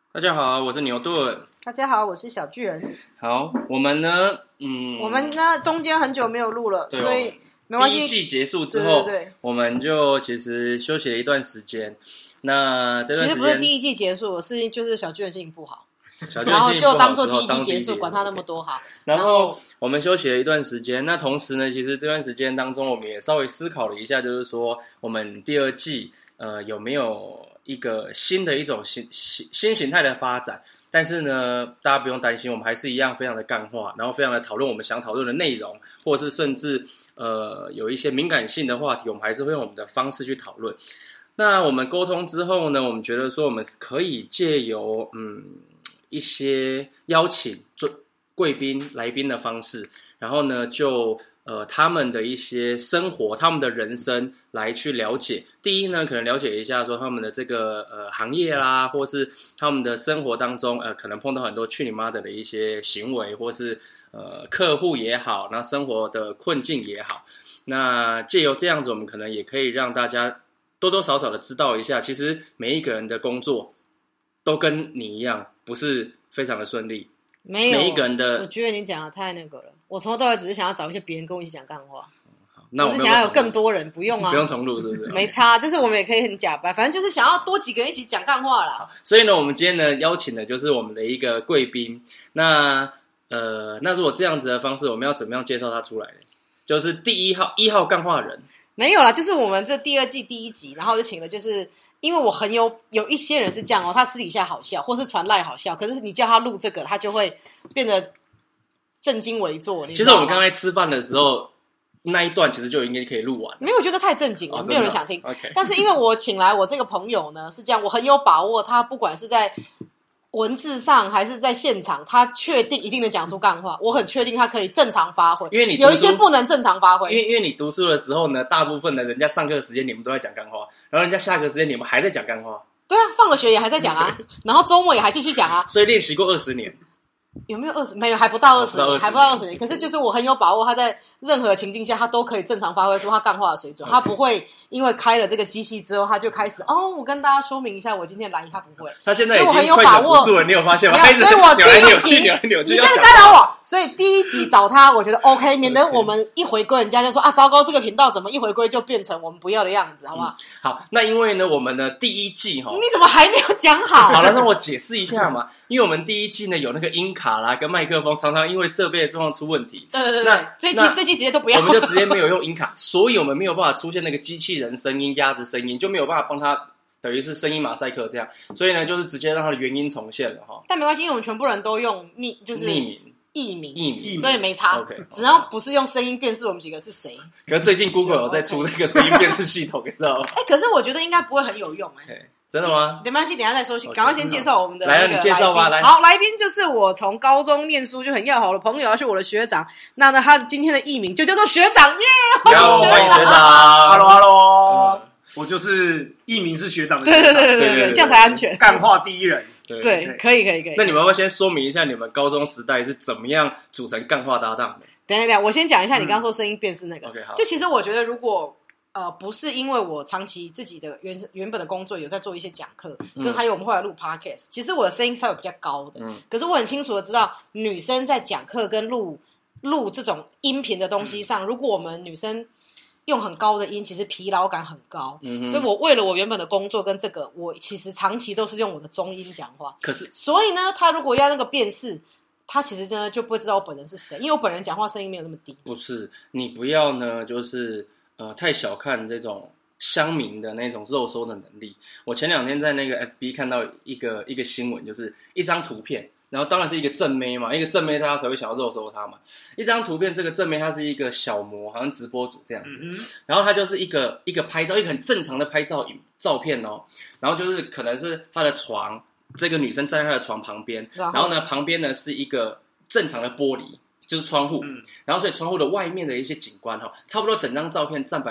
大家好，我是牛顿。 大家好，我是小巨人。 好，我们呢， 中间很久没有录了， 对所以没关系。 第一季结束之后， 对， 我们就其实休息了一段时间。那这段时间其实不是第一季结束，就是小巨人心情不好， 然后就当做第一季结束，管他那么多好。 然后我们休息了一段时间，那同时呢，其实这段时间当中，我们也稍微思考了一下，就是说我们第二季有没有一个新的一种新形态的发展。但是呢，大家不用担心，我们还是一样非常的干话，然后非常的讨论我们想讨论的内容，或者是甚至有一些敏感性的话题，我们还是会用我们的方式去讨论。那我们沟通之后呢，我们觉得说我们可以借由一些邀请贵宾来宾的方式，然后呢就他们的一些生活，他们的人生来去了解。第一呢，可能了解一下说他们的这个行业啦，或是他们的生活当中可能碰到很多去你妈的一些行为，或是客户也好，那生活的困境也好。那借由这样子，我们可能也可以让大家多多少少的知道一下，其实每一个人的工作都跟你一样，不是非常的顺利。 没有， 每一个人的， 我觉得你讲的太那个了。我从头到尾只是想要找一些别人跟我一起讲干话。 那我只想要有更多人，不用啊， 不用重录，是不是？ 没差，就是我们也可以很假掰，反正就是想要多几个人一起讲干话啦。 所以呢，我们今天呢邀请的就是我们的一个贵宾。那如果这样子的方式，我们要怎么样介绍他出来呢？就是第一号干话人。 没有啦，就是我们这第二季第一集，然后就请了，就是因为我很有一些人是这样哦，他私底下好笑，或是传赖好笑，可是你叫他录这个，他就会变得正襟危坐。 其实我们刚才吃饭的时候，那一段其实就应该可以录完。 没有，我觉得太正经了，没有人想听。 Okay. 但是因为我请来我这个朋友呢，是这样，我很有把握，他不管是在文字上还是在现场，他确定一定能讲出干话，我很确定他可以正常发挥。 因为你有一些不能正常发挥， 因为你读书的时候呢，大部分的人家上课的时间你们都在讲干话，然后人家下课时间你们还在讲干话。 对啊，放了学也还在讲啊，然后周末也还继续讲啊， 所以练习过20年。 有没有20？没有，还不到20年，还不到20年。可是就是我很有把握，他在任何情境下，他都可以正常发挥出他干话的水准。他不会因为开了这个机器之后，他就开始我跟大家说明一下，我今天来，他不会。 他现在已经快忍不住了，你有发现吗？ 所以我第一集扭来扭去， 你开始干扰我。所以第一集找他，我觉得 OK， 免得我们一回归，人家就说糟糕，这个频道怎么一回归就变成我们不要的样子，好不好？ 好，那因为呢，我们的第一季你怎么还没有讲好？ 好了，那我解释一下嘛。因为我们第一季呢有那个音卡啦跟麦克风，常常因为设备的状况出问题。 对，那这期直接都不要， 我们就直接没有用音卡，所以我们没有办法出现那个机器人声音、鸭子声音，就没有办法帮他等于是声音马赛克这样。所以呢，就是直接让他的原音重现了哈。 但没关系，因为我们全部人都用就是艺名， 所以没差。 Okay, 只要不是用声音辨识我们几个是谁。 可是最近 Google 有在出那个声音辨识系统，你知道吗？ 可是我觉得应该不会很有用真的吗？ 没关系，等一下再说。赶快先介绍我们的来，你介绍吧。来， 好，来宾就是我从高中念书就很要好的朋友，是我的学长。那呢，他今天的艺名就叫做学长耶！ 欢迎学长 ，Hello，我就是艺名是学长的学长。 对，这样才安全。 干话第一人。 对，可以。 那你们要不要先说明一下你们高中时代是怎么样组成干话搭档的？ 等一下，我先讲一下你刚刚说声音辨识那个。 好， 就其实我觉得如果不是因为我长期自己的原本的工作有在做一些讲课，跟还有我们后来录 podcast， 其实我的声音稍微比较高的，可是我很清楚的知道，女生在讲课跟录这种音频的东西上，如果我们女生用很高的音，其实疲劳感很高，所以我为了我原本的工作跟这个，我其实长期都是用我的中音讲话。 可是， 所以呢，他如果要那个辨识，他其实真的就不会知道我本人是谁，因为我本人讲话声音没有那么低。 不是，你不要呢，就是太小看这种乡民的那种肉搜的能力。我前2天在那个 FB 看到一个新闻，就是一张图片，然后当然是一个正妹嘛，一个正妹大家才会想要肉搜她嘛。一张图片，这个正妹她是一个小模，好像直播主这样子，然后她就是一个拍照，一个很正常的拍照片哦，然后就是可能是她的床，这个女生站在她的床旁边，然后呢旁边呢是一个正常的玻璃。就是窗户，然后所以窗户的外面的一些景观差不多整张照片占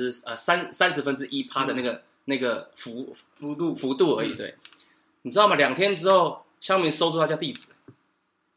30%的那个幅度而已。对，你知道吗？2天之后，乡民搜出他家地址，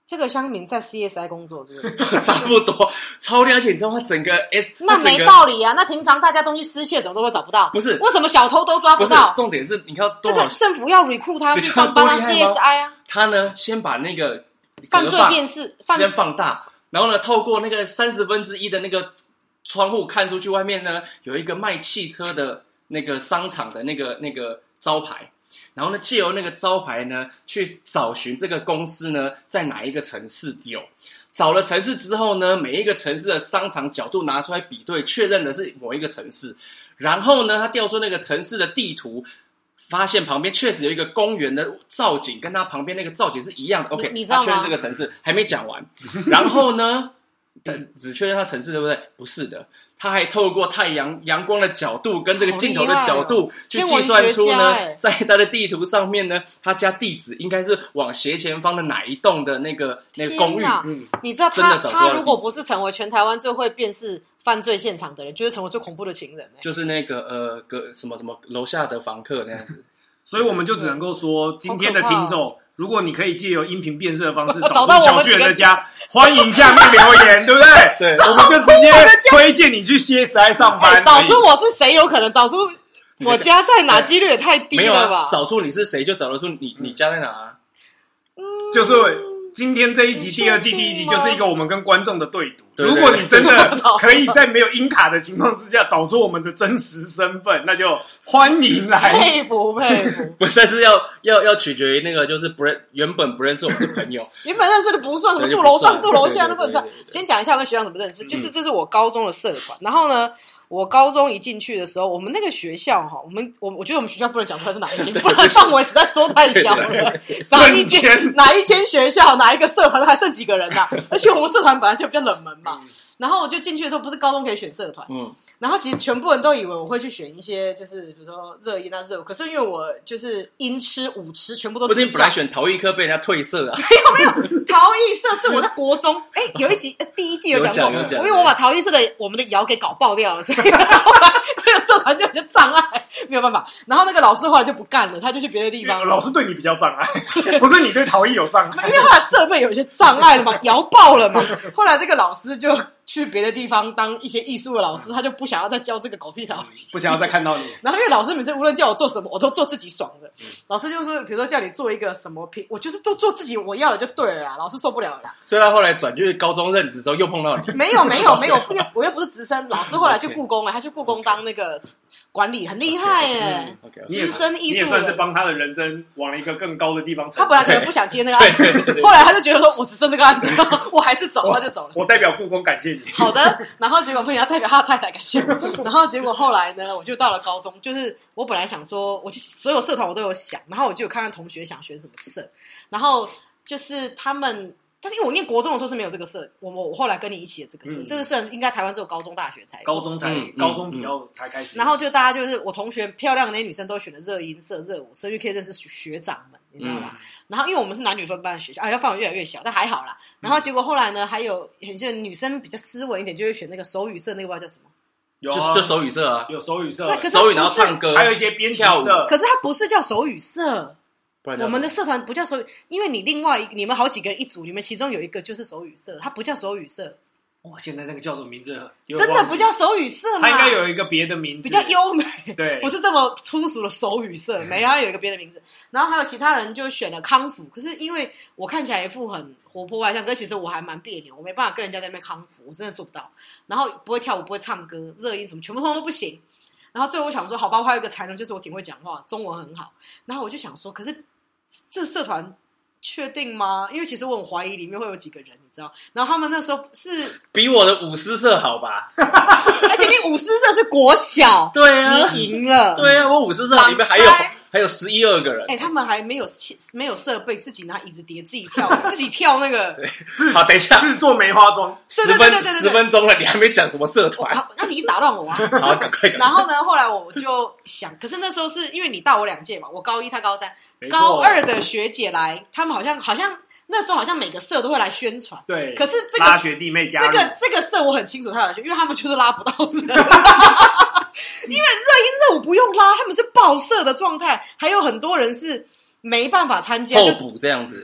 这个乡民在 CSI 工作，是不是？ 差不多，超厉害！而且你知道他整个那没道理啊！那平常大家东西失窃，怎么都会找不到？ 不是？ 为什么小偷都抓不到？ 不是，重点是你看这个政府要 recruit 他去上班啊 ，CSI 啊。 他呢，先把那个犯罪辨识先放大，然后呢，透过那个1/30的那个窗户看出去，外面呢有一个卖汽车的那个商场的那个招牌。然后呢，借由那个招牌呢，去找寻这个公司呢，在哪一个城市有。找了城市之后呢，每一个城市的商场角度拿出来比对，确认的是某一个城市。然后呢，他调出那个城市的地图，发现旁边确实有一个公园的造景，跟他旁边那个造景是一样的。OK， 你知道吗？ 他确认这个城市还没讲完。然后呢，只确认他城市对不对？不是的。他还透过太阳光的角度跟这个镜头的角度去计算出呢，在他的地图上面呢，他家地址应该是往斜前方的哪一栋的那个公寓。 你知道他如果不是成为全台湾最会辨识犯罪现场的人，就会成为最恐怖的情人。 就是那个什么楼下的房客那样子。 所以我们就只能够说，今天的听众，如果你可以借由音频辨识的方式找到小巨人的家，欢迎下面留言，对不对？ 对， 我们就直接推荐你去 CSI 上班。 找出我是谁，有可能找出我家在哪，几率也太低了吧？ 没有啊，找出你是谁就找得出你家在哪啊？ 就是今天这一集第二季第一集就是一个我们跟观众的对赌。如果你真的可以在没有音卡的情况之下找出我们的真实身份，那就欢迎来。 佩服。 不，但是要取决于那个就是原本不认识我们的朋友， 原本认识的不算，什么住楼上住楼下都不能算。先讲一下我跟学长怎么认识，就是这是我高中的社团，然后呢。我高中一进去的时候，我们那个学校哈，我觉得我们学校不能讲出来是哪一间，不然范围实在说太小了。哪一间学校，哪一个社团还剩几个人啊？而且我们社团本来就比较冷门嘛。然后我就进去的时候，不是高中可以选社团，然后其实全部人都以为我会去选一些，就是比如说热音啊热舞，可是因为我就是音痴舞痴，全部都不是你本来选陶艺科被人家退社啊？ 没有，陶艺社是我在国中，有一集第一季有讲过，因为我把陶艺社的我们的窑给搞爆掉了，所以后来这个社团就有障碍，没有办法。然后那个老师后来就不干了，他就去别的地方。 老师对你比较障碍，不是你对陶艺有障碍， 因为后来设备有一些障碍了嘛，窑爆了嘛。后来这个老师就去别的地方当一些艺术的老师，他就不想要再教这个狗屁陶艺， 不想要再看到你。 然后因为老师每次无论叫我做什么，我都做自己爽的。老师就是比如说叫你做一个什么品，我就是都做自己我要的就对了啦，老师受不了了啦。 所以他后来转去高中任职之后又碰到你。 没有，我又不是直升。老师后来去故宫了，他去故宫当那个管理，很厉害耶。资深艺术人， 你也算是帮他的人生往了一个更高的地方。 他本来可能不想接那个案子，后来他就觉得说我只剩这个案子，我还是走，他就走了。 我代表故宫感谢你。 好的，然后结果不要代表他的太太感谢我，然后结果后来呢，我就到了高中，就是我本来想说，我就所有社团我都有想，然后我就有看看同学想选什么社，然后就是他们。但是因为我念国中的时候是没有这个社，我后来跟你一起的这个社，这个社应该台湾只有高中大学才有， 高中比较才开始。 然后就大家就是我同学漂亮的那些女生都选了热音社、热舞社，因为可以认识学长们，你知道吗？然后因为我们是男女分班的学校，要范围越来越小，但还好啦。然后结果后来呢，还有很些女生比较斯文一点，就会选那个手语社，那个不知道叫什么。 就手语社啊， 有手语社， 手语然后唱歌， 还有一些编跳社。 可是它不是叫手语社。我们的社团不叫手语，因为你们好几个人一组，你们其中有一个就是手语社，它不叫手语社。 哇，现在那个叫什么名字？ 真的不叫手语社吗？ 它应该有一个别的名字， 比较优美， 对， 不是这么粗俗的手语社，没有，它有一个别的名字。然后还有其他人就选了康复，可是因为我看起来一副很活泼外向，可是其实我还蛮别扭，我没办法跟人家在那边康复，我真的做不到。然后不会跳舞，不会唱歌，热音什么全部通通都不行。然后最后我想说，好吧，我还有一个才能，就是我挺会讲话，中文很好。然后我就想说，可是这社团确定吗？因为其实我很怀疑里面会有几个人，你知道。然后他们那时候是比我的舞狮社好吧？ 而且你舞狮社是国小， 对啊， 你赢了。 对啊，我舞狮社里面还有11、12个人。 他们还没有设备，自己拿椅子叠，自己跳，自己跳那个。 对，好，等一下， 自做梅花桩。 10分钟了，你还没讲什么社团？ 那你打断我啊！ 好，赶快。 然后呢，后来我就想，可是那时候是因为你大我2届嘛，我高1，他高3，高2的学姐来，他们好像那时候好像每个社都会来宣传。 对， 可是这个拉学弟妹加入这个社我很清楚他来宣，因为他们就是拉不到人。因为热音热舞不用拉，他们是爆社的状态，还有很多人是没办法参加， 候补这样子。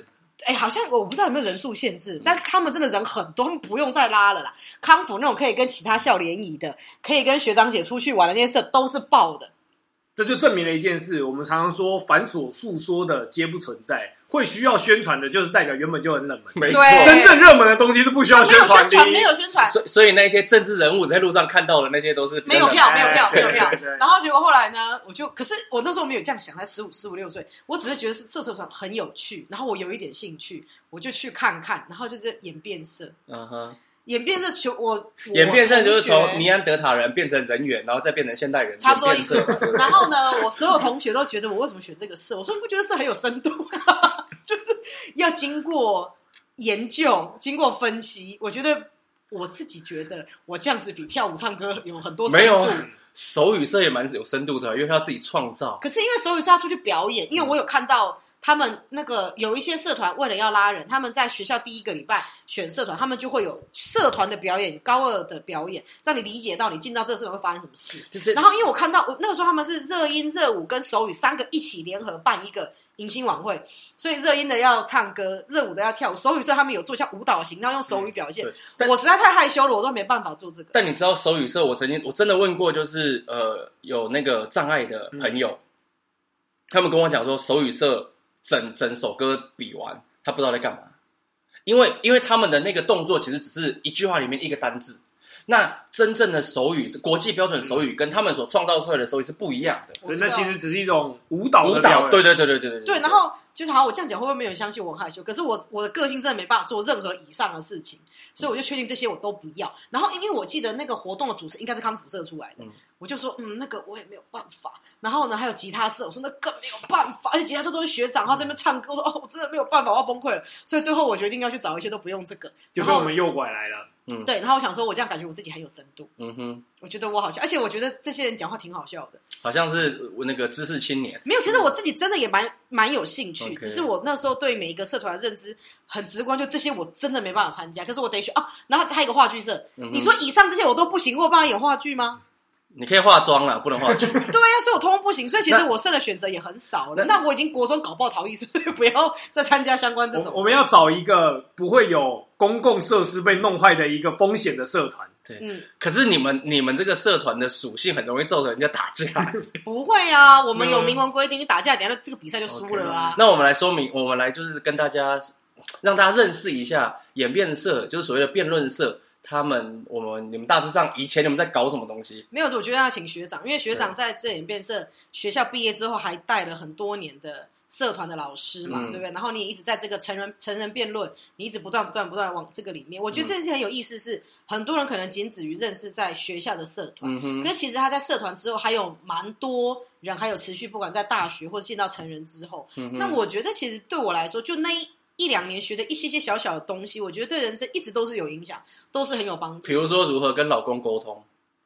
好像我不知道有没有人数限制，但是他们真的人很多，他们不用再拉了啦。康复那种可以跟其他校联谊的，可以跟学长姐出去玩的那些社都是爆的。 这就证明了一件事，我们常常说繁琐诉说的皆不存在，会需要宣传的就是代表原本就很冷门。 没错， 真正热门的东西是不需要宣传的。 没有宣传。 所以那些政治人物在路上看到的那些都是没有票。然后结果后来呢，可是我那时候没有这样想，才15、16岁，我只是觉得社团很有趣，然后我有一点兴趣，我就去看看，然后就是演变色。演变色演变色就是从尼安德塔人变成人猿，然后再变成现代人， 差不多意思。然后呢，我所有同学都觉得我为什么选这个色？我说你不觉得色很有深度？就是要经过研究、经过分析。我觉得我自己觉得我这样子比跳舞、唱歌有很多深度。 没有，手语社也蛮有深度的，因为他要自己创造。 可是因为手语社要出去表演，因为我有看到。他们那个有一些社团为了要拉人，他们在学校第一个礼拜选社团，他们就会有社团的表演，高二的表演，让你理解到你进到这个社团会发生什么事。然后因为我看到那个时候他们是热音、热舞跟手语3个一起联合办一个迎新晚会，所以热音的要唱歌，热舞的要跳舞，手语社他们有做像舞蹈型，然后用手语表现。我实在太害羞了，我都没办法做这个。 但你知道手语社，我真的问过，就是有那个障碍的朋友，他们跟我讲说手语社。整首歌比完，他不知道在干嘛，因为他们的那个动作其实只是一句话里面一个单字，那真正的手语是国际标准手语，跟他们所创造出来的手语是不一样的， 所以那其实只是一种舞蹈的表演。 对，然后就是好，我这样讲会不会没有人相信我很害羞？可是我的个性真的没办法做任何以上的事情，所以我就确定这些我都不要。然后因为我记得那个活动的主持应该是康复社出来的。我就说，那个我也没有办法。然后呢，还有吉他社，我说那更没有办法，而且吉他社都是学长，他在那边唱歌，我说我真的没有办法，我要崩溃了。所以最后我决定要去找一些都不用这个， 就被我们诱拐来了。 对，然后我想说，我这样感觉我自己很有深度。我觉得我好笑，而且我觉得这些人讲话挺好笑的， 好像是那个知识青年。 没有，其实我自己真的也蛮有兴趣，只是我那时候对每一个社团的认知很直观，就这些我真的没办法参加，可是我得选啊。然后还有一个话剧社，你说以上这些我都不行，我有办法演话剧吗？ 你可以化妆啦，不能化剧。 对呀，所以我通通不行，所以其实我剩的选择也很少了。那我已经国中搞爆陶艺师，所以不要再参加相关这种。 我们要找一个不会有公共设施被弄坏的一个风险的社团。 对，可是你们这个社团的属性很容易造成人家打架。 不会啊，我们有明文规定，你打架，等一下这个比赛就输了啊。 那我们来说明，我们来就是跟大家让大家认识一下演辩社，就是所谓的辩论社。你们大致上以前你们在搞什么东西？ 没有，我觉得要请学长，因为学长在这演辩社学校毕业之后，还带了很多年的社团的老师嘛，对不对？然后你也一直在这个成人辩论，你一直不断往这个里面。我觉得这件事很有意思是，很多人可能仅止于认识在学校的社团，可是其实他在社团之后还有蛮多人还有持续，不管在大学或者进到成人之后。那我觉得其实对我来说，就那一两年学的一些小小的东西，我觉得对人生一直都是有影响，都是很有帮助。 比如说如何跟老公沟通，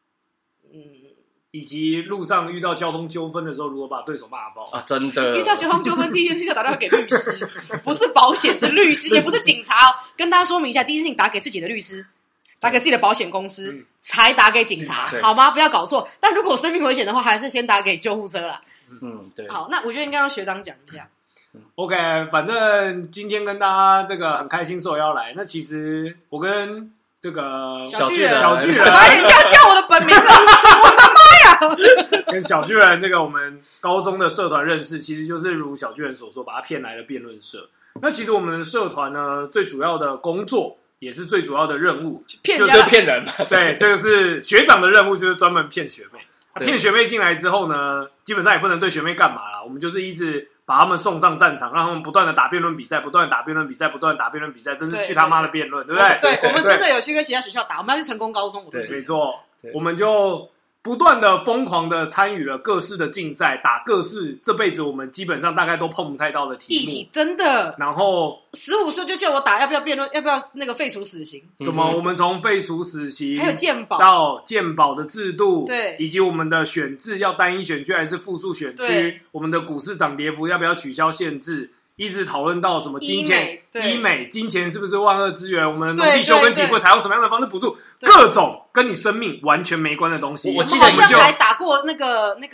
以及路上遇到交通纠纷的时候，如何把对手骂爆啊！真的， 遇到交通纠纷，第一件事情要打电话给律师，不是保险，是律师，也不是警察哦。跟大家说明一下，第一件事情打给自己的律师，打给自己的保险公司，才打给警察，好吗？不要搞错。但如果生命危险的话，还是先打给救护车啦。 对。 好，那我觉得应该让学长讲一下。 OK， 反正今天跟大家这个很开心受邀来。那其实我跟这个小巨人， 差点就要叫我的本名了，我的妈呀！ 跟小巨人这个我们高中的社团认识，其实就是如小巨人所说，把他骗来了辩论社。那其实我们的社团呢，最主要的工作也是最主要的任务， 就是骗人。 对，这个是学长的任务，就是专门骗学妹。骗学妹进来之后呢，基本上也不能对学妹干嘛啦，我们就是一直把他们送上战场，让他们不断的打辩论比赛，不断的打辩论比赛，不断的打辩论比赛，真是去他妈的辩论，对不对？ 对，我们真的有去跟其他学校打，我们要去成功高中，我都是。 没错，我们就不断的疯狂的参与了各式的竞赛，打各式这辈子我们基本上大概都碰不太到的题目， 真的。 然后 15岁就叫我打，要不要辩论，要不要那个废除死刑？ 什么？我们从废除死刑， 还有健保到健保的制度， 对， 以及我们的选制要单一选区还是复数选区，我们的股市涨跌幅要不要取消限制？一直讨论到什么金钱、医美、金钱是不是万恶之源？我们农地休耕几会采用什么样的方式补助？各种跟你生命完全没关的东西。 我记得好像还打过那个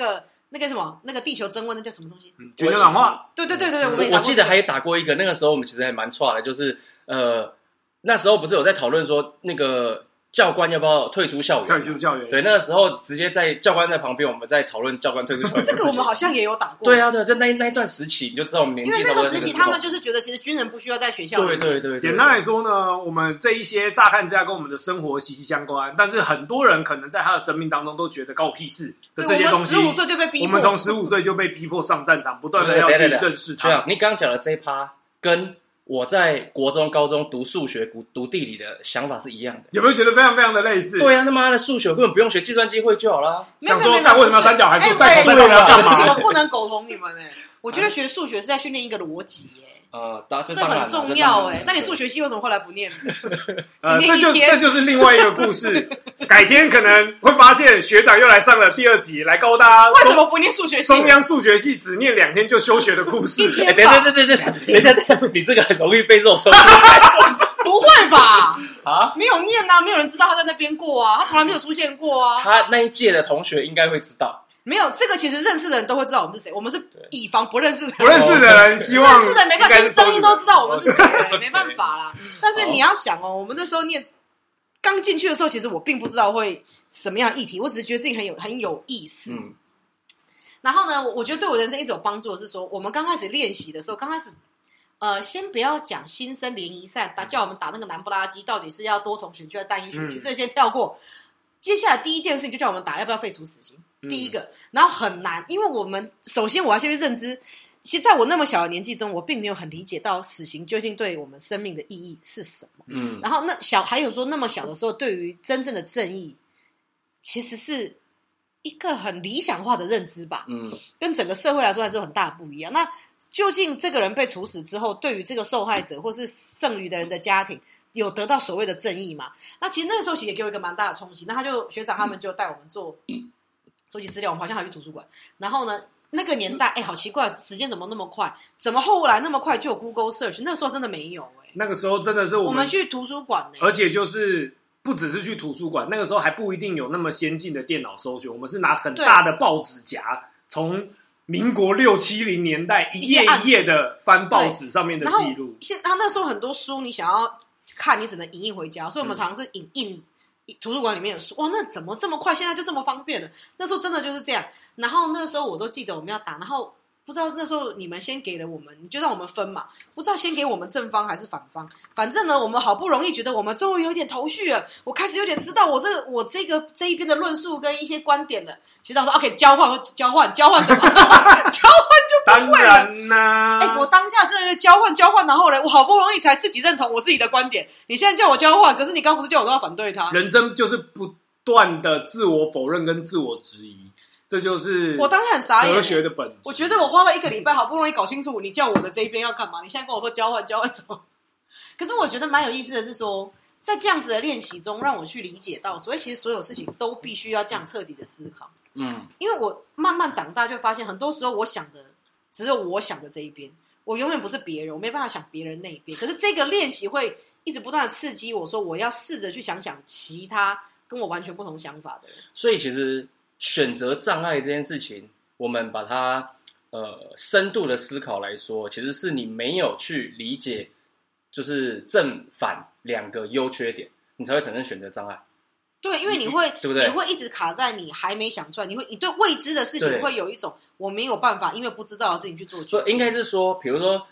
那个什么那个地球增温，那叫什么东西？ 全球暖化。 对， 我记得还打过一个，那个时候我们其实还蛮差的，就是那时候不是有在讨论说那个。教官要不要退出校园？ 退出校园。 对，那个时候直接在教官在旁边，我们在讨论教官退出校园。 这个我们好像也有打过。 对啊，在那一段时期，你就知道我们年纪。 因为那个时期，他们就是觉得其实军人不需要在学校。 对。 简单来说呢，我们这一些乍看之下跟我们的生活息息相关，但是很多人可能在他的生命当中都觉得关我屁事的这些东西。 我们15岁就被逼迫， 我们从15岁就被逼迫上战场，不断的要去认识他。 你刚刚讲的这一趴跟。我在国中、高中读数学、读地理的想法是一样的， 有没有觉得非常非常的类似？ 对啊，他妈的数学根本不用学，计算机会就好啦。 想说，干为什么要三角函数？再口在要干嘛？ 我不能苟同你们我觉得学数学是在训练一个逻辑这很重要那你数学系为什么后来不念？ 这就是另外一个故事。改天可能会发现学长又来上了第2集，来告诉大家为什么不念数学系？ 中央数学系只念2天就休学的故事。 等一下，你这个很容易被肉收。 不会吧？没有念没有人知道他在那边过他从来没有出现过他那一届的同学应该会知道。 没有这个，其实认识的人都会知道我们是谁。我们是以防不认识的人， 不认识的人希望认识的人没办法，听声音都知道我们是谁，没办法啦。但是你要想我们那时候念刚进去的时候，其实我并不知道会什么样的议题，我只是觉得自己很有意思。然后呢，我觉得对我人生一直有帮助的是说，我们刚开始练习的时候，刚开始先不要讲新生联谊赛，叫我们打那个南不拉几，到底是要多重选区还是单一选区，这先跳过。接下来第一件事情就叫我们打要不要废除死刑，第一个，然后很难，因为我们首先我要先去认知，其实在我那么小的年纪中，我并没有很理解到死刑究竟对我们生命的意义是什么。然后还有说那么小的时候，对于真正的正义，其实是一个很理想化的认知吧。跟整个社会来说还是有很大的不一样。那究竟这个人被处死之后，对于这个受害者或是剩余的人的家庭，有得到所谓的正义嘛？那其实那个时候其实也给我一个蛮大的冲击。那学长他们就带我们做收集资料，我们好像还去图书馆。然后呢，那个年代好奇怪，时间怎么那么快？怎么后来那么快就有 Google Search？ 那个时候真的没有那个时候真的是我们去图书馆而且就是不只是去图书馆，那个时候还不一定有那么先进的电脑搜寻，我们是拿很大的报纸夹，从民国6、70年代一页一页的翻报纸上面的记录。 那时候很多书你想要看，你只能影印回家，所以我们常常是影印图书馆里面的书。哇，那怎么这么快？现在就这么方便了？那时候真的就是这样。然后那时候我都记得我们要打，然后不知道那时候你们先给了我们，你就让我们分嘛，不知道先给我们正方还是反方。反正呢，我们好不容易觉得我们终于有点头绪了，我开始有点知道我这一边的论述跟一些观点了。学长说 OK， 交换什么？交换就不会了。 当然啦我当下真的交换，然后呢，我好不容易才自己认同我自己的观点。你现在叫我交换，可是你刚不是叫我都要反对他？ 人生就是不断的自我否认跟自我质疑。这就是我当时很傻眼， 哲学的本质。 我觉得我花了1个礼拜，好不容易搞清楚你叫我的这一边要干嘛，你现在跟我说交换什么？可是我觉得蛮有意思的是说，在这样子的练习中，让我去理解到，所以其实所有事情都必须要这样彻底的思考。因为我慢慢长大，就发现很多时候我想的只有我想的这一边，我永远不是别人，我没办法想别人那一边。可是这个练习会一直不断的刺激我说，我要试着去想其他跟我完全不同想法的人。 所以其实选择障碍这件事情，我们把它深度的思考来说，其实是你没有去理解，就是正反2个优缺点，你才会产生选择障碍。 对，因为你会， 对不对？ 你会一直卡在你还没想出来，你对未知的事情会有一种我没有办法，因为不知道的事情去做决定。 所以应该是说，比如说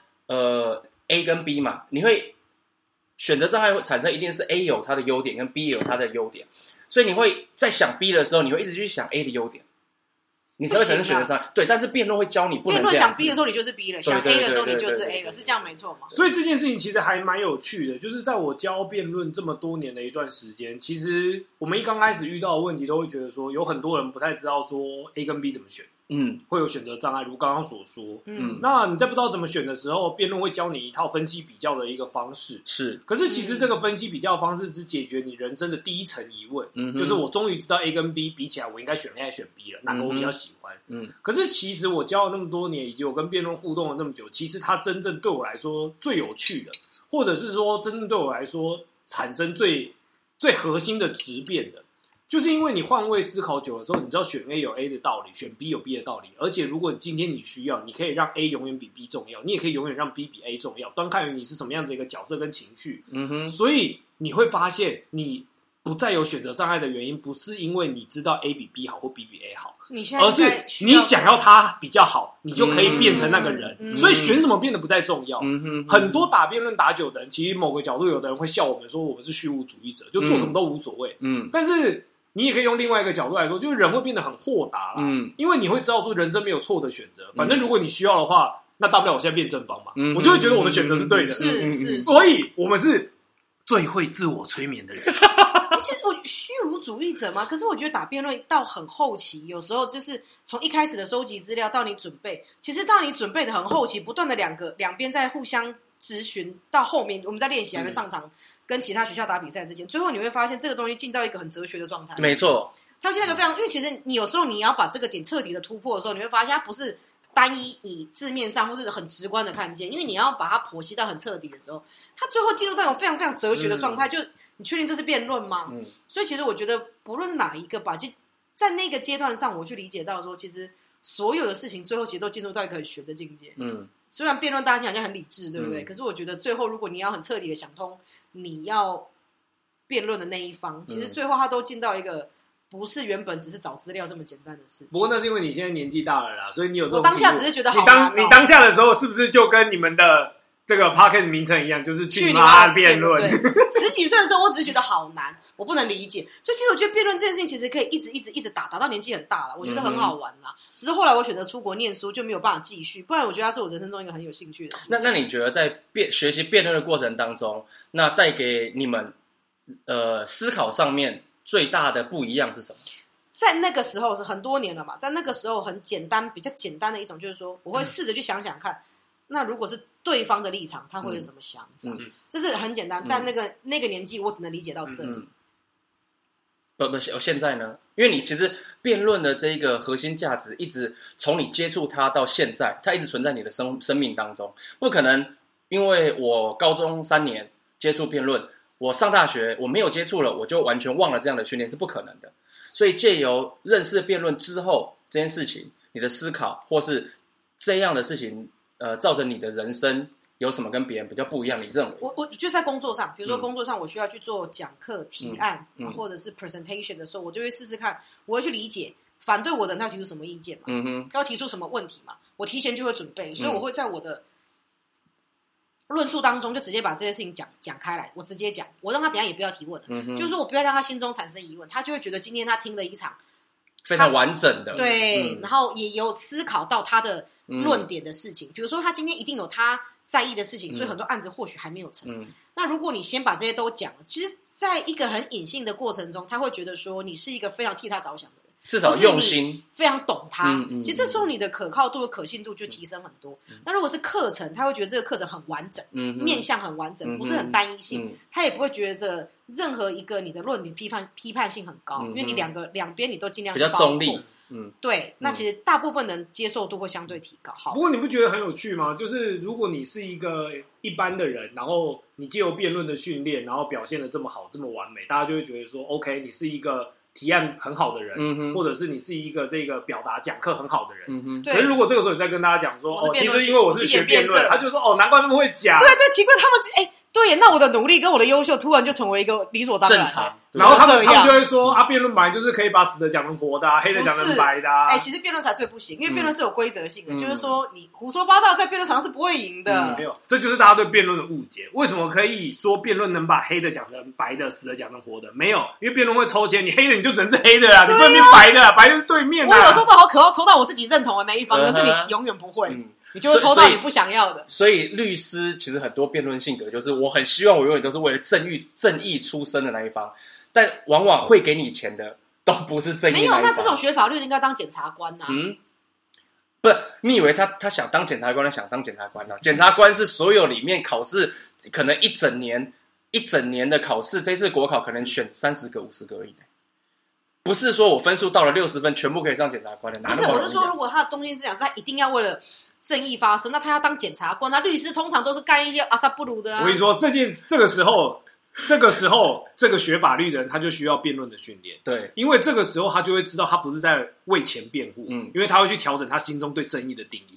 A 跟 B 嘛，你会选择障碍会产生，一定是 A 有它的优点，跟 B 也有它的优点。所以你会在想 B 的时候，你会一直去想 A 的优点，你才会产生选择障碍。对，但是辩论会教你不能这样子。辩论想 B 的时候你就是 B 了，想 A 的时候你就是 A 了，是这样没错吗？ 所以这件事情其实还蛮有趣的，就是在我教辩论这么多年的一段时间，其实我们一刚开始遇到的问题，都会觉得说有很多人不太知道说 A 跟 B 怎么选。会有选择障碍，如刚刚所说。那你在不知道怎么选的时候，辩论会教你一套分析比较的一个方式。 是， 可是其实这个分析比较的方式只解决你人生的第一层疑问，就是我终于知道 A 跟 B 比起来，我应该选 A 还是选 B 了，哪个我比较喜欢。可是其实我教了那么多年，以及我跟辩论互动了那么久，其实它真正对我来说最有趣的，或者是说真正对我来说产生最核心的质变的， 就是因为你换位思考久了之后，你知道选 A 有 A 的道理，选 B 有 B 的道理，而且如果今天你需要，你可以让 A 永远比 B 重要，你也可以永远让 B 比 A 重要，端看于你是什么样子一个角色跟情绪。所以你会发现你不再有选择障碍的原因，不是因为你知道 A 比 B 好或 B 比 A 好，而是你想要他比较好，你就可以变成那个人。所以选什么变得不再重要。很多打辩论打久的人，其实某个角度，有的人会笑我们说我们是虚无主义者，就做什么都无所谓。但是你也可以用另外一个角度来说，就是人会变得很豁达啦。因为你会知道说人生没有错的选择，反正如果你需要的话，那大不了我现在变正方嘛，我就会觉得我的选择是对的。所以我们是最会自我催眠的人。 其实我虚无主义者嘛，可是我觉得打辩论到很后期，有时候就是从一开始的收集资料到你准备，其实到你准备的很后期，不断的两边在互相咨询，到后面我们在练习还没上场，跟其他学校打比赛之前，最后你会发现这个东西进到一个很哲学的状态。 没错， 它现在一个非常，因为其实你有时候你要把这个点彻底的突破的时候，你会发现它不是单一你字面上或是很直观的看见，因为你要把它剖析到很彻底的时候，它最后进入到一种非常非常哲学的状态。就你确定这是辩论吗？所以其实我觉得不论哪一个吧，其实在那个阶段上，我去理解到说，其实所有的事情最后其实都进入到一个很玄的境界。虽然辩论大家听好像很理智，对不对？可是我觉得最后如果你要很彻底的想通你要辩论的那一方，其实最后他都进到一个不是原本只是找资料这么简单的事情。 不过那是因为你现在年纪大了啦，所以你有这种。 我当下只是觉得好难。 你当下的时候是不是就跟你们的这个 podcast 名称一样，就是去你妈的辩论 ？10几岁的时候，我只是觉得好难，我不能理解。所以其实我觉得辩论这件事情其实可以一直打到年纪很大了，我觉得很好玩啦。只是后来我选择出国念书，就没有办法继续。不然我觉得它是我人生中一个很有兴趣的事情。 那你觉得在学习辩论的过程当中，那带给你们思考上面最大的不一样是什么？ 在那个时候是很多年了嘛，在那个时候很简单，比较简单的一种就是说，我会试着去想想看，那如果是对方的立场，他会有什么想法？这是很简单，在那个年纪，我只能理解到这里。 现在呢？因为你其实辩论的这一个核心价值，一直从你接触它到现在，它一直存在你的生命当中。不可能，因为我高中3年接触辩论，我上大学我没有接触了，我就完全忘了这样的训练，是不可能的。所以借由认识辩论之后，这件事情，你的思考或是这样的事情，造成你的人生有什么跟别人比较不一样？你认为？ 我就在工作上，比如说工作上我需要去做讲课、提案，或者是 presentation 的时候，我就会试试看，我会去理解反对我的人他提出什么意见嘛，要提出什么问题嘛，我提前就会准备，所以我会在我的论述当中就直接把这些事情讲开来，我直接讲，我让他等一下也不要提问了，就是说我不要让他心中产生疑问，他就会觉得今天他听了一场非常完整的， 对，然后也有思考到他的论点的事情，比如说他今天一定有他在意的事情，所以很多案子或许还没有成。那如果你先把这些都讲了，其实在一个很隐性的过程中，他会觉得说你是一个非常替他着想的人， 至少用心， 非常懂他。其实这时候你的可靠度和可信度就提升很多。那如果是课程，他会觉得这个课程很完整，面向很完整，不是很单一性，他也不会觉得任何一个你的论点批判性很高，因为你两边你都尽量比较中立。 对，那其实大部分人接受度会相对提高。好， 不过你不觉得很有趣吗？就是如果你是一个一般的人，然后你藉由辩论的训练，然后表现得这么好，这么完美，大家就会觉得说 OK， 你是一个提案很好的人，或者是你是一个这个表达讲课很好的人。可是如果这个时候你再跟大家讲说，其实因为我是学辩论，他就说难怪那么会讲。 对，奇怪，他们对，那我的努力跟我的优秀突然就成为一个理所当然正常。 然后他们就会说辩论本来就是可以把死的讲成活的黑的讲成白的其实辩论才最不行，因为辩论是有规则性的，就是说你胡说八道在辩论场上是不会赢的。 没有，这就是大家对辩论的误解。为什么可以说辩论能把黑的讲成白的，死的讲成活的？没有，因为辩论会抽签，你黑的你就只能是黑的啦，你不能变白的，白的是对面的。 我有时候都好渴望抽到我自己认同的那一方，可是你永远不会。你就会抽到你不想要的。 所以律师其实很多辩论性格就是我很希望我永远都是为了正义出身的那一方，但往往会给你钱的都不是正义那一方。 没有，那这种学法律应该当检察官啊。 不是，你以为他想当检察官，他想当检察官啊？检察官是所有里面考试可能一整年的考试，这次国考可能选30个50个而已。不是说我分数到了60分全部可以上检察官的，哪那么容易？ 不是，我是说如果他的中心思想是他一定要为了正义发生，那他要当检察官，那律师通常都是干一些阿萨布鲁的啊。 我跟你说，这个时候这个时候，这个学法律的人他就需要辩论的训练， 对， 因为这个时候他就会知道他不是在为钱辩护，因为他会去调整他心中对正义的定义。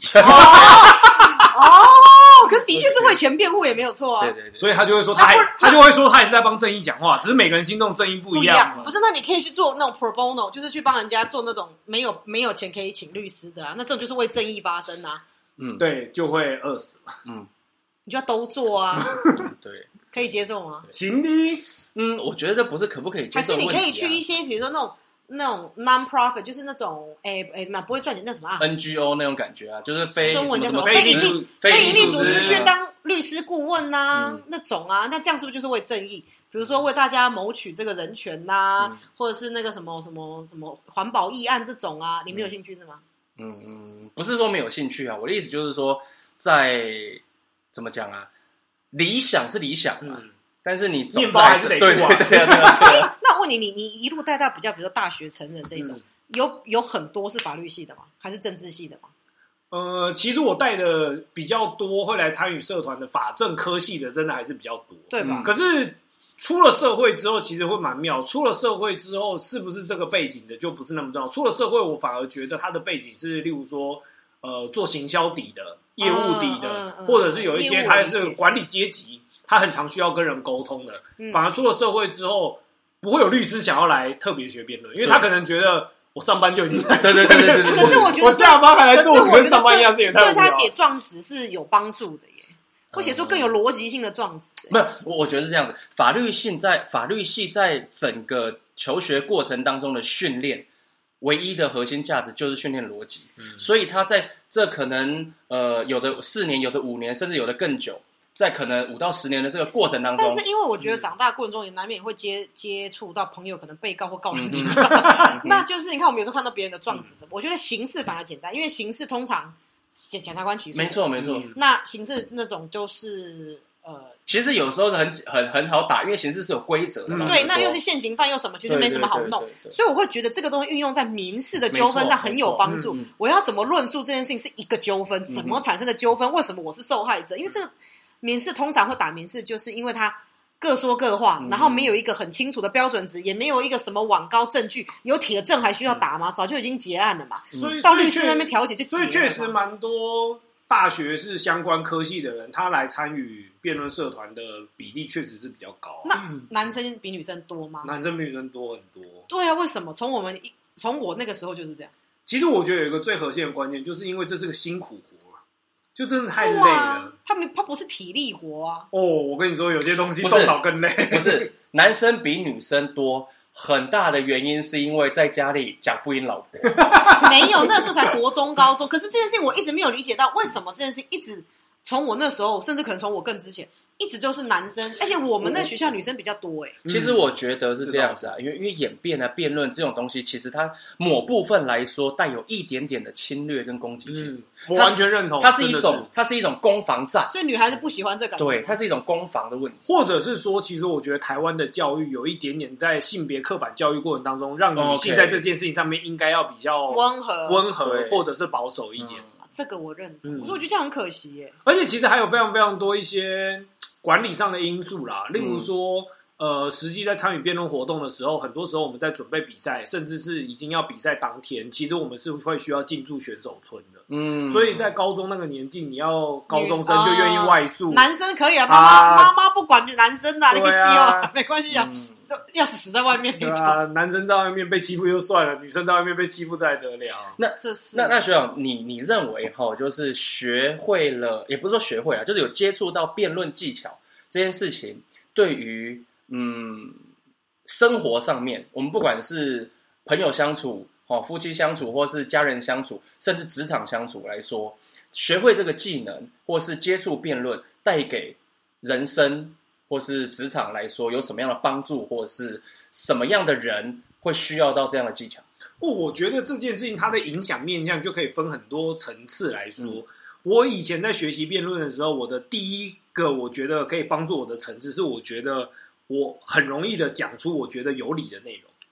可是的确是为钱辩护也没有错啊。 对， 所以他就会说他就会说他也是在帮正义讲话，只是每个人心中的正义不一样。 不是，那你可以去做那种 pro bono， 就是去帮人家做那种没有钱可以请律师的啊，那这种就是为正义发声啊。 对，就会饿死嘛。 你就要都做啊。 对， 可以接受吗？ 行的。 我觉得这不是可不可以接受的问题啊。 还是你可以去一些，比如说那种 non-profit， 就是那种什么不会赚钱，那什么啊 NGO 那种感觉啊，就是中文叫什么非营利组织去当律师顾问啊，那种啊，那这样是不是就是为正义？比如说为大家谋取这个人权呐，或者是那个什么环保议案这种啊，你没有兴趣是吗？ 不是说没有兴趣啊，我的意思就是说，在怎么讲啊，理想是理想嘛。但是你面包还是得做啊。 对啊。 那我问你一路带到比较如说大学成人这种，有很多是法律系的吗？还是政治系的吗？ 其实我带的比较多会来参与社团的法政科系的，真的还是比较多， 对吧？ 可是出了社会之后，其实会蛮妙。出了社会之后，是不是这个背景的就不是那么重要？出了社会，我反而觉得他的背景是，例如说，做行销底的。业务底的，或者是有一些他是管理阶级，他很常需要跟人沟通的。反而出了社会之后，不会有律师想要来特别学辩论，因为他可能觉得我上班就已经对。 可是我觉得我下班还来做跟上班一样事情， 对他写状纸是有帮助的耶，会写出更有逻辑性的状纸。 没有，我觉得是这样子。法律系在整个求学过程当中的训练。唯一的核心价值就是训练逻辑，所以他在这可能有的4年，有的5年，甚至有的更久，在可能5到10年的这个过程当中， 但是因为我觉得长大过程中也难免会接触到朋友可能被告或告人家，那就是你看我们有时候看到别人的状纸什么，我觉得刑事反而简单，因为刑事通常检察官起诉， 没错， 那刑事那种就是其实有时候是很好打，因为刑事是有规则的嘛。 对，那又是现行犯又什么，其实没什么好弄，所以我会觉得这个东西运用在民事的纠纷上很有帮助。我要怎么论述这件事情是一个纠纷，怎么产生的纠纷，为什么我是受害者？因为这个民事通常会打民事，就是因为他各说各话，然后没有一个很清楚的标准值，也没有一个什么网高证据，有铁证还需要打吗？早就已经结案了嘛。所以到律师那边调解就结了嘛。 所以确实蛮多大学是相关科系的人，他来参与辩论社团的比例确实是比较高。 那男生比女生多吗？ 男生比女生多很多。对啊，为什么？从我那个时候就是这样。 其实我觉得有一个最核心的关键，就是因为这是个辛苦活，就真的太累了。 他不是体力活啊。 我跟你说，有些东西动脑更累。 不是，男生比女生多。很大的原因是因为在家里讲不赢老婆。 没有，那时候才国中高中。可是这件事情我一直没有理解到，为什么这件事情一直从我那时候，甚至可能从我更之前，一直都是男生，而且我们那学校女生比较多。 其实我觉得是这样子啊，因为演辩啊、辩论这种东西，其实它某部分来说带有一点点的侵略跟攻击性。 我完全认同， 它是一种攻防战， 所以女孩子不喜欢这个。 对，它是一种攻防的问题。 或者是说，其实我觉得台湾的教育有一点点在性别刻板教育过程当中，让女性在这件事情上面应该要比较温和，或者是保守一点。 这个我认同，可是我觉得这样很可惜耶。 而且其实还有非常非常多一些管理上的因素啦，例如说，实际在参与辩论活动的时候，很多时候我们在准备比赛，甚至是已经要比赛当天，其实我们是会需要进驻选手村的。所以在高中那个年纪，你要高中生就愿意外宿， 男生可以啊，妈妈不管男生的，那个戏没关系啊，要死在外面那种。对啊， 男生在外面被欺负就算了，女生在外面被欺负才得了。 那学长，你认为就是学会了，也不是说学会了，就是有接触到辩论技巧这件事情，对于生活上面，我们不管是朋友相处、夫妻相处，或是家人相处，甚至职场相处来说，学会这个技能，或是接触辩论，带给人生或是职场来说，有什么样的帮助，或是什么样的人会需要到这样的技巧？ 我觉得这件事情它的影响面向就可以分很多层次来说。我以前在学习辩论的时候，我的第一个我觉得可以帮助我的层次是，我觉得我很容易的讲出我觉得有理的内容。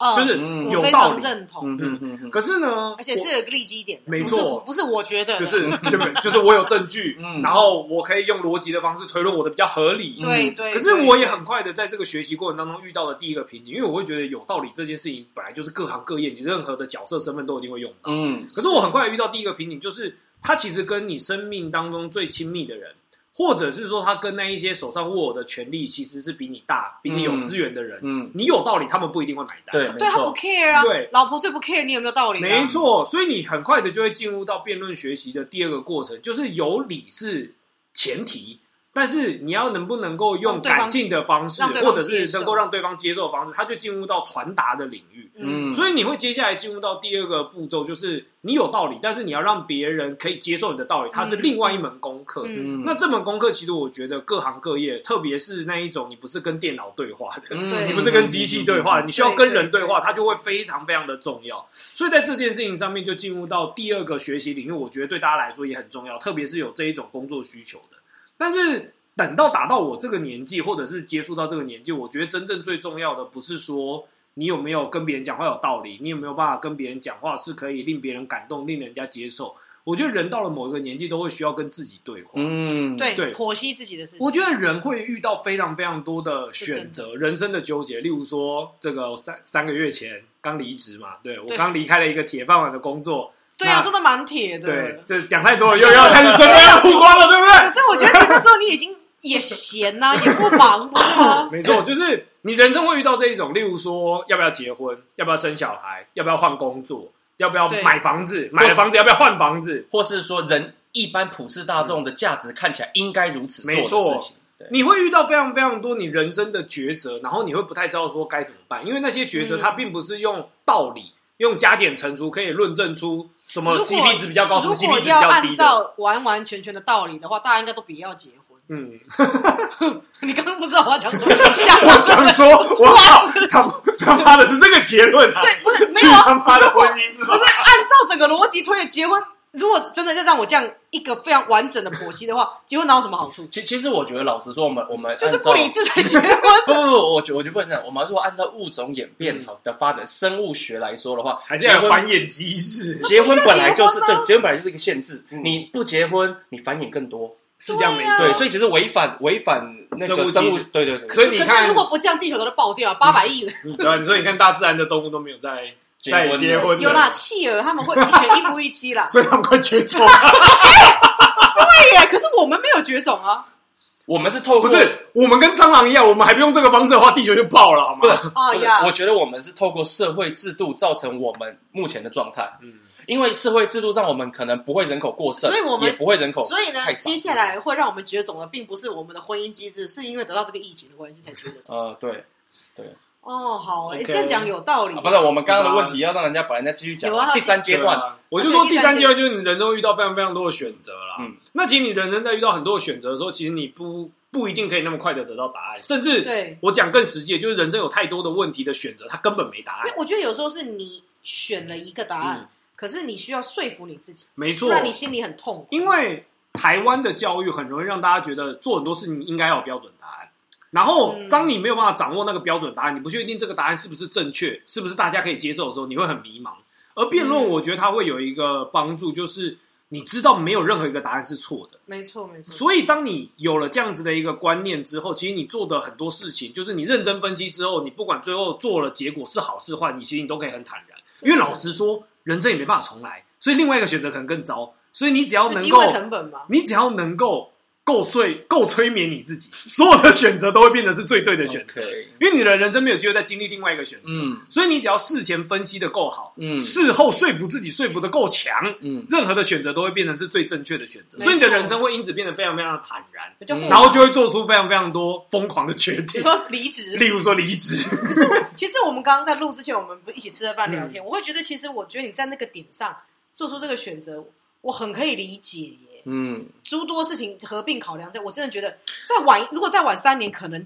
就是有道理， 我非常认同。 可是呢， 而且是有个立基点的， 没错， 不是我觉得的， 就是我有证据，然后我可以用逻辑的方式推论我的比较合理。 对。 可是我也很快的在这个学习过程当中遇到的第一个瓶颈，因为我会觉得有道理这件事情本来就是各行各业你任何的角色身份都一定会用到。可是我很快遇到第一个瓶颈，就是它其实跟你生命当中最亲密的人，或者是说他跟那一些手上握有的权利其实是比你大、比你有资源的人，你有道理，他们不一定会买单。 对，他不 care 啊。 对， 老婆最不 care 你有没有道理。 没错，所以你很快的就会进入到辩论学习的第二个过程，就是有理是前提。但是你要能不能够用感性的方式，或者是能够让对方接受的方式，他就进入到传达的领域。所以你会接下来进入到第二个步骤，就是你有道理，但是你要让别人可以接受你的道理，它是另外一门功课。那这门功课其实我觉得各行各业，特别是那一种你不是跟电脑对话的，你不是跟机器对话，你需要跟人对话，它就会非常非常的重要。所以在这件事情上面就进入到第二个学习领域，我觉得对大家来说也很重要，特别是有这一种工作需求的。但是等到达到我这个年纪，或者是接触到这个年纪，我觉得真正最重要的不是说你有没有跟别人讲话有道理，你有没有办法跟别人讲话是可以令别人感动、令人家接受。我觉得人到了某一个年纪都会需要跟自己对话， 对，剖析自己的事情。 我觉得人会遇到非常非常多的选择，人生的纠结。例如说，这个三个月前刚离职嘛，对，我刚离开了一个铁饭碗的工作。 对啊，真的蛮铁的。 对，这讲太多了，又要开始身份要曝光了，对不对？ 可是我觉得那时候你已经也闲呐，也不忙，不是吗？ 没错，就是你人生会遇到这一种，例如说要不要结婚，要不要生小孩，要不要换工作，要不要买房子，买了房子要不要换房子， 或是说人一般普世大众的价值看起来应该如此做的事情。 没错，你会遇到非常非常多你人生的抉择，然后你会不太知道说该怎么办，因为那些抉择它并不是用道理。用加减乘除可以论证出什么 CP 值比较高，什么 CP 值比较低的。如果要按照完完全全的道理的话，大家应该都不要结婚。你刚刚不知道我要讲什么？ 我想说，他妈的是这个结论啊！ 对，不是没有啊， 他妈的婚姻是吧？ 不是按照整个逻辑推的结婚。如果真的要让我这样一个非常完整的剖析的话，结婚哪有什么好处？ 其实我觉得，老实说，我们就是不理智才结婚。 不，我觉得不能这样。我们如果按照物种演变的发展、生物学来说的话， 还是有繁衍机制。 结婚本来就是对，结婚本来就是一个限制。你不结婚，你繁衍更多， 是这样没错。 对，所以其实违反那个生物，对。 所以你看， 可是如果不这样，地球都爆掉800亿人。 对，所以你看，大自然的动物都没有在结婚， 有啦，企鹅他们会选一夫一妻啦， 所以他们快绝种。 对耶，可是我们没有绝种啊。 我们是透过， 不是我们跟蟑螂一样，我们还不用这个方式的话，地球就爆了，好吗？ 我觉得我们是透过社会制度造成我们目前的状态。因为社会制度让我们可能不会人口过剩， 所以我们也不会人口所以呢，接下来会让我们绝种的，并不是我们的婚姻机制，是因为得到这个疫情的关系才绝的种。 对。 哦，好，这样讲有道理。 不是我们刚刚的问题，要让人家把人家继续讲。第三阶段， 我就说第三阶段就是你人生会遇到非常非常多的选择啦。那其实你人生在遇到很多的选择的时候，其实你不一定可以那么快的得到答案，甚至我讲更实际，就是人生有太多的问题的选择，它根本没答案。 因为我觉得有时候是你选了一个答案，可是你需要说服你自己， 没错， 不然你心里很痛苦。 因为台湾的教育很容易让大家觉得做很多事情应该要有标准答案。然后，当你没有办法掌握那个标准答案，你不确定这个答案是不是正确，是不是大家可以接受的时候，你会很迷茫。而辩论，我觉得它会有一个帮助，就是你知道没有任何一个答案是错的。 没错。 所以，当你有了这样子的一个观念之后，其实你做的很多事情，就是你认真分析之后，你不管最后做了结果是好是坏，你其实你都可以很坦然。因为老实说，人生也没办法重来，所以另外一个选择可能更糟。所以你只要能够，机会成本嘛， 你只要能够够催眠你自己，所有的选择都会变得是最对的选择。因为你的人生没有机会再经历另外一个选择，所以你只要事前分析的够好，事后说服自己说服的够强，任何的选择都会变成是最正确的选择。所以你的人生会因此变得非常非常的坦然，然后就会做出非常非常多疯狂的决定， 比如说离职， 例如说离职。 其实我们刚刚在录之前，我们不一起吃了饭聊天，我会觉得其实我觉得你在那个点上做出这个选择，我很可以理解耶。诸多事情合并考量，我真的觉得如果再晚3年，可能就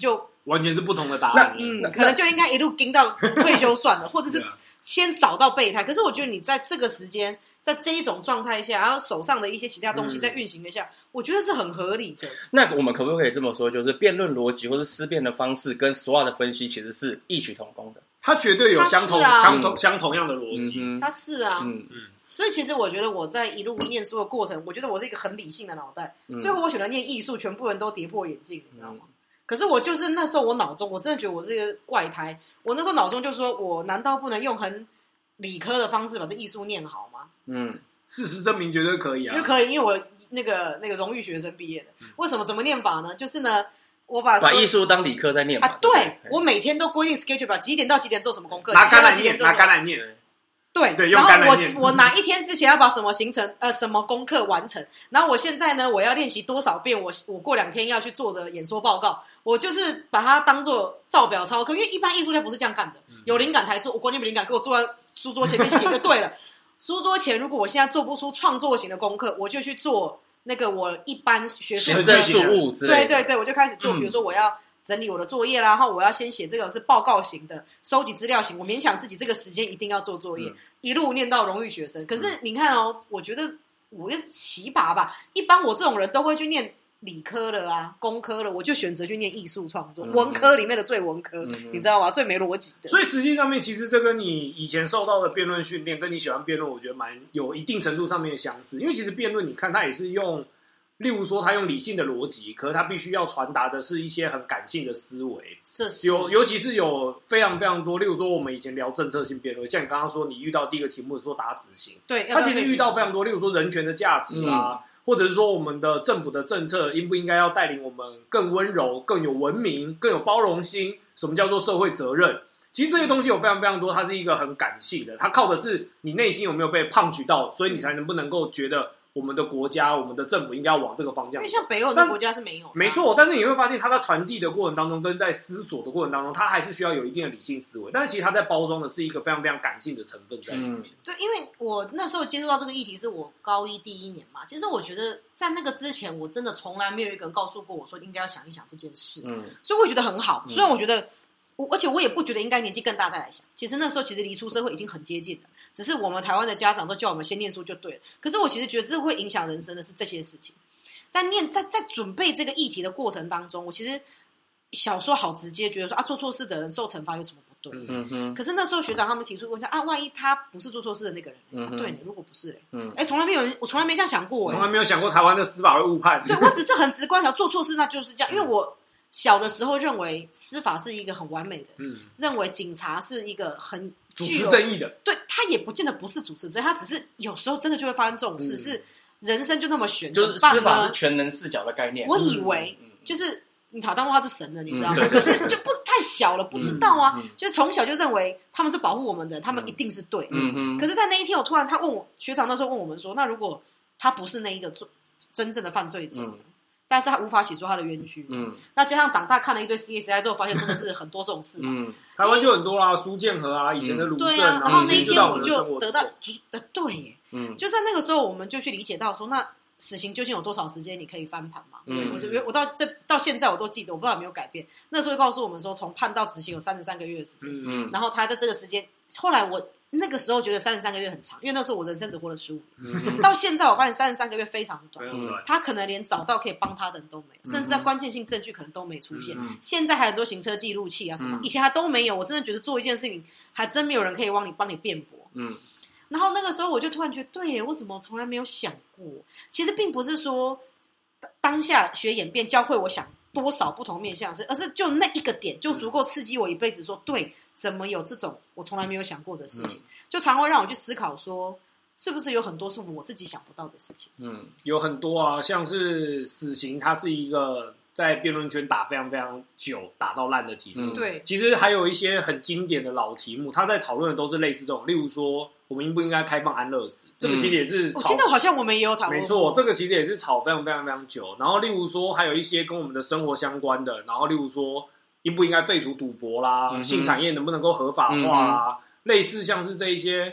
完全是不同的答案。 可能就应该一路盯到退休算了，或者是先找到备胎。可是我觉得你在这个时间，在这一种状态下，然后手上的一些其他东西在运行一下，我觉得是很合理的。 那我们可不可以这么说，就是辩论逻辑或是思辨的方式跟 SWOT 的分析其实是异曲同工的？ 它绝对有相同样的逻辑。 它是啊，所以其实我觉得我在一路念书的过程，我觉得我是一个很理性的脑袋。最后我选择念艺术，全部人都跌破眼镜，你知道吗？可是我就是那时候我脑中，我真的觉得我是一个怪胎。我那时候脑中就说，我难道不能用很理科的方式把这艺术念好吗？ 事实证明绝对可以啊， 因为可以，因为我那个荣誉学生毕业的。为什么怎么念法呢？就是呢，我把艺术当理科在念嘛。 对，我每天都规定 schedule 表，几点到几点做什么功课， 拿橄榄念。对， 然后我哪一天之前要把什么行程什么功课完成，然后我现在呢，我要练习多少遍我过2天要去做的演说报告，我就是把它当做照表操课，因为一般艺术家不是这样干的，有灵感才做，我管你没灵感，给我坐在书桌前面写就对了。书桌前如果我现在做不出创作型的功课，我就去做那个我一般学术行政事务之类的。 对，我就开始做，比如说我要整理我的作业啦，然后我要先写这个是报告型的，收集资料型，我勉强自己这个时间一定要做作业，一路念到荣誉学生。可是你看哦，我觉得我是奇葩吧，一般我这种人都会去念理科了啊，工科了，我就选择去念艺术创作，文科里面的最文科，你知道吗？最没逻辑的。 所以实际上面，其实这跟你以前受到的辩论训练，跟你喜欢辩论，我觉得蛮有一定程度上面的相似。因为其实辩论，你看它也是用。例如说，他用理性的逻辑，可是他必须要传达的是一些很感性的思维。 这是尤其是有非常非常多，例如说我们以前聊政策性辩论，像你刚刚说，你遇到第一个题目是说打死刑， 对， 他其实遇到非常多，例如说人权的价值啊，或者是说我们的政府的政策应不应该要带领我们更温柔、更有文明、更有包容心？什么叫做社会责任？其实这些东西有非常非常多，它是一个很感性的，它靠的是你内心有没有被punch到，所以你才不能够觉得。我们的国家、我们的政府应该要往这个方向走， 因为像北欧的国家是没有的， 没错。但是你会发现，它在传递的过程当中，跟在思索的过程当中，它还是需要有一定的理性思维。但是其实它在包装的是一个非常非常感性的成分在里面。 对，因为我那时候接触到这个议题是我高一第1年嘛。其实我觉得在那个之前，我真的从来没有一个人告诉过我说应该要想一想这件事。所以我觉得很好。虽然我觉得。而且我也不觉得应该年纪更大再来想。其实那时候离出社会已经很接近了，只是我们台湾的家长都叫我们先念书就对了。可是我其实觉得这会影响人生的是这些事情。在准备这个议题的过程当中，我其实小时候好直接觉得说做错事的人受惩罚有什么不对？可是那时候学长他们提出问题万一他不是做错事的那个人，对呢？如果不是从来没有人，我从来没这样想过， 从来没有想过台湾的司法会误判。 对，我只是很直观想做错事那就是这样，因为我。小的时候认为司法是一个很完美的，认为警察是一个很主持正义的， 对，他也不见得不是主持正义，他只是有时候真的就会发生这种事，是人生就那么悬， 就是司法是全能视角的概念。 我以为就是你当过他是神了，你知道吗？可是就不是太小了，不知道啊，就是从小就认为他们是保护我们的，他们一定是对的。可是，在那一天，我突然他问我学长那时候问我们说，那如果他不是那一个真正的犯罪者？但是他无法写出他的冤屈。那加上长大看了一堆 CSI 之后，发现真的是很多这种事嘛。 台湾就很多啦，苏建和啊，以前的卢正然后那一天我就得到，就是对耶，就在那个时候，我们就去理解到说，那死刑究竟有多少时间你可以翻盘嘛？我到现在我都记得，我不知道有没有改变。那时候告诉我们说，从判到执行有33个月的时间。然后他在这个时间，后来我。那个时候觉得33个月很长，因为那时候我人生只活了15年。到现在我发现33个月非常短，他可能连找到可以帮他的人都没有，甚至在关键性证据可能都没出现。现在还有很多行车记录器啊什么，以前还都没有。我真的觉得做一件事情，还真没有人可以帮你辩驳。然后那个时候我就突然觉得，对耶，为什么我从来没有想过？其实并不是说当下学演变教会我想。多少不同面向而是就那一个点就足够刺激我一辈子说对，怎么有这种我从来没有想过的事情，就常会让我去思考说是不是有很多是我自己想不到的事情。 有很多啊，像是死刑，它是一个在辩论圈打非常非常久打到烂的题目。 对， 其实还有一些很经典的老题目，他在讨论的都是类似这种，例如说我们应不应该开放安乐死，这个其实也是我记得好像我们也有讨论过， 没错，这个其实也是吵非常非常非常久。然后例如说还有一些跟我们的生活相关的，然后例如说应不应该废除赌博啦，性产业能不能够合法化啦，类似像是这一些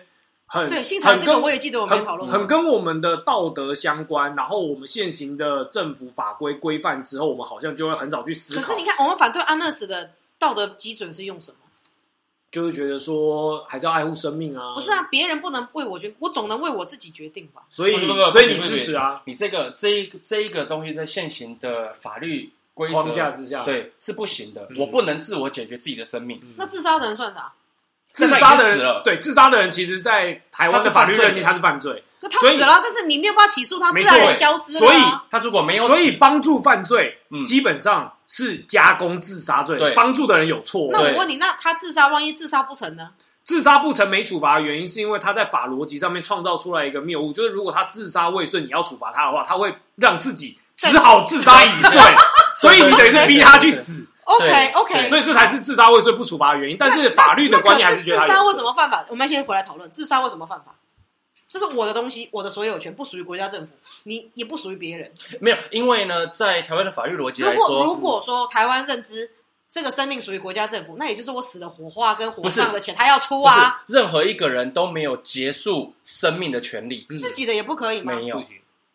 对性产这个我也记得我们讨论过， 很跟我们的道德相关。然后我们现行的政府法规规范之后，我们好像就会很早去思考。 可是你看，我们反对安乐死的道德基准是用什么？ 就是觉得说还是要爱护生命啊。 不是啊，别人不能为我决定，我总能为我自己决定吧。 所以你支持啊？ 你这一个东西在现行的法律规则框架之下， 对，是不行的。我不能自我解决自己的生命。 那自杀的人算啥？ 自杀的人，对，自杀的人，其实在台湾的法律认定他是犯罪。 可他死了，但是你没有办法起诉他，自然人消失了。 所以他如果没有， 所以帮助犯罪，基本上是加工自杀罪。 对， 帮助的人有错。 那我问你，那他自杀，万一自杀不成呢？ 自杀不成没处罚的原因，是因为他在法逻辑上面创造出来一个谬误，就是如果他自杀未遂，你要处罚他的话，他会让自己只好自杀已遂，所以你等于是逼他去死。 OK， 所以这才是自杀未遂不处罚的原因。但是法律的观念还是觉得自杀为什么犯法？我们先回来讨论自杀为什么犯法。这是我的东西，我的所有权不属于国家政府，你也不属于别人。 没有，因为呢，在台湾的法律逻辑来说， 如果说台湾认知这个生命属于国家政府，那也就是我死了火化跟火葬的钱他要出啊。 任何一个人都没有结束生命的权利， 自己的也不可以吗？ 没有。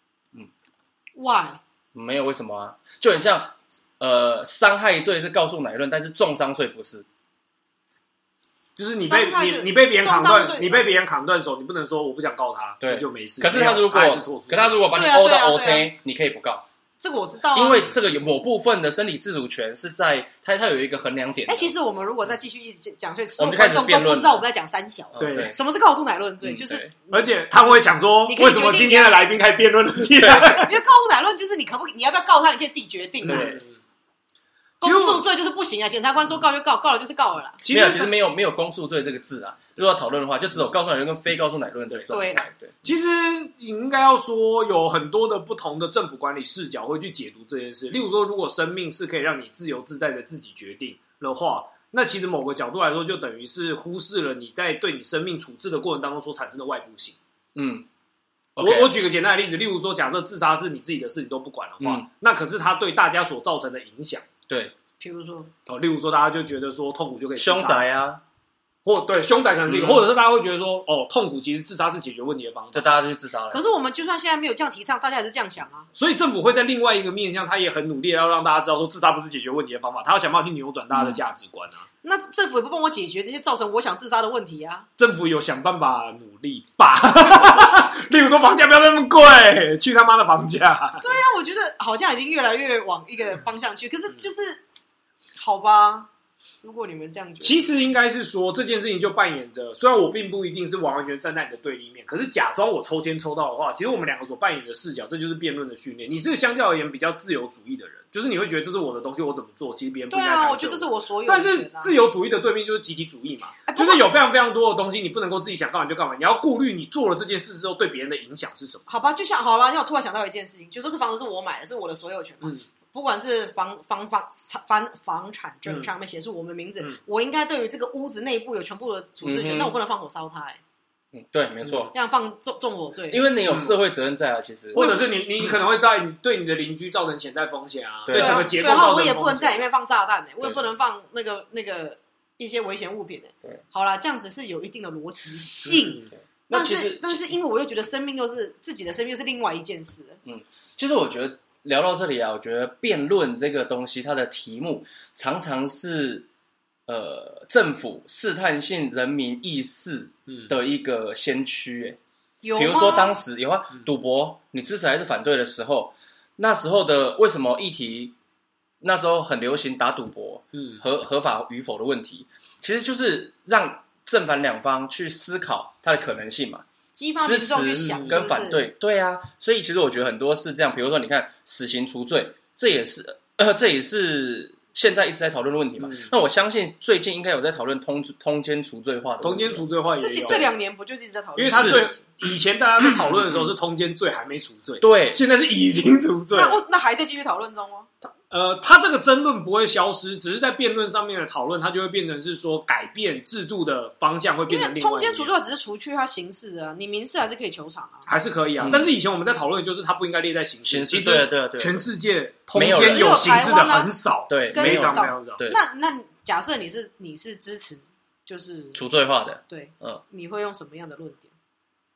Why？ 没有为什么啊？就很像伤害罪是告诉乃论，但是重伤罪不是。 就是你被别人砍断，你被别人砍断手，你不能说我不想告他，对，就没事。 可是他如果把你殴到 OK， 你可以不告。 这个我知道啊， 因为这个有某部分的身体自主权是在它有一个衡量点。 其实我们如果再继续一直讲，所以我们开始辩论， 都不知道我们在讲三小。 对， 什么是告诉乃论罪？就是而且他们会讲说，为什么今天的来宾开始辩论了起来？ 因为告诉乃论就是你要不要告他，你可以自己决定。 对。 公诉罪就是不行啊！检察官说告就告，告了就是告了啦。 其实没有公诉罪这个字啊。如果要讨论的话，就只有告诉乃论跟非告诉乃论罪。 对。 其实应该要说，有很多的不同的政府管理视角会去解读这件事。例如说，如果生命是可以让你自由自在的自己决定的话，那其实某个角度来说，就等于是忽视了你在对你生命处置的过程当中所产生的外部性。我举个简单的例子，例如说，假设自杀是你自己的事，你都不管的话，那可是他对大家所造成的影响。 对， 比如说例如说，大家就觉得说痛苦就可以凶宅啊， 或对凶宅可能是一个，或者是大家会觉得说，痛苦其实自杀是解决问题的方法， 就大家就去自杀了。 可是我们就算现在没有这样提倡，大家也是这样想啊。 所以政府会在另外一个面向，他也很努力要让大家知道说，自杀不是解决问题的方法，他要想办法去扭转大家的价值观啊。 那政府也不帮我解决这些造成我想自杀的问题啊。 政府有想办法努力吧，例如说房价不要那么贵，去他妈的房价。 对啊，我觉得好像已经越来越往一个方向去，可是就是好吧。如果你们这样觉得， 其实应该是说这件事情就扮演着，虽然我并不一定是完完全站在你的对立面，可是假装我抽签抽到的话，其实我们两个所扮演的视角，这就是辩论的训练。你是相较而言比较自由主义的人，就是你会觉得这是我的东西，我怎么做，其实别人不应该干涉我。 对啊，我觉得这是我所有权啊。 但是自由主义的对面就是集体主义嘛，就是有非常非常多的东西，你不能够自己想干嘛就干嘛，你要顾虑你做了这件事之后对别人的影响是什么。 好吧，就像好了，让我突然想到一件事情，就说这房子是我买的，是我的所有权嘛。不管是房产证上面写是我们名字，我应该对于这个屋子内部有全部的处置权，但我不能放火烧它。 对，没错， 这样放纵火罪， 因为你有社会责任在啊。其实， 或者是你可能会对你的邻居造成潜在风险啊，对整个结构造成风险。然后我也不能在里面放炸弹我也不能放那个一些危险物品好啦，这样子是有一定的逻辑性。但是因为我又觉得生命又是自己的生命，又是另外一件事。 其实我觉得聊到这里啊，我觉得辩论这个东西，它的题目常常是政府试探性人民意识的一个先驱。比如说当时有赌博，你支持还是反对的时候，那时候的为什么议题那时候很流行打赌博，合法与否的问题，其实就是让正反两方去思考它的可能性嘛。支持跟反对，对啊，所以其实我觉得很多是这样。比如说，你看死刑除罪，这也是现在一直在讨论的问题嘛。那我相信最近应该有在讨论通奸除罪化的问题。 通奸除罪化也有， 这2年不就是一直在讨论？ 因为以前大家在讨论的时候是通奸罪还没除罪， 对， 现在是已经除罪， 那还在继续讨论中哦。 他这个争论不会消失，只是在辩论上面的讨论，它就会变成是说改变制度的方向会变成另外一面。因为通奸除罪只是除去他刑事啊，你民事还是可以求偿啊， 还是可以啊。但是以前我们在讨论的就是它不应该列在刑事，其实对， 全世界通奸有刑事的很少， 对， 非常非常少。 那假设你是支持就是除罪化的， 对，你会用什么样的论点？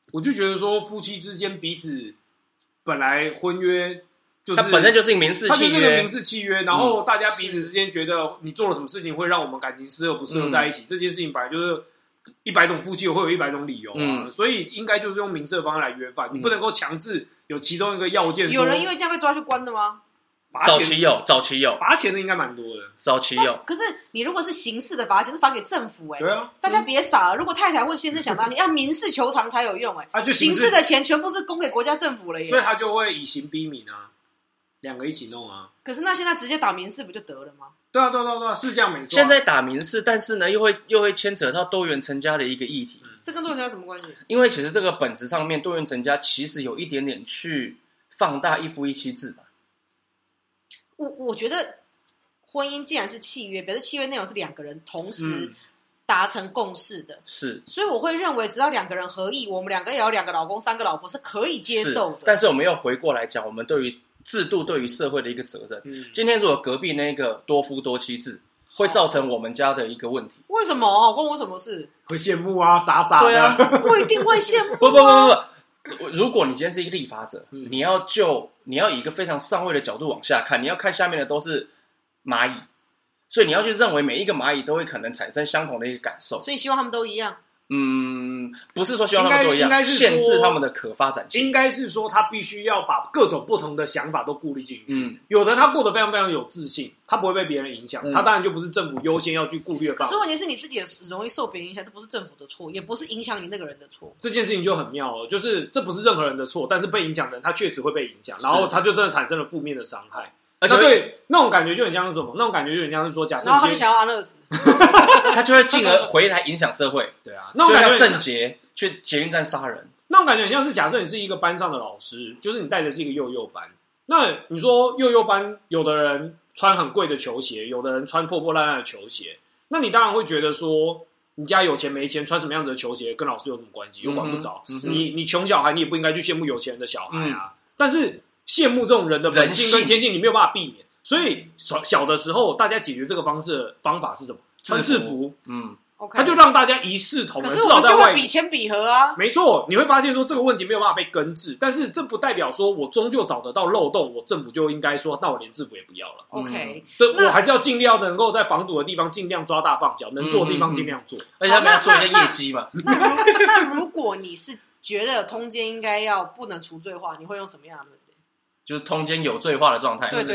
我就觉得说，夫妻之间彼此本来婚约就是它本身就是一个民事契约， 它就是民事契约，然后大家彼此之间觉得你做了什么事情会让我们感情适合不适合在一起，这件事情本来就是100种夫妻会有100种理由啊，所以应该就是用民事的方式来约饭，你不能够强制有其中一个要件。 有人因为这样被抓去关的吗？ 早期有， 罚钱的应该蛮多的。 早期有， 可是你如果是刑事的罚钱，是罚给政府对啊， 大家别傻了。如果太太或先生想到你要民事求偿才有用就刑事的钱全部是供给国家政府了耶， 所以他就会以刑逼民啊，两个一起弄啊。 可是那现在直接打民事不就得了吗？ 对啊，是这样没错。 现在打民事，但是呢，又会牵扯到多元成家的一个议题。 这跟多元成家什么关系？ 因为其实这个本质上面，多元成家其实有一点点去放大一夫一妻制吧。 我觉得婚姻既然是契约，表示契约内容是两个人同时达成共识的， 是， 所以我会认为只要两个人合意，我们两个也有2个老公3个老婆是可以接受的。 但是我们又回过来讲，我们对于制度、对于社会的一个责任。今天如果隔壁那个多夫多妻制，会造成我们家的一个问题。为什么？关我什么事？ 会羡慕啊，傻傻的。 对啊， 我一定会羡慕。 不。如果你今天是一个立法者，你要以一个非常上位的角度往下看，你要看下面的都是蚂蚁，所以你要去认为每一个蚂蚁都会可能产生相同的一个感受， 所以希望他们都一样。 不是说希望他们都一样，限制他们的可发展性。 应该是说他必须要把各种不同的想法都顾虑进去。有的他过得非常非常有自信，他不会被别人影响，他当然就不是政府优先要去顾虑的范围。 可是问题是你自己也容易受别人影响，这不是政府的错，也不是影响你那个人的错。 这件事情就很妙了，就是这不是任何人的错，但是被影响的人他确实会被影响，然后他就真的产生了负面的伤害。而且对那种感觉就很像是什么？那种感觉就很像是说，假设然后他就想要安乐死， 他就会进而回来影响社会。 对啊，那种感觉正捷去捷运站杀人， 那种感觉很像是假设你是一个班上的老师，就是你带的是一个幼幼班。那你说幼幼班，有的人穿很贵的球鞋，有的人穿破破烂烂的球鞋，那你当然会觉得说，你家有钱没钱，穿什么样子的球鞋跟老师有什么关系？又管不着。你穷小孩，你也不应该去羡慕有钱人的小孩啊。但是羡慕这种人的本性跟天性，你没有办法避免。所以小的时候，大家解决这个方式的方法是什么？穿制服。他就让大家一视同仁。 可是我们就会比肩比合啊。 没错，你会发现说这个问题没有办法被根治，但是这不代表说我终究找得到漏洞，我政府就应该说，那我连制服也不要了。 OK， 对，我还是要尽量能够在防堵的地方尽量抓大放小，能做的地方尽量做。 而且他们要做一个业绩嘛。 那如果你是觉得通奸应该要不能除罪化，你会用什么样的论点？ 就是通奸有罪化的状态。 对。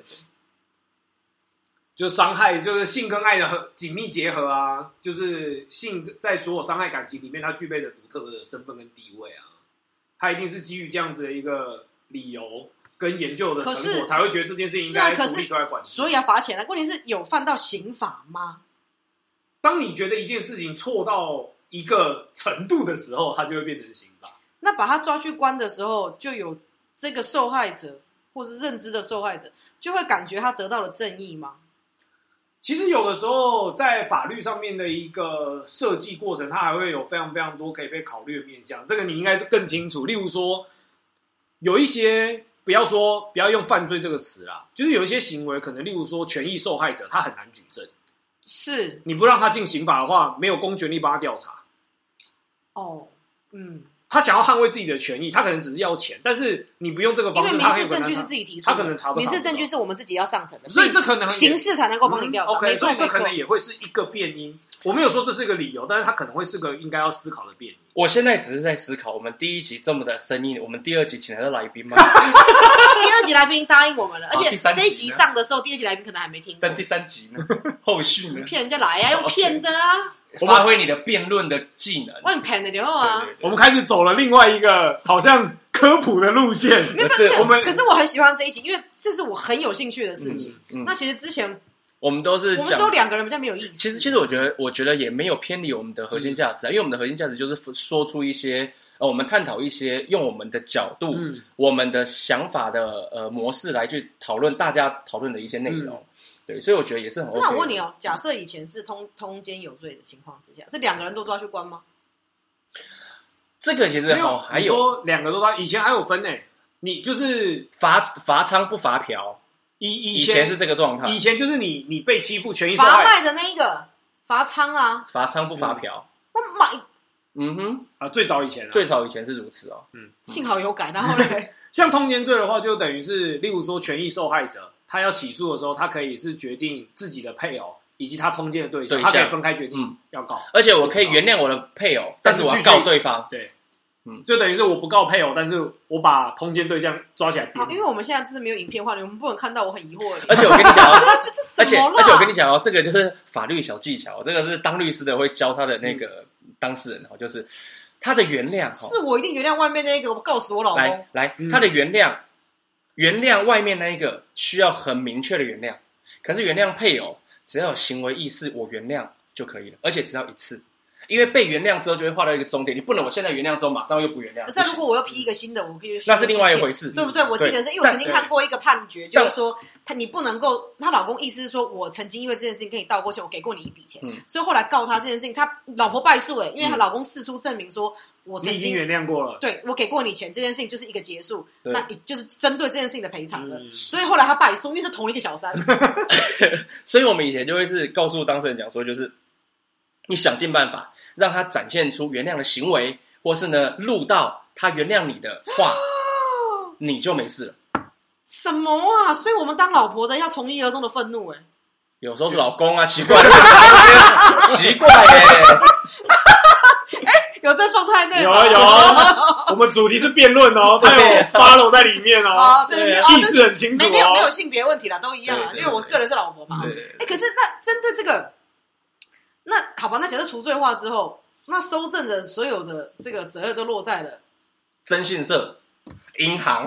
就是伤害，就是性跟爱的紧密结合啊，就是性在所有伤害感情里面，它具备的独特的身份跟地位啊，它一定是基于这样子的一个理由跟研究的成果，才会觉得这件事情应该独立出来管。 所以要罚钱啊！问题是有犯到刑法吗？ 当你觉得一件事情错到一个程度的时候，它就会变成刑法。 那把他抓去关的时候，就有这个受害者或是认知的受害者，就会感觉他得到了正义吗？ 其实有的时候在法律上面的一个设计过程，它还会有非常非常多可以被考虑的面向，这个你应该是更清楚。例如说，有一些不要用犯罪这个词啦，就是有一些行为可能，例如说权益受害者他很难举证， 是你不让他进刑法的话，没有公权力帮他调查。他想要捍卫自己的权益，他可能只是要钱，但是你不用这个方式， 因为民事证据是自己提出的， 他可能查不到。 民事证据是我们自己要上层的， 所以这可能刑事才能够帮你调查。 OK， 所以这可能也会是一个变因。我没有说这是一个理由，但是它可能会是个应该要思考的变因。 我现在只是在思考，我们第一集这么的生硬，我们第二集请来的来宾吗？ 第二集来宾答应我们了，而且这一集上的时候，第二集来宾可能还没听过。 但第三集呢？后续呢？ 骗人家来啊，用骗的啊！ 发挥你的辩论的技能， 我骗的就好啊。 我们开始走了另外一个好像科普的路线。 可是我很喜欢这一集，因为这是我很有兴趣的事情。那其实之前我们只有两个人比较没有意思。 其实我觉得也没有偏离我们的核心价值啊，因为我们的核心价值就是说出一些我们探讨一些用我们的角度、我们的想法的模式来去讨论大家讨论的一些内容。对，所以我觉得也是很 OK。 那我问你哦，假设以前是通奸有罪的情况之下，是两个人都抓去关吗？ 这个其实还有说两个都抓，以前还有分呢。你就是罚娼不罚嫖，以前是这个状态。 以前就是你被欺负，权益受害罚卖的那一个罚娼啊， 罚娼不罚嫖。 最早以前最早以前是如此哦。 幸好有改，然后呢？ 像通奸罪的话，就等于是，例如说权益受害者，他要起诉的时候，他可以是决定自己的配偶以及他通奸的对象，他可以分开决定要告。 而且我可以原谅我的配偶，但是我要告对方。 对，就等于是我不告配偶，但是我把通奸对象抓起来。 好，因为我们现在真的没有影片化，你们不能看到我很疑惑的。 而且我跟你讲哦， 而且我跟你讲哦，这个就是法律小技巧，这个是当律师的会教他的那个当事人就是。他的原谅是我一定原谅外面那一个，我告死我老公。 来，他的原谅外面那一个需要很明确的原谅，可是原谅配偶只要有行为意识，我原谅就可以了，而且只要一次。因为被原谅之后就会画到一个终点，你不能我现在原谅之后马上又不原谅。 可是如果我又批一个新的，我可以那是另外一回事， 对不对？我记得是因为我曾经看过一个判决，就是说你不能够，她老公意思是说我曾经因为这件事情跟你道过歉，我给过你一笔钱，所以后来告他这件事情，他老婆败诉因为她老公释出证明说我曾经你已经原谅过了， 对我给过你钱，这件事情就是一个结束，那也就是针对这件事情的赔偿了。所以后来他败诉，因为是同一个小三。 所以我们以前就会是告诉当事人讲说，就是你想尽办法让他展现出原谅的行为，或是呢录到他原谅你的话，你就没事了。 什么啊？所以我们当老婆的要从一而终的愤怒有时候是老公啊，奇怪，奇怪有这状态内有我们主题是辩论哦，他有follow在里面哦， 对， 意识很清楚没有性别问题啦，都一样啦，因为我个人是老婆嘛。可是那针对这个。那好吧，那假设除罪化之后，那收证的所有的这个责任都落在了征信社、银行，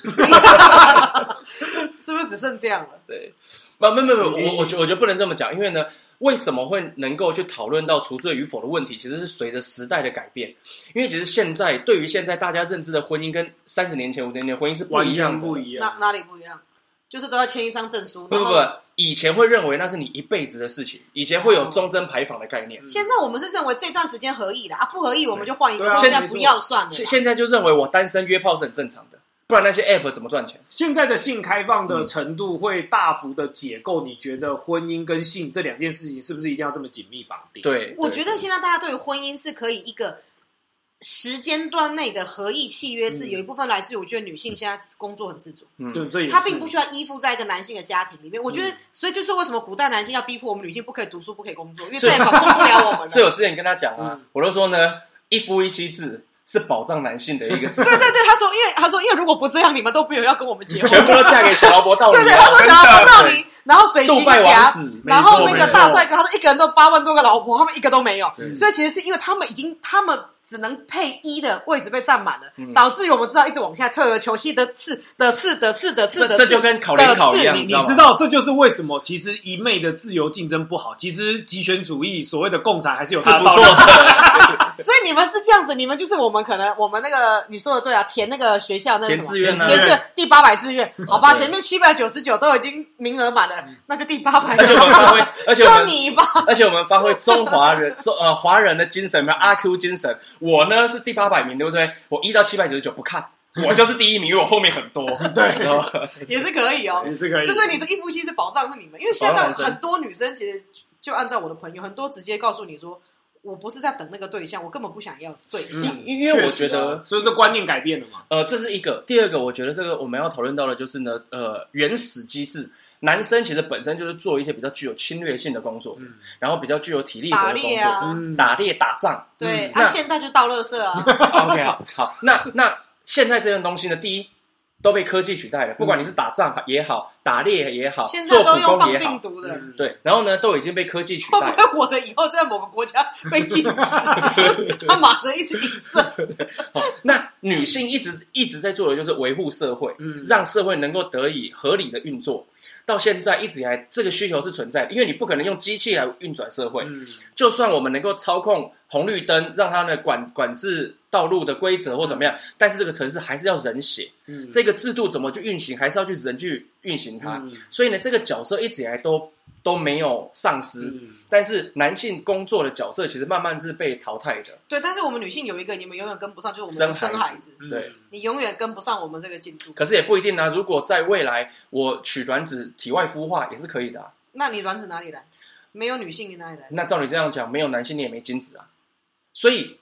是不是只剩这样了？ 对，我觉得不能这么讲，因为呢，为什么会能够去讨论到除罪与否的问题，其实是随着时代的改变。因为其实对于现在大家认知的婚姻，跟30年前、50年前的婚姻是不一样的， 不一样。 哪里不一样？就是都要签一张证书。 不，以前会认为那是你一辈子的事情，以前会有忠贞牌坊的概念。 现在我们是认为这段时间合意的不合意我们就换一个，现在不要算了。 现在就认为我单身约炮是很正常的，不然那些 app 怎么赚钱？ 现在的性开放的程度会大幅的解构，你觉得婚姻跟性这两件事情是不是一定要这么紧密绑定？ 对， 我觉得现在大家对于婚姻是可以一个时间段内的合意契约制，有一部分来自于我觉得女性现在工作很自主， 对， 她并不需要依附在一个男性的家庭里面。我觉得，所以就是为什么古代男性要逼迫我们女性不可以读书、不可以工作，因为再也管控不了我们了。 所以我之前跟他讲我都说呢，一夫一妻制是保障男性的一个制度。 对，他说，因为如果不这样，你们都没有要跟我们结婚， 全部都嫁给小劳勃道尼。 对，他说小劳勃道尼，然后水行侠，然后那个大帅哥，他说一个人都8万多个老婆，他们一个都没有。所以其实是因为他们只能配一的位置被占满了，导致于我们知道一直往下退而求其次的次， 这就跟考联考一样， 你知道这就是为什么其实一昧的自由竞争不好，其实极权主义所谓的共产还是有它的道理。 所以你们是这样子，你们就是我们那个你说的对啊，填那个学校那个填志愿第800志愿，好吧，前面799都已经名额满了，那就第800。 而且我们发挥中华人华人的精神，阿 Q 精神。我呢是第800名，对不对？我1到799不看，我就是第一名，因为我后面很多。 对，也是可以哦， 也是可以。 就所以你说一夫一妻是保障是你们，因为现在很多女生其实就按照我的朋友，很多直接告诉你说，我不是在等那个对象，我根本不想要对象。 因为我觉得， 所以这观念改变了嘛。 这是一个。第二个，我觉得这个我们要讨论到的就是呢，原始机制。男生其实本身就是做一些比较具有侵略性的工作，然后比较具有体力活的工作，打猎打仗。 对，现在就倒垃圾啊。 OK， 好，那现在这样东西呢，第一都被科技取代了，不管你是打仗也好，打猎也好， 现在都用放病毒的， 对，然后呢都已经被科技取代。 会不会我的以后在某个国家被禁止？他马上一直影射。 那女性一直在做的就是维护社会，让社会能够得以合理的运作。到现在一直以来，这个需求是存在的，因为你不可能用机器来运转社会。就算我们能够操控红绿灯，让它呢管制道路的规则或怎么样，但是这个城市还是要人写。这个制度怎么去运行，还是要去人去运行它。所以呢，这个角色一直以来都没有丧失，但是男性工作的角色其实慢慢是被淘汰的。 对，但是我们女性有一个你们永远跟不上，就是我们生孩子。 对， 你永远跟不上我们这个进度。 可是也不一定啊，如果在未来我取卵子体外孵化也是可以的啊。 那你卵子哪里来？没有女性你哪里来？ 那照你这样讲，没有男性你也没精子啊。所以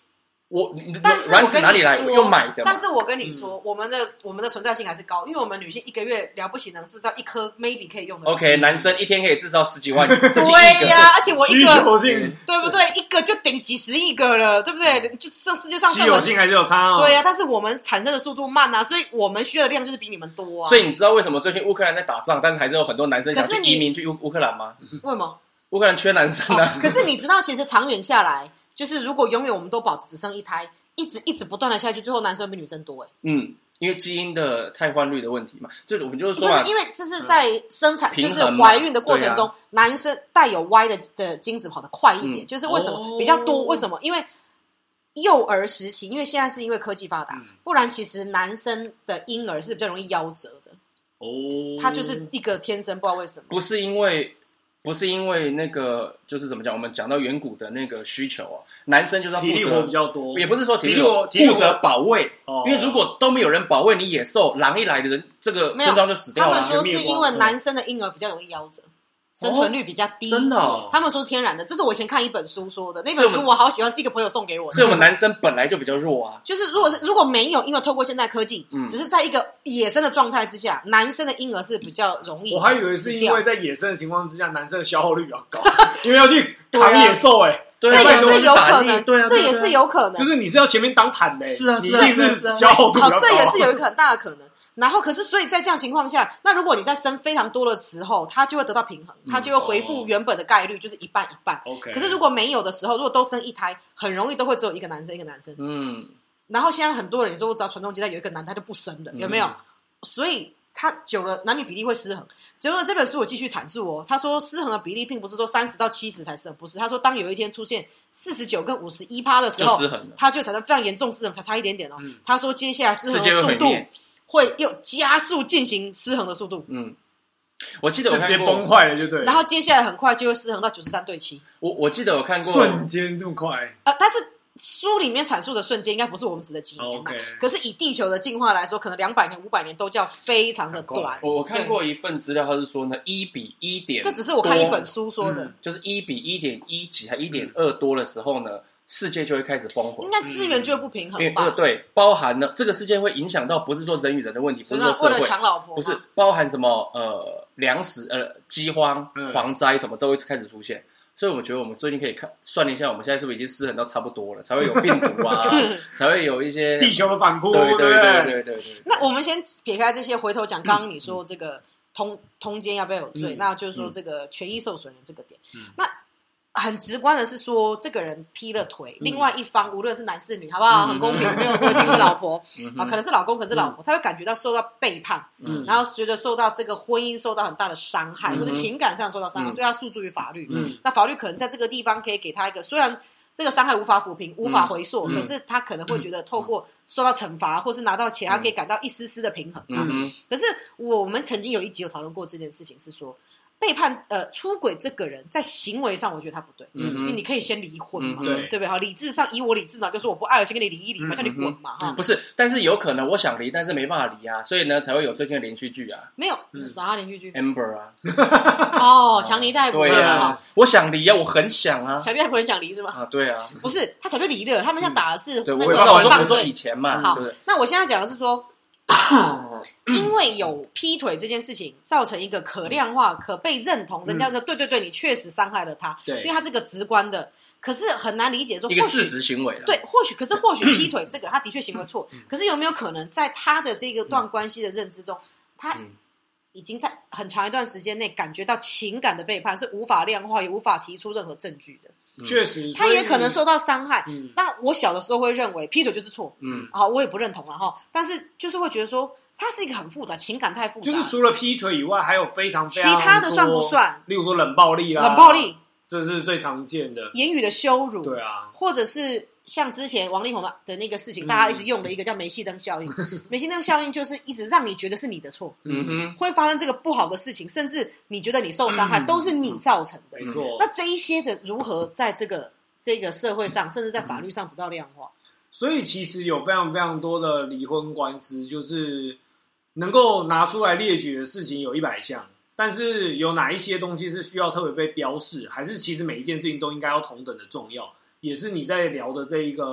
但是卵子哪里来？用买的嘛。 但是我跟你说，我们的存在性还是高，因为我们女性一个月了不起能制造一颗 maybe 可以用的。 OK， 男生一天可以制造10几万个， 对呀，而且我一个需求性， 对不对？一个就顶几十亿个了，对不对？就世界上稀有性还是有差对呀，但是我们产生的速度慢啊，所以我们需要的量就是比你们多啊。 所以你知道为什么最近乌克兰在打仗，但是还是有很多男生想去移民去乌克兰吗？ 为什么？ 乌克兰缺男生啊。 可是你知道，其实长远下来，就是如果永远我们都保持只生一胎。一直不断的下去，最后男生会比女生多因为基因的汰换率的问题嘛，就我们就是说不是因为这是在生产就是怀孕的过程中，男生带有 Y 的精子跑得快一点，就是为什么比较多？为什么？因为幼儿时期，因为现在是因为科技发达，不然其实男生的婴儿是比较容易夭折的他就是一个天生不知道为什么，不是因为那个就是怎么讲？我们讲到远古的那个需求啊，男生就是要体力活比较多， 也不是说体力活，负责保卫。因为如果都没有人保卫你野兽，狼一来的人，这个村庄就死掉了。 他们说是因为男生的婴儿比较容易夭折。生存率比较低， 真的他们说是天然的，这是我以前看一本书说的，那本书我好喜欢，是一个朋友送给我的。 所以我们男生本来就比较弱啊。 就是如果没有，因为透过现代科技，只是在一个野生的状态之下，男生的婴儿是比较容易。 我还以为是因为在野生的情况之下，男生的消耗率比较高，因为要去扛野兽这也是有可能，这也是有可能。 就是你是要前面当坦的， 是啊， 你自己是消耗度比较高。 这也是有一个很大的可能。然后，可是所以在这样情况下，那如果你在生非常多的时候，它就会得到平衡，它就会恢复原本的概率，就是一半一半。可是如果没有的时候，如果都生一胎，很容易都会只有一个男生一个男生。然后现在很多人说，我只要传宗接代有一个男，他就不生了，有没有？所以他久了男女比例会失衡。结果这本书我继续阐述他说失衡的比例并不是说30到70才失衡，不是。他说当有一天出现49跟51%的时候，他就产生非常严重失衡，才差一点点他说接下来失衡的速度会又加速进行失衡的速度。 我记得我看过， 直接崩坏了，就对。 然后接下来很快就会失衡到93:7。 我记得我看过， 瞬间这么快。 但是书里面阐述的瞬间应该不是我们指的几年嘛？可是以地球的进化来说，可能200年、500年都叫非常的短。 我看过一份资料，他是说呢，1:1.， 这只是我看一本书说的， 就是1:1.1几还1.2多的时候呢。世界就会开始崩毁， 应该资源就会不平衡吧？ 对，包含呢，这个事件会影响到不是说人与人的问题，不是说社会， 为了抢老婆， 不是包含什么粮食饥荒、蝗灾什么都会开始出现。所以我觉得我们最近可以算一下，我们现在是不是已经失衡到差不多了，才会有病毒啊，才会有一些地球的反扑。 对。 那我们先撇开这些，回头讲刚刚你说这个通奸要不要有罪，那就是说这个权益受损人这个点，那。很直观的是说，这个人劈了腿，另外一方无论是男是女，好不好？很公平，没有说一定是老婆可能是老公，可是老婆，他会感觉到受到背叛，然后觉得受到这个婚姻受到很大的伤害，或者情感上受到伤害，所以他诉诸于法律。那法律可能在这个地方可以给他一个，虽然这个伤害无法抚平、无法回溯，可是他可能会觉得透过受到惩罚或是拿到钱，他可以感到一丝丝的平衡。可是我们曾经有一集有讨论过这件事情，是说。背叛出轨这个人在行为上我觉得他不对，因为你可以先离婚嘛，对不对？好，理智上以我理智呢，就说我不爱了，先跟你离一离嘛，叫你滚嘛， 不是，但是有可能我想离，但是没办法离啊，所以呢才会有最近的连续剧啊。 没有啥连续剧 ？Amber 啊， 强尼戴普对啊，我想离啊，我很想啊， 强尼戴普很想离是吗？ 对啊， 不是，他早就离了，他们现在打的是对， 我说以前嘛。 好，那我现在讲的是说。因为有劈腿这件事情造成一个可量化、可被认同，人家说对，你确实伤害了他，因为他是个直观的，可是很难理解说一个事实行为了。 对，或许劈腿这个他的确行为错，可是有没有可能在他的这个段关系的认知中，他已经在很长一段时间内感觉到情感的背叛，是无法量化也无法提出任何证据的。 确实， 他也可能受到伤害。那我小的时候会认为劈腿就是错，好，我也不认同了哈。但是就是会觉得说，它是一个很复杂，情感太复杂。 就是除了劈腿以外，还有非常非常其他的算不算？ 例如说冷暴力啦， 冷暴力这是最常见的， 言语的羞辱， 对啊， 或者是像之前王力宏的那个事情，大家一直用的一个叫煤气灯效应。煤气灯效应就是一直让你觉得是你的错，会发生这个不好的事情，甚至你觉得你受伤害都是你造成的。 没错。 那这一些的如何在这个社会上，甚至在法律上得到量化？ 所以其实有非常非常多的离婚官司，就是能够拿出来列举的事情有100项，但是有哪一些东西是需要特别被标示，还是其实每一件事情都应该要同等的重要？也是你在聊的这一个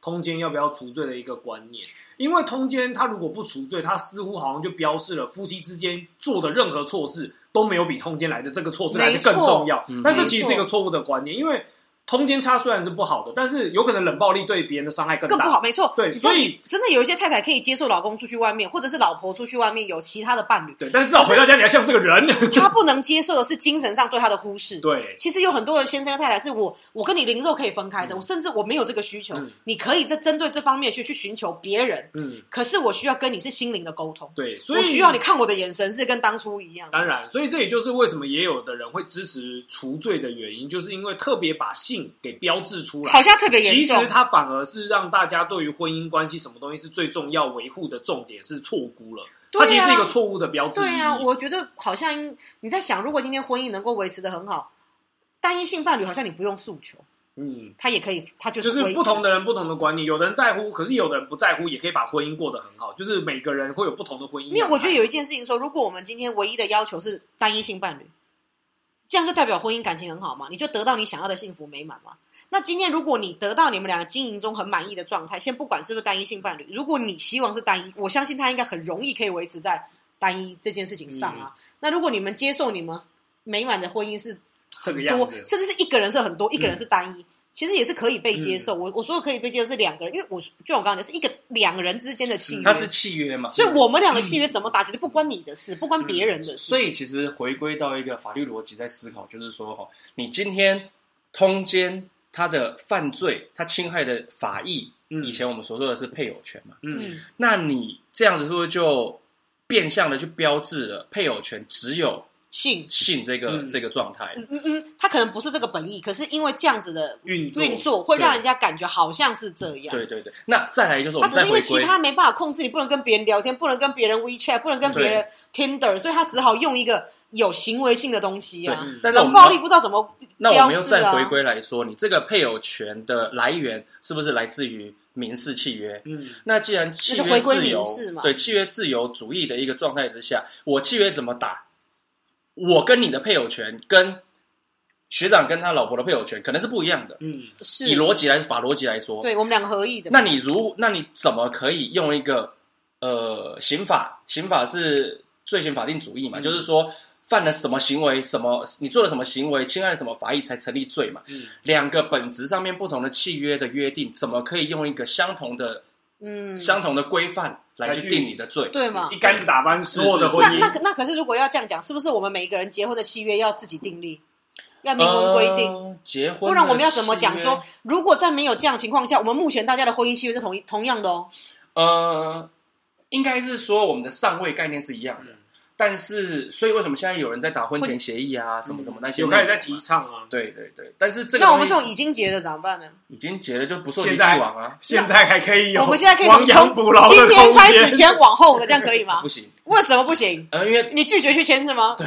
通奸要不要除罪的一个观念。因为通奸他如果不除罪，他似乎好像就标示了夫妻之间做的任何错事都没有比通奸来的这个错事来的更重要。但这其实是一个错误的观念，因为通奸他虽然是不好的，但是有可能冷暴力对别人的伤害更大， 更不好。没错， 对，所以真的有一些太太可以接受老公出去外面，或者是老婆出去外面有其他的伴侣， 对，但是至少回到家你要像是个人。 他不能接受的是精神上对他的忽视。 对， 其实有很多的先生太太是我跟你灵肉可以分开的，我甚至我没有这个需求，你可以在针对这方面去寻求别人，可是我需要跟你是心灵的沟通。 对，所以我需要你看我的眼神是跟当初一样。 当然，所以这也就是为什么也有的人会支持除罪的原因，就是因为特别把性给标志出来， 好像特别严重。 其实它反而是让大家对于婚姻关系什么东西是最重要维护的重点是错估了。它其实是一个错误的标志。 对啊，我觉得好像你在想，如果今天婚姻能够维持得很好，单一性伴侣好像你不用诉求，他也可以，他就是不同的人不同的观念，有的人在乎，可是有的人不在乎，也可以把婚姻过得很好。就是每个人会有不同的婚姻。因为我觉得有一件事情说，如果我们今天唯一的要求是单一性伴侣，这样就代表婚姻感情很好嘛？你就得到你想要的幸福美满嘛？那今天如果你得到你们两个经营中很满意的状态，先不管是不是单一性伴侣，如果你希望是单一，我相信他应该很容易可以维持在单一这件事情上啊。那如果你们接受你们美满的婚姻是很多，甚至是一个人是很多，一个人是单一，其实也是可以被接受。我说的可以被接受是两个人，因为就我刚刚讲是两个人之间的契约， 它是契约嘛， 所以我们两个契约怎么打，其实不关你的事，不关别人的事。 所以其实回归到一个法律逻辑在思考，就是说你今天通奸他的犯罪，他侵害的法益，以前我们所说的是配偶权嘛，那你这样子是不是就变相的去标志了配偶权只有性这个状态？ 他可能不是这个本意，可是因为这样子的运作会让人家感觉好像是这样。 对对对，那再来就是我们再回归， 他只是因为其他没办法控制，你不能跟别人聊天，不能跟别人 WeChat， 不能跟别人 Tinder， 所以他只好用一个有行为性的东西啊。 但是冷暴力不知道怎么标示啊。 那我们又再回归来说，你这个配偶权的来源是不是来自于民事契约？那既然契约自由，对契约自由主义的一个状态之下，我契约怎么打？我跟你的配偶权跟学长跟他老婆的配偶权可能是不一样的。 是以法逻辑来说， 对我们两个合意的。 那你怎么可以用一个刑法是罪刑法定主义嘛？就是说犯了什么行为，你做了什么行为，侵害了什么法益才成立罪嘛？两个本质上面不同的契约的约定，怎么可以用一个相同的规范来去定你的罪？ 对吗？ 一竿子打翻所有的婚姻。 那可是如果要这样讲，是不是我们每一个人结婚的契约要自己订立，要明文规定？ 结婚， 不然我们要怎么讲说？如果在没有这样的情况下，我们目前大家的婚姻契约是同样的哦。 应该是说我们的上位概念是一样的。但是，所以为什么现在有人在打婚前协议啊，什么那些， 有开始在提倡啊？ 对对对，但是这个那我们这种已经结的怎么办呢？ 已经结了就不受你既往啊。 现在还可以有， 我们现在可以亡羊补牢的今天开始先往后的，这样可以吗？ 不行。 为什么不行？ 因为你拒绝去签是吗？ 对。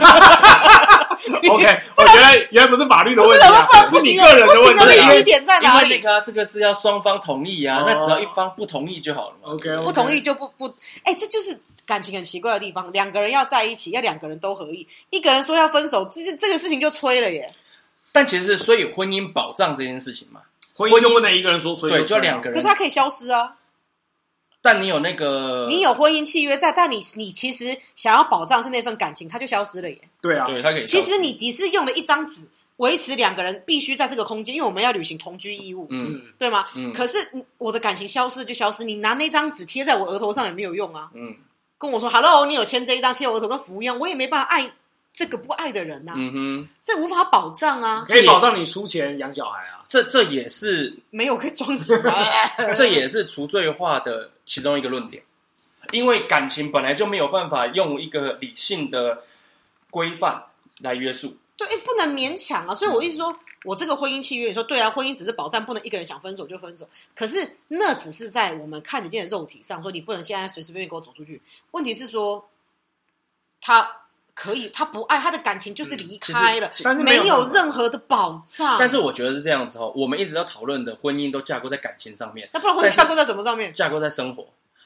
OK， 我觉得原来不是法律的问题，是你个人的问题。 不行的点在哪里？ 因为这个是要双方同意啊，那只要一方不同意就好了嘛。 OK， 不同意就不，这就是感情很奇怪的地方。两个人要在一起，要两个人都合意，一个人说要分手，这个事情就吹了耶。 但其实，所以婚姻保障这件事情嘛， 婚姻就不能一个人说吹， 对，就两个人。 可是它可以消失啊。 但你有你有婚姻契约在，但你其实想要保障是那份感情，它就消失了耶。 对啊， 对，它可以消失。 其实你是用了一张纸维持两个人必须在这个空间，因为我们要履行同居义务，对吗？可是我的感情消失就消失，你拿那张纸贴在我额头上也没有用啊。跟我说 “hello”， 你有签这一张贴我额头跟符一样，我也没办法爱这个不爱的人呐。这无法保障啊。 可以保障你出钱养小孩啊。 这也是没有可以装死啊。 这也是除罪化的其中一个论点，因为感情本来就没有办法用一个理性的规范来约束。 对，不能勉强啊。所以我意思说，我这个婚姻契约，你说对啊，婚姻只是保障，不能一个人想分手就分手。可是那只是在我们看得见的肉体上，说你不能现在随随便便给我走出去。问题是说，他可以，他不爱他的感情就是离开了，没有任何的保障。 但是我觉得是这样子我们一直要讨论的婚姻都架构在感情上面， 那不然婚姻架构在什么上面？ 架构在生活。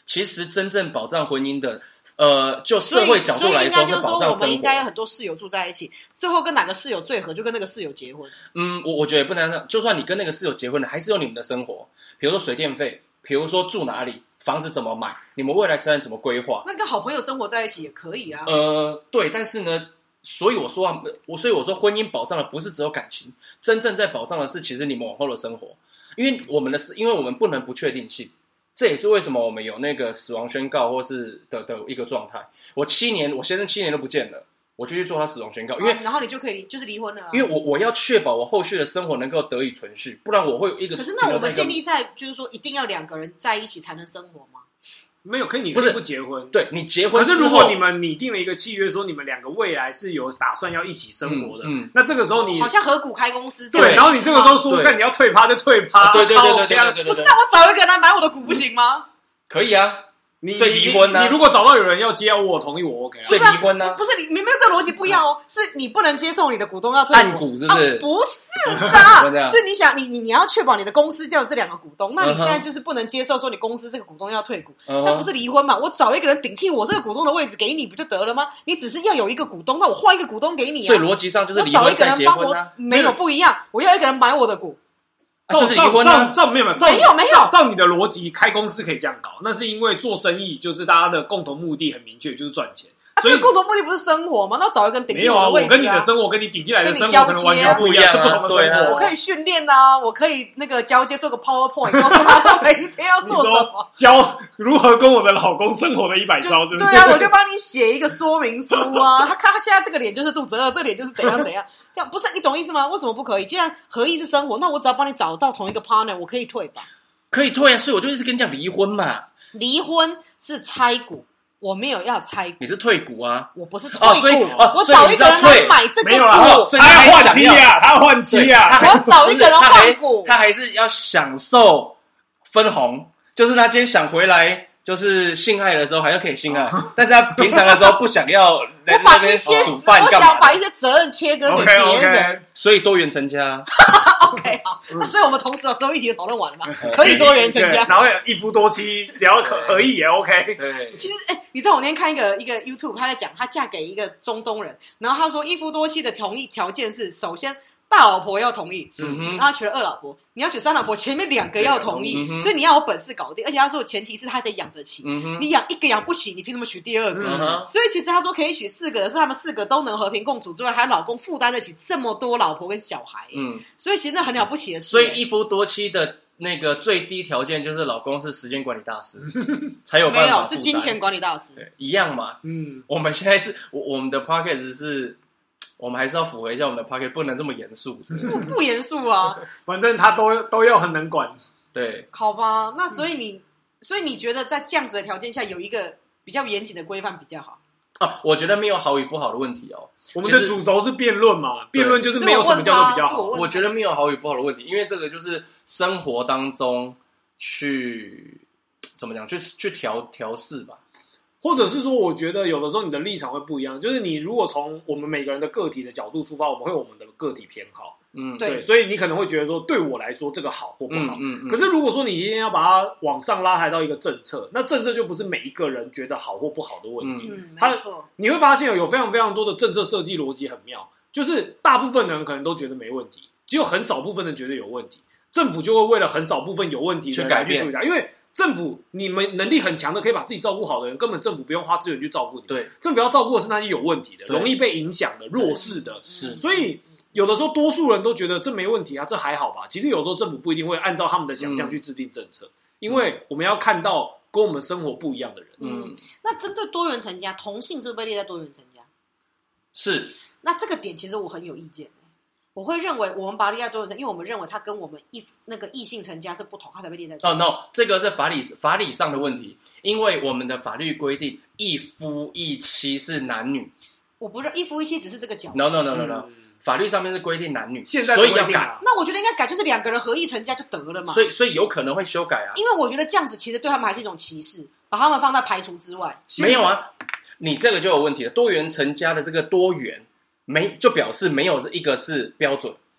其实真正保障婚姻的，就社会角度来说是保障生活。 我们应该有很多室友住在一起，最后跟哪个室友最合，就跟那个室友结婚。 我觉得也不能这样，就算你跟那个室友结婚了，还是有你们的生活，比如说水电费，比如说住哪里，房子怎么买，你们未来生活怎么规划。 那跟好朋友生活在一起也可以啊。 对，但是呢。所以我说婚姻保障的不是只有感情，真正在保障的是其实你们往后的生活，因为我们不能不确定性，这也是为什么我们有那个死亡宣告或是的一个状态。我先生7年都不见了，我就去做他死亡宣告，因为然后你就可以就是离婚了因为我要确保我后续的生活能够得以存续，不然我会有一个。 可是那我们建立在就是说一定要2个人在一起才能生活吗？ 没有，你可以不结婚。 对，你结婚之后， 可是如果你们拟定了一个契约，说你们2个未来是有打算要一起生活的，那这个时候你好像合股开公司这样。 对，然后你这个时候说，看你要退趴就退趴， 对，不是， 那我找一个人来买我的股不行吗？ 可以啊。所以离婚呢？ 你如果找到有人要接，我同意，我 OK 啊。 所以离婚呢？ 不是你没有这个逻辑不一样哦，是你不能接受你的股东要退按股，是不是？ 不是的，就你想你要确保你的公司就有这2个股东，那你现在就是不能接受说你公司这个股东要退股，那不是离婚嘛？我找一个人顶替我这个股东的位置给你不就得了吗？你只是要有一个股东，那我换一个股东给你啊。 所以逻辑上就是离婚再结婚啊？ 没有不一样，我要一个人买我的股。 就是离婚啊？ 没有。 照你的逻辑，开公司可以这样搞，那是因为做生意就是大家的共同目的很明确，就是赚钱。所以共同目的不是生活吗？那我找一个人顶替我的位置。 没有啊，我跟你的生活跟你顶进来的生活可能完全不一样，是不同的生活。 我可以训练啊，我可以那个交接做个 PowerPoint， 告诉他每一天要做什么。 教如何跟我的老公生活的100招，是不是？ 对啊，我就帮你写一个说明书啊。他现在这个脸就是肚子饿，这个脸就是怎样，这样不是你懂意思吗？为什么不可以？既然合意是生活，那我只要帮你找到同一个 partner， 我可以退吧？ 可以退啊，所以我就一直跟你讲离婚嘛。 离婚是拆股。我没有要拆股， 你是退股啊？ 我不是退股，我找一个人来买这个股， 他要换妻啊，他要换妻啊！ 我要找一个人换股， 他还是要享受分红，就是他今天想回来，就是性爱的时候还是可以性爱，但是他平常的时候不想要在那边煮饭干嘛？ 我想把一些责任切割给别人， 所以多元成家。 OK， 好，那所以我们同时把所有议题讨论完了吗？可以多元成家， 然后一夫多妻，只要合意也 OK。 对， 其实你知道我那天看一个 YouTube， 他在讲他嫁给一个中东人，然后他说一夫多妻的同意条件是，首先大老婆要同意，他娶了2老婆，你要娶3老婆，前面2个要同意，所以你要有本事搞定。而且他说前提是他得养得起，你养1个养不起，你凭什么娶第2个？所以其实他说可以娶4个的是他们4个都能和平共处之外，还有老公负担得起这么多老婆跟小孩。所以其实那很了不起的事。 所以一夫多妻的那个最低条件就是老公是时间管理大师，才有办法。 没有，是金钱管理大师。 对，一样嘛。我们现在是我们的 podcast 是。我们还是要符合一下我们的 podcast， 不能这么严肃。 不严肃啊， 反正他都要很能管。 对， 好吧，那所以你觉得在这样子的条件下，有一个比较严谨的规范比较好？ 我觉得没有好与不好的问题哦。 我们的主轴是辩论嘛，辩论就是没有什么叫做比较好。 我觉得没有好与不好的问题，因为这个就是生活当中去怎么讲，去调试吧。 或者是说，我觉得有的时候你的立场会不一样，就是你如果从我们每个人的个体的角度出发，我们会有我们的个体偏好，对，所以你可能会觉得说，对我来说这个好或不好，可是如果说你今天要把它往上拉抬到一个政策，那政策就不是每一个人觉得好或不好的问题， 没错， 你会发现有非常非常多的政策设计逻辑很妙，就是大部分的人可能都觉得没问题，只有很少部分人觉得有问题，政府就会为了很少部分有问题的人来去处理它，因为政府，你们能力很强的，可以把自己照顾好的人，根本政府不用花资源去照顾你。 对， 政府要照顾的是那些有问题的、容易被影响的、弱势的。 是， 所以有的时候多数人都觉得这没问题啊，这还好吧。其实有时候政府不一定会按照他们的想象去制定政策，因为我们要看到跟我们生活不一样的人。 那针对多元成家，同性是不是被列在多元成家？ 是。那这个点其实我很有意见。我会认为我们把它列在多元成家，因为我们认为它跟我们那个异性成家是不同，它才被列在这。 no， 这个是法理上的问题，因为我们的法律规定一夫一妻是男女。 我不认一夫一妻只是这个角色。 No， 法律上面是规定男女， 现在所以要改。 那我觉得应该改，就是2个人合意成家就得了嘛。 所以有可能会修改啊， 因为我觉得这样子其实对他们还是一种歧视，把他们放在排除之外。 没有啊，你这个就有问题了。多元成家的这个多元就表示没有一个是标准。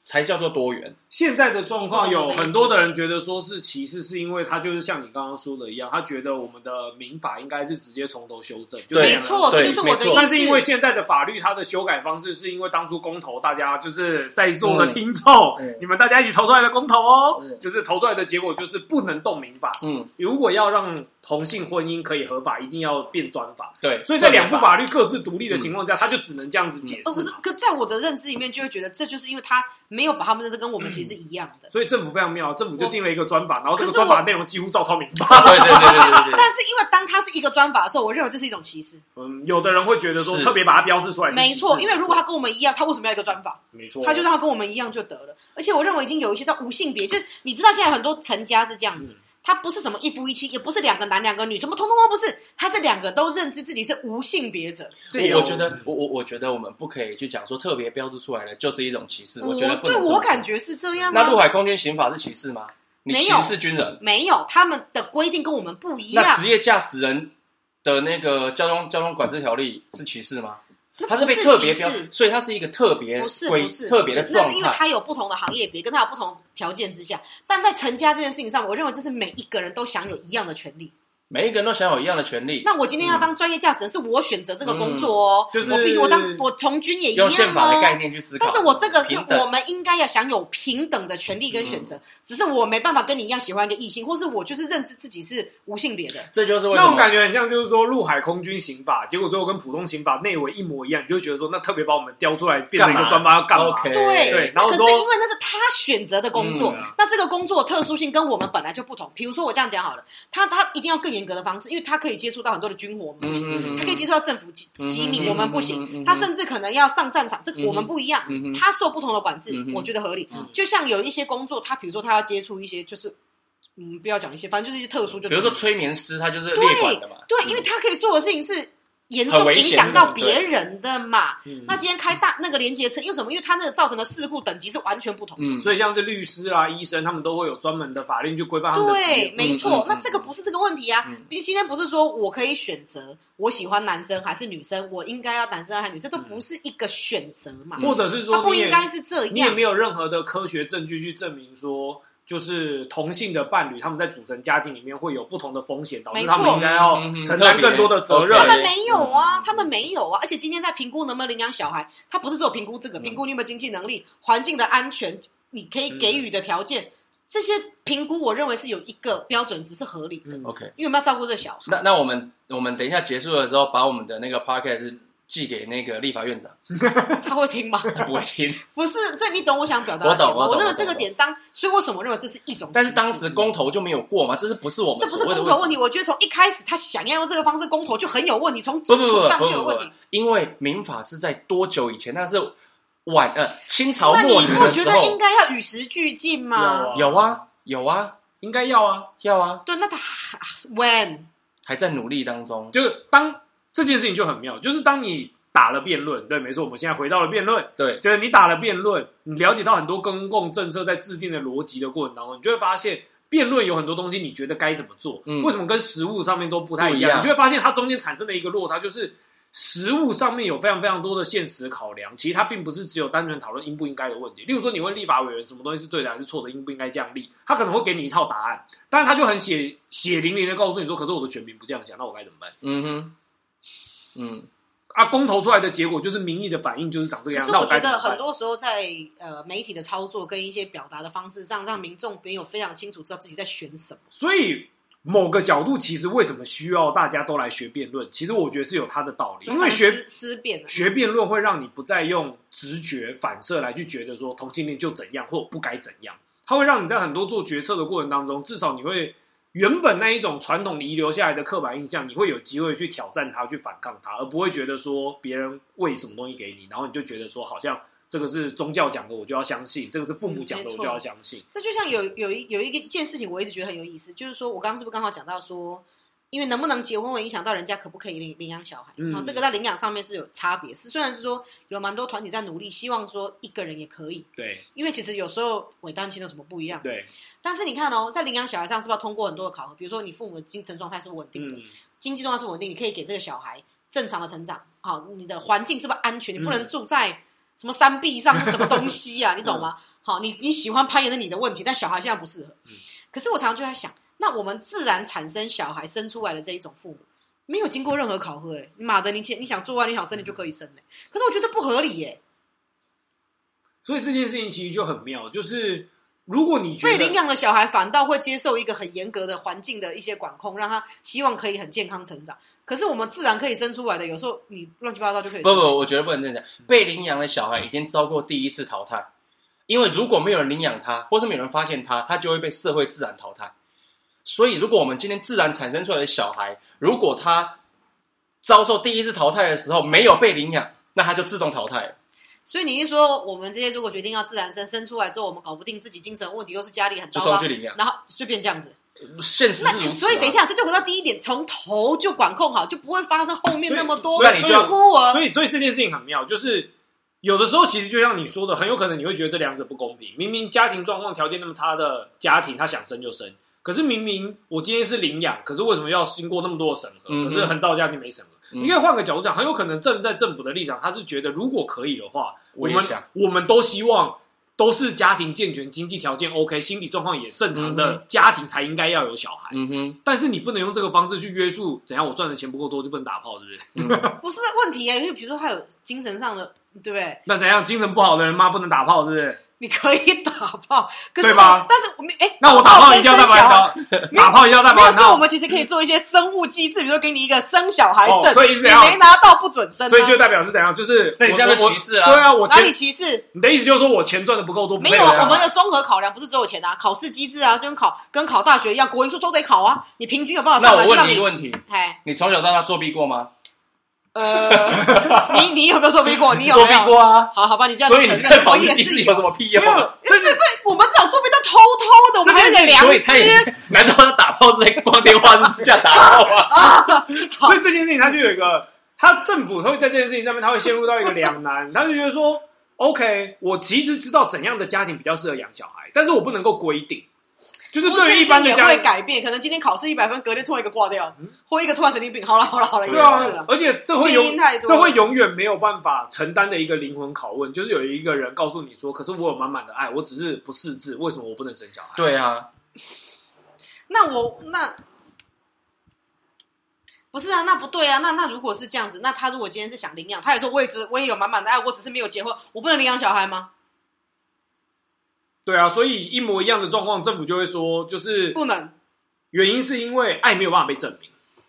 才叫做多元。 现在的状况有很多的人觉得说是歧视，是因为他就是像你刚刚说的一样，他觉得我们的民法应该是直接从头修正。 没错，这就是我的意思。 但是因为现在的法律它的修改方式是因为当初公投，大家就是在座的听众，你们大家一起投出来的公投哦，就是投出来的结果就是不能动民法。如果要让同性婚姻可以合法，一定要变专法。 对， 所以在两部法律各自独立的情况下，他就只能这样子解释。 可在我的认知里面，就会觉得这就是因为他没有把他们认知跟我们其实是一样的。 所以政府非常妙，政府就定了一个专法，然后这个专法内容几乎照抄民法。 对。 但是因为当它是一个专法的时候，我认为这是一种歧视。 有的人会觉得说特别把它标示出来是歧视。 没错，因为如果他跟我们一样，他为什么要一个专法？ 没错， 他就让他跟我们一样就得了。而且我认为已经有一些到无性别，就是你知道现在很多成家是这样子。他不是什么一夫一妻，也不是2个男2个女，全部通通都不是，他是2个都认知自己是无性别者。 对，我觉得我们不可以去讲说特别标注出来的就是一种歧视，我觉得不能。 对，我感觉是这样。 那陆海空军刑法是歧视吗？你歧视军人？ 没有，他们的规定跟我们不一样。 那职业驾驶人的那个交通管制条例是歧视吗？它是被特别标，所以它是一个特别不是特别的状态。 那是因为它有不同的行业别，跟它有不同条件之下。但在成家这件事情上，我认为这是每一个人都享有一样的权利。 每一个人都享有一样的权利。 那我今天要当专业驾驶人，是我选择这个工作哦。 就是我从军也一样哦。 用宪法的概念去思考。 但是我这个是我们应该要享有平等的权利跟选择，只是我没办法跟你一样喜欢一个异性，或是我就是认知自己是无性别的。 这就是为什么那种感觉很像，就是说陆海空军刑法，结果最后跟普通刑法内文一模一样，你就会觉得说，那特别把我们雕出来变成一个专法要干嘛？ Okay. 对， 然后可是因为那是他选择的工作，那这个工作特殊性跟我们本来就不同。比如说我这样讲好了，他一定要更严格的方式，因为他可以接触到很多的军火，我们不行；他可以接触到政府机密，我们不行；他甚至可能要上战场，这我们不一样。他受不同的管制，我觉得合理。就像有一些工作，他比如说他要接触一些，就是不要讲一些，反正就是一些特殊，就比如说催眠师，他就是列管的嘛。 对，因为他可以做的事情是严重影响到别人的嘛。那今天开那个连结车，因为什么？因为他那个造成的事故等级是完全不同的。 所以像是律师啊、医生，他们都会有专门的法令去规范他们的职业。 对，没错。那这个不是这个问题啊。毕竟今天不是说我可以选择我喜欢男生还是女生，我应该要男生还是女生，都不是一个选择嘛。 或者是说， 它不应该是这样。 你也没有任何的科学证据去证明说，就是同性的伴侣，他们在组成家庭里面会有不同的风险，导致他们应该要承担更多的责任。 他们没有啊，他们没有啊。而且今天在评估能不能领养小孩，他不是只有评估这个，评估你有没有经济能力、环境的安全，你可以给予的条件。这些评估，我认为是有一个标准值是合理的。 OK， 因为我们要照顾这小孩。 那我们等一下结束的时候，把我们的那个 podcast 寄给那个立法院长， 他会听吗？ 他不会听。 不是，所以你懂我想表达的点吗？我认为这个点所以为什么我认为这是一种？ 但是当时公投就没有过嘛，这不是我们这不是公投问题。我觉得从一开始他想要用这个方式公投就很有问题，从基础上就有问题。 因为民法是在多久以前？那是清朝末年的时候。 我觉得应该要与时俱进嘛。 有啊， 应该要啊。 对，那他 when 还在努力当中。 就是当这件事情就很妙，就是当你打了辩论，对，没错，我们现在回到了辩论， 对， 就是你打了辩论，你了解到很多公共政策在制定的逻辑的过程当中，你就会发现辩论有很多东西你觉得该怎么做，为什么跟实务上面都不太一样？你就会发现它中间产生的一个落差，就是实务上面有非常非常多的现实考量，其实它并不是只有单纯讨论应不应该的问题。例如说，你问立法委员什么东西是对的还是错的，应不应该这样立，他可能会给你一套答案，但是他就很血淋淋的告诉你说，可是我的选民不这样想，那我该怎么办？公投出来的结果就是民意的反应，就是长这个样子。 可是我觉得很多时候在媒体的操作跟一些表达的方式上，让民众没有非常清楚知道自己在选什么。 所以某个角度，其实为什么需要大家都来学辩论？其实我觉得是有它的道理，因为学辩论会让你不再用直觉反射来去觉得说同性恋就怎样或不该怎样，它会让你在很多做决策的过程当中，至少你会原本那一种传统遗留下来的刻板印象，你会有机会去挑战它，去反抗它，而不会觉得说别人喂什么东西给你，然后你就觉得说好像这个是宗教讲的，我就要相信；这个是父母讲的，我就要相信。 这就像有一件事情，我一直觉得很有意思，就是说我刚刚是不是刚好讲到说，因为能不能结婚会影响到人家可不可以领养小孩，这个在领养上面是有差别。虽然是说有蛮多团体在努力，希望说一个人也可以， 对， 因为其实有时候伪单亲有什么不一样， 对。 但是你看哦，在领养小孩上是不是要通过很多的考核？比如说你父母的精神状态是不是稳定的，经济状态是稳定，你可以给这个小孩正常的成长。好，你的环境是不是安全？你不能住在什么山壁上是什么东西啊？你懂吗？好，你喜欢攀岩的你的问题，但小孩现在不适合。可是我常常就在想，那我们自然产生小孩生出来的这一种父母，没有经过任何考核，妈的，你想做爱你想生你就可以生可是我觉得不合理所以这件事情其实就很妙，就是如果你觉得被领养的小孩反倒会接受一个很严格的环境的一些管控，让他希望可以很健康成长。可是我们自然可以生出来的，有时候你乱七八糟就可以生。 不，我觉得不能这样讲。被领养的小孩已经遭过第一次淘汰，因为如果没有人领养他，或是没有人发现他，他就会被社会自然淘汰。所以如果我们今天自然产生出来的小孩，如果他遭受第一次淘汰的时候没有被领养，那他就自动淘汰了。 所以你是说，我们这些如果决定要自然生出来之后，我们搞不定自己精神问题，又是家里很糟糕， 就送去领养， 然后就变这样子。 现实是如此所以等一下，这就回到第一点，从头就管控好，就不会发生后面那么多所以你就孤儿。 所以这件事情很妙，就是有的时候其实就像你说的，很有可能你会觉得这两者不公平。明明家庭状况条件那么差的家庭，他想生就生，可是明明我今天是领养，可是为什么要经过那么多的审核？可是很糟的家庭没审核。你可以换个角度讲，很有可能站在政府的立场，他是觉得如果可以的话，我们都希望都是家庭健全、经济条件 OK、心理状况也正常的家庭才应该要有小孩。但是你不能用这个方式去约束，怎样我赚的钱不够多就不能打炮，对不对？ 不是问题因为比如说他有精神上的，对不对？ 那怎样精神不好的人妈不能打炮，对不对？ 你可以打炮，可是对吧？ 但是那我打炮一定要带保险套，打炮一定要带保险套。 所以我们其实可以做一些生物机制，比如说给你一个生小孩证， 所以是你没拿到不准生。 所以就代表是怎样？就是那你这样就歧视啊？ 对啊，我哪里歧视？ 你的意思就是说我钱赚的不够多？ 没有，我们的综合考量不是只有钱啊，考试机制啊，就跟考大学一样，国英数都得考啊。你平均有办法上来？ 那我问你一个问题， 哎， 你从小到大作弊过吗？ 你有没有作弊过？你有没有？作弊过啊！ 好吧，你这样所以你这个考试机制有什么屁用？ 我们至少作弊到偷偷的，我们还有点良知。 难道他打炮是在光天化日之下打炮吗？ 所以这件事情他就有一个，他政府会在这件事情上面，他会陷入到一个两难，他就觉得说 ，OK， 我其实知道怎样的家庭比较适合养小孩，但是我不能够规定。就是对于一般的家庭也会改变，可能今天考试100分，隔天突然一个挂掉，或一个突然神经病。好了， 对啊，而且这会永远没有办法承担的一个灵魂拷问，就是有一个人告诉你说，可是我有满满的爱，我只是不识字，为什么我不能生小孩？ 对啊， 那不是啊，那不对啊，那如果是这样子，那他如果今天是想领养，他也说我也有满满的爱，我只是没有结婚，我不能领养小孩吗？ 对啊，所以一模一样的状况，政府就会说，就是不能。 原因是因为爱没有办法被证明。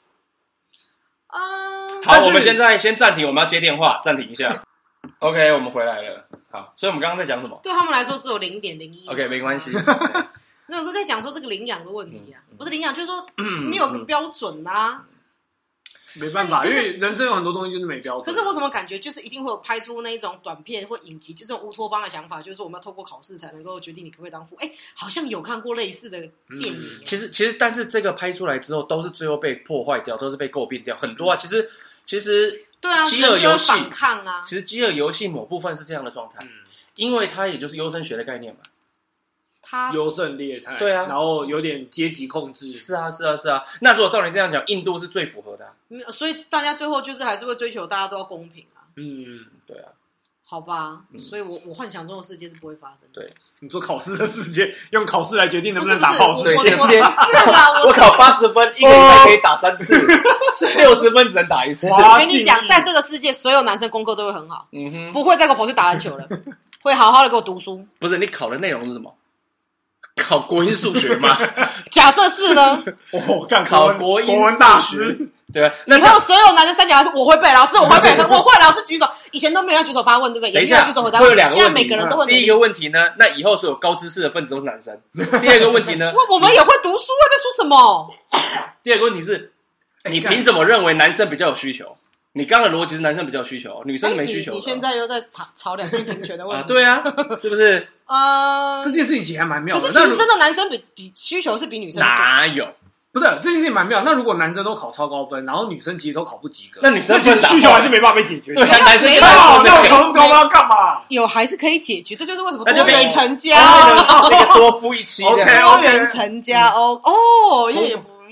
好，我们现在先暂停，我们要接电话，暂停一下。OK， 我们回来了。好，所以我们刚刚在讲什么？ 对他们来说只有0.01。 啊 OK， 没关系。 没有，我在讲说这个领养的问题啊，不是领养，就是说没有个标准啊。 没办法，因为人生有很多东西就是没标准。 可是我怎么感觉就是一定会有拍出那一种短片或影集，就这种乌托邦的想法，就是说我们要透过考试才能够决定你可不可以当父。好像有看过类似的电影。 其实，但是这个拍出来之后，都是最后被破坏掉，都是被诟病掉很多啊。其实对啊， 饥饿游戏反抗啊。 其实饥饿游戏某部分是这样的状态，因为它也就是优生学的概念嘛。 优胜劣汰， 对啊， 然后有点阶级控制， 是啊。那如果照你这样讲，印度是最符合的所以大家最后就是还是会追求大家都要公平啊。 对啊。 好吧，所以我幻想中的世界是不会发生的。 对， 你说考试的世界，用考试来决定能不能打炮， 对， 是啦， 我考80分，一个礼拜可以打3次，60分只能打1次。 我跟你讲，在这个世界，所有男生功课都会很好，不会再给我跑去打篮球了，会好好的给我读书。 不是，你考的内容是什么？考国英数学吗？ 假设是呢？ 考国英文大师， 对吧？ 以后所有男生3讲，我会背，老师我会背，我会，老师举手。以前都没有人举手发问，对不对？ 等一下， 举手回答。 会有2个问题。 现在每个人都会。 第一个问题呢，那以后所有高知识的分子都是男生。第二个问题呢， 我们也会读书啊，在说什么？ 第二个问题是，你凭什么认为男生比较有需求？你刚刚的逻辑是男生比较有需求，女生没需求的。 你现在又在吵两性平权的问题。 对啊，是不是？ 这件事情其实还蛮妙的。 可是其实真的男生比需求是比女生多。 哪有？ 不是，这件事情蛮妙。那如果男生都考超高分，然后女生其实都考不及格， 那女生需求还是没办法被解决。 对啊，男生没有，那我考那么高分要干嘛？ 有还是可以解决，这就是为什么多元成家， 那个多夫一妻， 多元成家哦，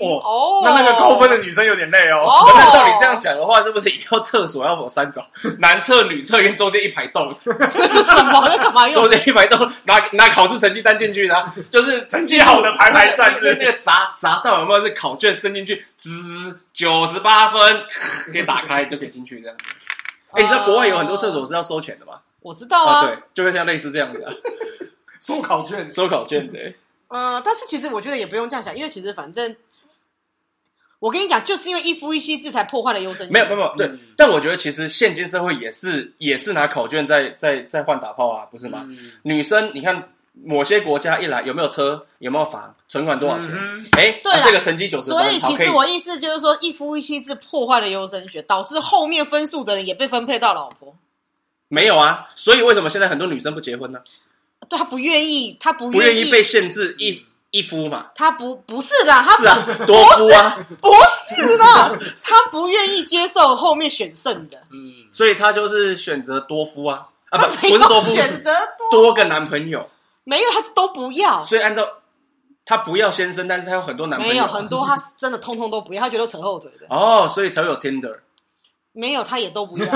那个高分的女生有点累哦。 那照你这样讲的话，是不是以后厕所要分3种，男厕、女厕跟中间一排洞？ 什么？那干嘛用？ 中间一排洞，拿考试成绩单进去的，就是成绩好的排站， 那个闸道有没有是考卷伸进去，吱98分，可以打开就可以进去这样。你知道国外有很多厕所是要收钱的吗？ 我知道啊， 对，就会像类似这样子啊， 收考卷对。 但是其实我觉得也不用这样想，因为其实反正我跟你讲，就是因为一夫一妻制才破坏了优生学。 没有，对。但我觉得其实现今社会也是拿考卷在换打炮啊，不是吗？女生你看某些国家一来有没有车，有没有房，存款多少钱？对了，这个成绩90分， 所以其实我意思就是说，一夫一妻制破坏了优生学，导致后面分数的人也被分配到老婆。 没有啊，所以为什么现在很多女生不结婚呢？ 对，她不愿意被限制一夫嘛？ 她不是啦，她是啊，多夫啊， 不是啦，她不愿意接受后面选剩的， 所以她就是选择多夫啊，不是多夫， 选择多个男朋友， 没有，她都不要， 所以按照她不要先生，但是她有很多男朋友， 没有很多，她真的通通都不要，她觉得扯后腿的所以才会有 Tinder， 没有，她也都不要。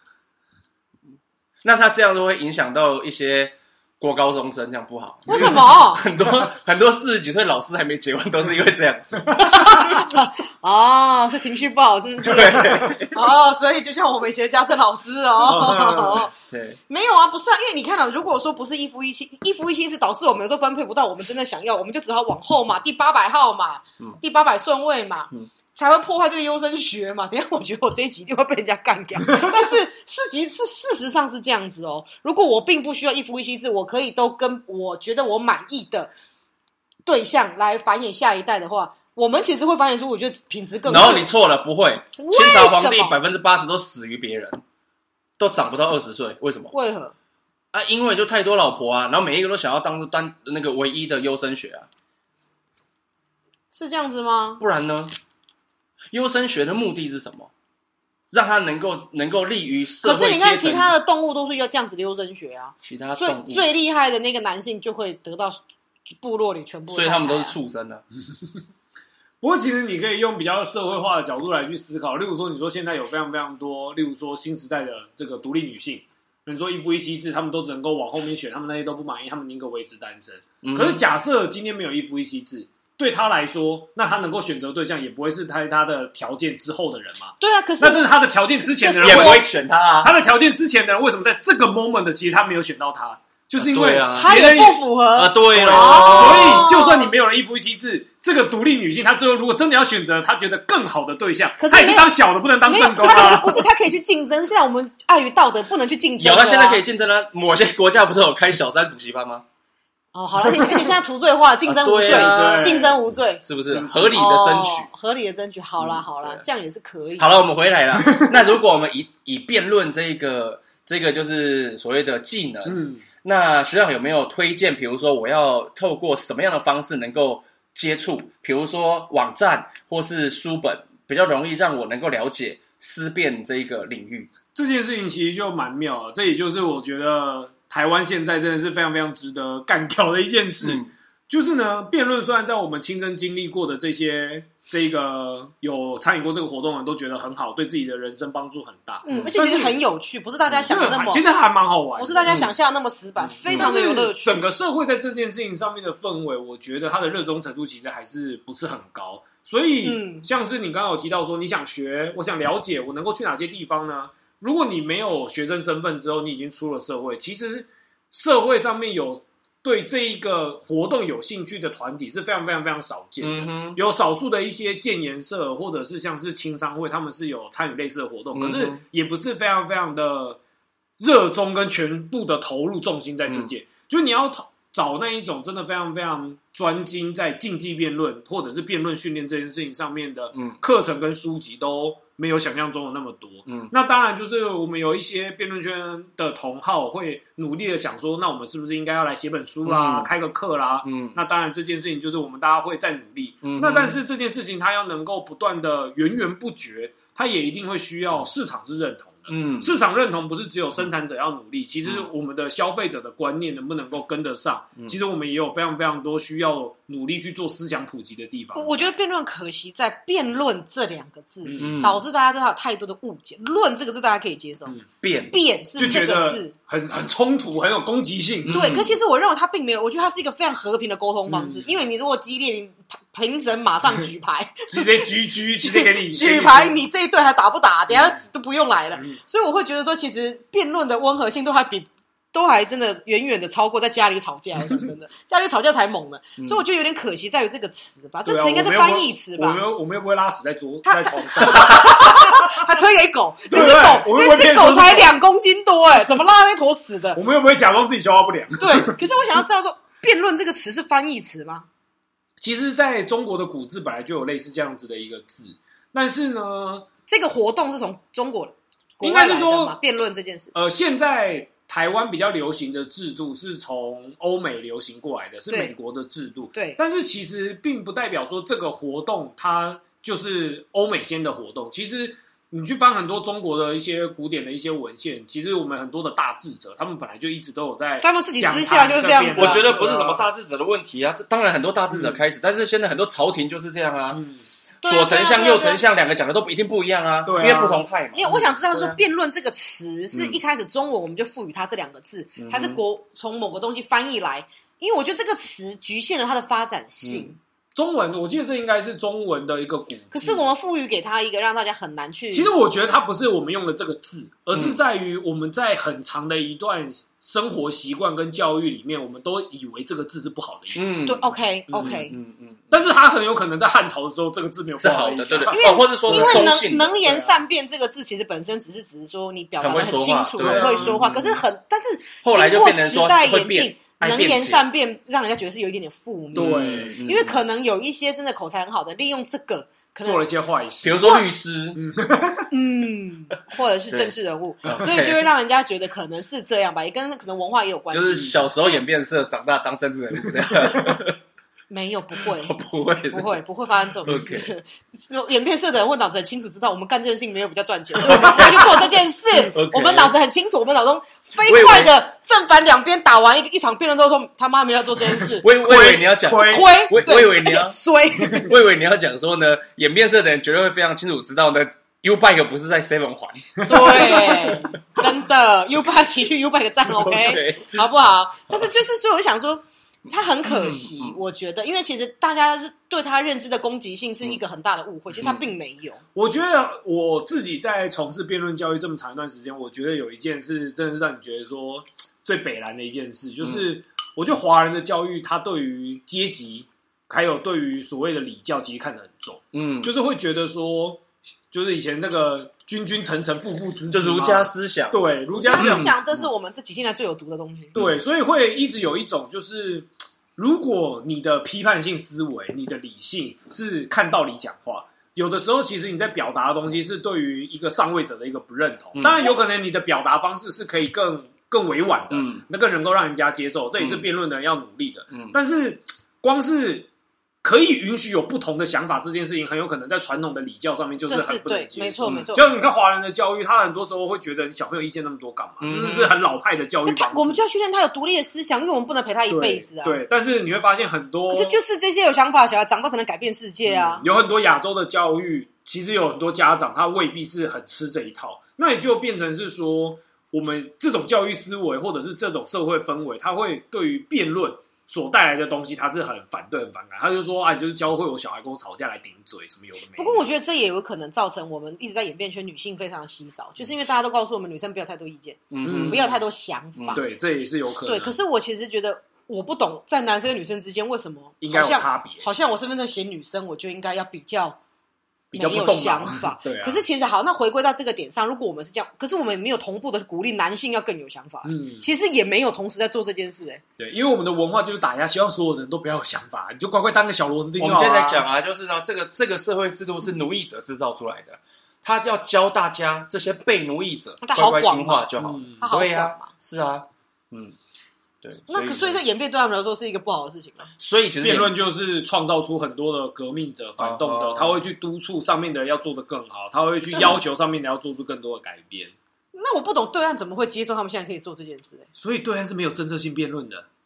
那他这样都会影响到一些国高中生，这样不好。 为什么？ 很多40几岁老师还没结婚，都是因为这样子。 是情绪不好，是不是？ 对。 所以就像我们以前家政老师哦。 对。 没有啊，不是啊，因为你看到，如果说不是一夫一妻是导致我们有时候分配不到我们真的想要，我们就只好往后嘛，第800号嘛，第800顺位嘛。才会破坏这个优生学嘛？等一下，我觉得我这一集一定会被人家干掉。但是事实上是这样子哦。如果我并不需要一夫一妻制，我可以都跟我觉得我满意的对象来繁衍下一代的话，我们其实会繁衍出我觉得品质更好。 然后你错了，不会。清朝皇帝80%都死于别人，都长不到20岁，为什么？ 为何？ 因为就太多老婆啊，然后每一个都想要当那个唯一的优生学啊。 是这样子吗？ 不然呢？优生学的目的是什么？让它能够利于社会阶层。可是你看， 其他的动物都是要这样子的优生学啊。 其他动物最厉害的那个男性就会得到部落里全部的， 所以他们都是畜生啊。 不过其实你可以用比较社会化的角度来去思考，例如说，你说现在有非常非常多，例如说新时代的这个独立女性，你说一夫一妻制，他们都只能够往后面选，他们那些都不满意，他们宁可维持单身。可是假设今天没有一夫一妻制，对他来说，那他能够选择对象也不会是他的条件之后的人嘛？ 对啊，可是那这是他的条件之前的人也不会选他啊。 他的条件之前的人为什么在这个 moment 其实他没有选到他？就是因为他也不符合对咯。 所以就算你没有了一夫一妻制，这个独立女性她最后如果真的要选择她觉得更好的对象，她也是当小的，不能当正宫啊。 不是，她可以去竞争。现在我们碍于道德不能去竞争。 有啊，现在可以竞争啊。某些国家不是有开小三补习班吗？ 好了，而且现在除罪化了，竞争无罪，竞争无罪， 是不是合理的争取？ 合理的争取，好啦，这样也是可以。 好了，我们回来了。那如果我们以辩论这个就是所谓的技能，那学长有没有推荐？比如说，我要透过什么样的方式能够接触？比如说网站或是书本，比较容易让我能够了解思辨这一个领域。 这件事情其实就蛮妙的，这也就是我觉得台湾现在真的是非常非常值得干掉的一件事。就是呢，辩论虽然在我们亲身经历过的这个有参与过这个活动的人都觉得很好，对自己的人生帮助很大， 而且其实很有趣，不是大家想的那么， 其实还蛮好玩的， 不是大家想象的那么死板，非常的有乐趣。 整个社会在这件事情上面的氛围，我觉得它的热衷程度其实还是不是很高。所以，像是你刚刚有提到说，你想学，我想了解，我能够去哪些地方呢？如果你没有学生身份之后，你已经出了社会，其实社会上面有对这一个活动有兴趣的团体是非常非常非常少见的。有少数的一些建研社或者是像是青商会，他们是有参与类似的活动，可是也不是非常非常的热衷跟全部的投入重心在这件。就是你要找那一种真的非常非常专精在竞技辩论或者是辩论训练这件事情上面的课程跟书籍都没有想象中的那么多。那当然就是我们有一些辩论圈的同好会努力的想说，那我们是不是应该要来写本书啦，开个课啦？那当然这件事情就是我们大家会再努力。那但是这件事情它要能够不断的源源不绝，它也一定会需要市场是认同。市场认同不是只有生产者要努力，其实我们的消费者的观念能不能够跟得上，其实我们也有非常非常多需要努力去做思想普及的地方。 我觉得辩论可惜在辩论这2个字，导致大家对它有太多的误解。论这个字大家可以接受，辩是这个字很冲突，很有攻击性。 对，可其实我认为它并没有，我觉得它是一个非常和平的沟通方式。因为你如果激烈，你评审马上举牌， 直接直接给你举牌，你这一队还打不打？等一下都不用来了。所以我会觉得说，其实辩论的温和性都还真的远远的超过在家里吵架。我讲真的，家里吵架才猛呢。所以我觉得有点可惜在于这个词吧，这词应该是翻译词吧。 我们又不会拉屎在床上， 还推给狗，那只狗才2公斤多怎么拉那坨屎的？ 我们又不会假装自己消化不良。 对，可是我想要知道说，辩论这个词是翻译词吗？ 其实在中国的古字本来就有类似这样子的一个字，但是呢， 这个活动是从中国应该是说辩论这件事。 现在台湾比较流行的制度是从欧美流行过来的，是美国的制度。 对， 但是其实并不代表说这个活动它就是欧美先的活动。其实你去翻很多中国的一些古典的一些文献，其实我们很多的大智者，他们本来就一直都有在， 他们自己私下就是这样子。 我觉得不是什么大智者的问题啊，这当然很多大智者开始，但是现在很多朝廷就是这样啊。左丞相、右丞相2个讲的都一定不一样啊，因为不同派嘛。 因为我想知道说，辩论这个词是一开始中文我们就赋予它这2个字，还是从某个东西翻译来？因为我觉得这个词局限了它的发展性。 中文，我记得这应该是中文的一个古字， 可是我们赋予给它一个让大家很难去。 其实我觉得它不是我们用的这个字，而是在于我们在很长的一段生活习惯跟教育里面，我们都以为这个字是不好的意思。 对 ，OK， 但是它很有可能在汉朝的时候，这个字没有不好的意思， 对， 因为或者说是中性因为能言善辩这个字其实本身只是说你表达得很清楚，很会说话，可是但是后来经过时代演进。 能言善辩让人家觉得是有一点点负面， 对， 因为可能有一些真的口才很好的，利用这个可能做了一些坏事， 比如说律师， 或者是政治人物，所以就会让人家觉得可能是这样吧，也跟可能文化也有关系。 就是小时候演变色，长大当政治人物这样。 没有，不会， 不会发生这种事。演变色的人，我脑子很清楚，知道我们干这件事情没有比较赚钱，所以我们不会去做这件事。我们脑子很清楚，我们脑中飞快的正反2边打完一场辩论之后，说他妈没有做这件事。 我以为你要讲亏， 我以为你要衰， 我以为你要讲说呢，演变色的人绝对会非常清楚知道呢。U-Bike 不是在 7环， 对，真的 U-Bike 骑去 U-Bike 站 OK， 好不好？但是就是说，我想说。他很可惜，我觉得，因为其实大家是对他认知的攻击性是一个很大的误会，其实他并没有。 我觉得我自己在从事辩论教育这么长一段时间，我觉得有一件事真的是让你觉得说最北蓝的一件事，就是我觉得华人的教育，他对于阶级还有对于所谓的礼教，其实看得很重，就是会觉得说，就是以前那个君君臣臣父父子子， 就儒家思想， 对儒家思想，这是我们这几千年最有毒的东西。 对，所以会一直有一种就是。如果你的批判性思维，你的理性是看道理讲话，有的时候其实你在表达的东西是对于一个上位者的一个不认同。当然有可能你的表达方式是可以更委婉的，那更能够让人家接受，这也是辩论的人要努力的。但是光是可以允许有不同的想法这件事情，很有可能在传统的礼教上面就是很不能接受。 没错没错。 就你看华人的教育，他很多时候会觉得你小朋友意见那么多干嘛？这是很老派的教育方式。 我们就要训练他有独立的思想，因为我们不能陪他一辈子啊。 对，但是你会发现很多， 可是就是这些有想法的小孩长大才能改变世界啊。 有很多亚洲的教育，其实有很多家长他未必是很吃这一套，那也就变成是说，我们这种教育思维或者是这种社会氛围，他会对于辩论所带来的东西，他是很反对、很反感。他就说：“你就是教会我小孩跟我吵架来顶嘴，什么有的没的。” 不过，我觉得这也有可能造成我们一直在演变圈女性非常的稀少，就是因为大家都告诉我们女生不要太多意见，不要太多想法。 对，这也是有可能。 对，可是我其实觉得我不懂，在男生跟女生之间为什么应该有差别？ 好像我身份证写女生，我就应该要比较没有不想法。 对啊。 可是其实好，那回归到这个点上，如果我们是这样，可是我们没有同步的鼓励男性要更有想法。其实也没有同时在做这件事。 对，因为我们的文化就是打压，希望所有人都不要有想法，你就乖乖当个小螺丝钉就好了。 我们现在讲啊，就是呢，这个社会制度是奴役者制造出来的，他要教大家这些被奴役者乖乖听话就好。对啊，是啊，对。 那所以这演变对他们来说是一个不好的事情吗？ 所以其实辩论就是创造出很多的革命者、反动者，他会去督促上面的人要做得更好，他会去要求上面的人要做出更多的改变。 那我不懂对岸怎么会接受他们现在可以做这件事？ 所以对岸是没有政策性辩论的。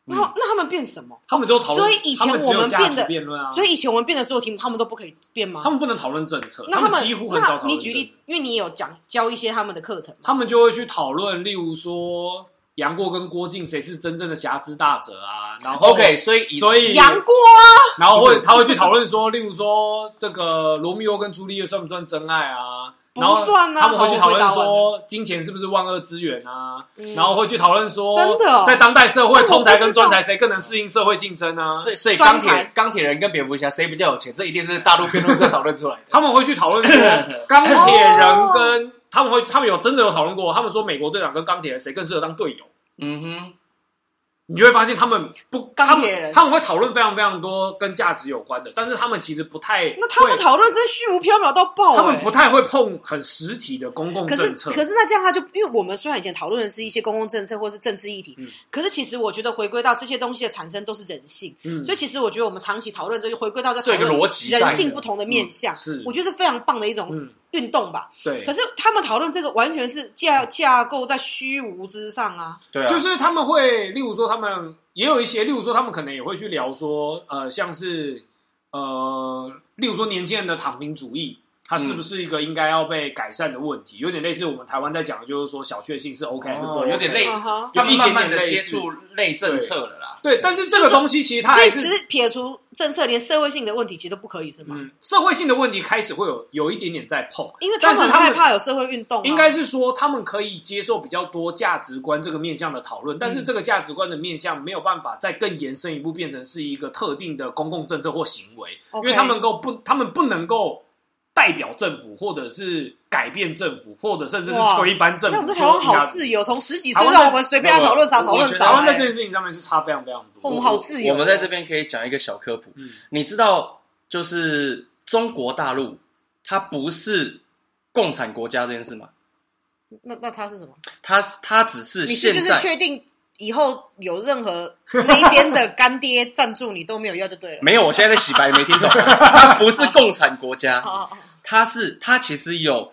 那他们变什么？ 他们就讨论， 所以以前我们变的辩论啊， 所以以前我们变的所有题目，他们都不可以变吗？ 他们不能讨论政策， 那他们几乎很少讨论。 你举例，因为你有教一些他们的课程， 他们就会去讨论，例如说杨过跟郭靖谁是真正的侠之大者啊？然后 OK， 所以杨过然后他会去讨论说，例如说这个罗密欧跟朱丽叶算不算真爱啊？ 不算啊， 他们会去讨论说金钱是不是万恶之源啊？然后会去讨论说， 真的在当代社会，通才跟专才谁更能适应社会竞争啊？ 所以钢铁人跟蝙蝠侠谁比较有钱？这一定是大陆辩论社讨论出来的。 他们会去讨论说，钢铁人跟他们真的有讨论过，他们说美国队长跟钢铁人谁更适合当队友？ 嗯哼。 你就会发现他们钢铁人他们会讨论非常非常多跟价值有关的，但是他们其实不太， 那他们讨论真虚无缥缈到爆， 他们不太会碰很实体的公共政策。 可是那这样他就，因为我们虽然以前讨论的是一些公共政策或是政治议题，可是其实我觉得回归到这些东西的产生都是人性，所以其实我觉得我们长期讨论就回归到在讨论人性不同的面向，我觉得是非常棒的一种运动吧。 对， 可是他们讨论这个完全是架构在虚无之上啊。 对啊， 就是他们会，例如说他们也有一些，例如说他们可能也会去聊说，像是例如说年轻人的躺平主义，它是不是一个应该要被改善的问题？有点类似我们台湾在讲的，就是说小确幸是 OK 还是不 OK？ 有点类，他们慢慢的接触类政策了啦。 对，但是这个东西其实它还是， 所以只撇除政策，连社会性的问题其实都不可以，是吗？ 社会性的问题开始会有一点点在碰， 因为他们很害怕有社会运动。 应该是说他们可以接受比较多价值观这个面向的讨论，但是这个价值观的面向没有办法再更延伸一步，变成是一个特定的公共政策或行为，因为他们不能够代表政府，或者是改变政府，或者甚至是推翻政府。 那我们在台湾好自由，从10几岁让我们随便讨论啥讨论啥。 台湾在这件事情上面是差非常非常多。 我们好自由。 我们在这边可以讲一个小科普，你知道，就是中国大陆它不是共产国家这件事吗？ 那它是什么？ 它只是现在， 你就是确定以后有任何那一边的干爹赞助你都没有要就对了。 没有，我现在在洗白，没听懂。它不是共产国家，它其实有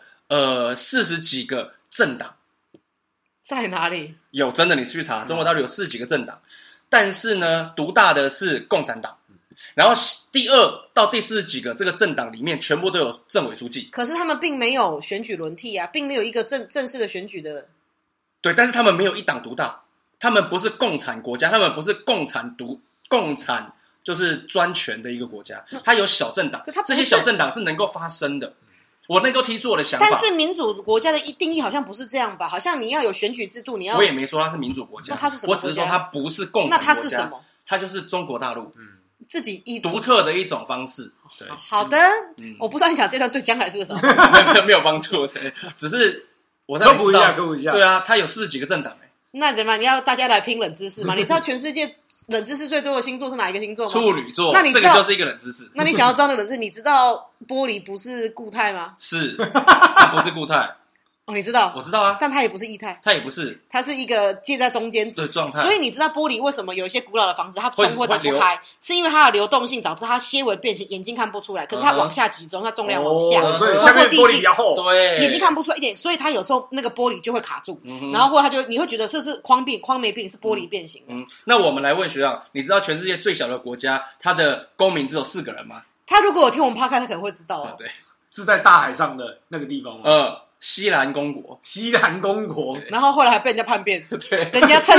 40几个政党。 在哪里？ 有，真的，你去查，中国大陆有40几个政党，但是呢，独大的是共产党。然后第2到第40几个这个政党里面，全部都有政委书记。 可是他们并没有选举轮替啊，并没有一个正式的选举的。 对，但是他们没有一党独大，他们不是共产国家，他们不是共产就是专权的一个国家，它有小政党，这些小政党是能够发声的。我能够提出我的想法， 但是民主国家的定义好像不是这样吧？好像你要有选举制度，你要。 我也没说它是民主国家， 那它是什么国家？ 我只是说它不是共产国家。 那它是什么？ 它就是中国大陆， 自己独特的一种方式。对， 好的，我不知道你讲这段对将来是个什么， 没有帮助，对，只是我科普一下， 对啊，它有40几个政党那怎么你要大家来拼冷知识吗？你知道全世界冷知识最多的星座是哪一个星座吗？ 处女座。 那你这个就是一个冷知识。 那你想要知道那个冷知识，你知道玻璃不是固态吗？ 是，它不是固态。 哦，你知道？ 我知道啊， 但它也不是液态， 它也不是， 它是一个介在中间值的状态。 所以你知道玻璃为什么有一些古老的房子它窗户打不开，是因为它的流动性导致它些微变形，眼睛看不出来，可是它往下集中，它重量往下， 所以下面玻璃比较厚， 对， 眼睛看不出来一点，所以它有时候那个玻璃就会卡住，然后或者你会觉得这是框没病，是玻璃变形。 那我们来问学长，你知道全世界最小的国家，它的公民只有4个人吗？ 他如果有听我们 podcast， 他可能会知道哦。 对， 是在大海上的那个地方吗？ 西兰公国， 然后后来还被人家叛变， 对， 人家趁第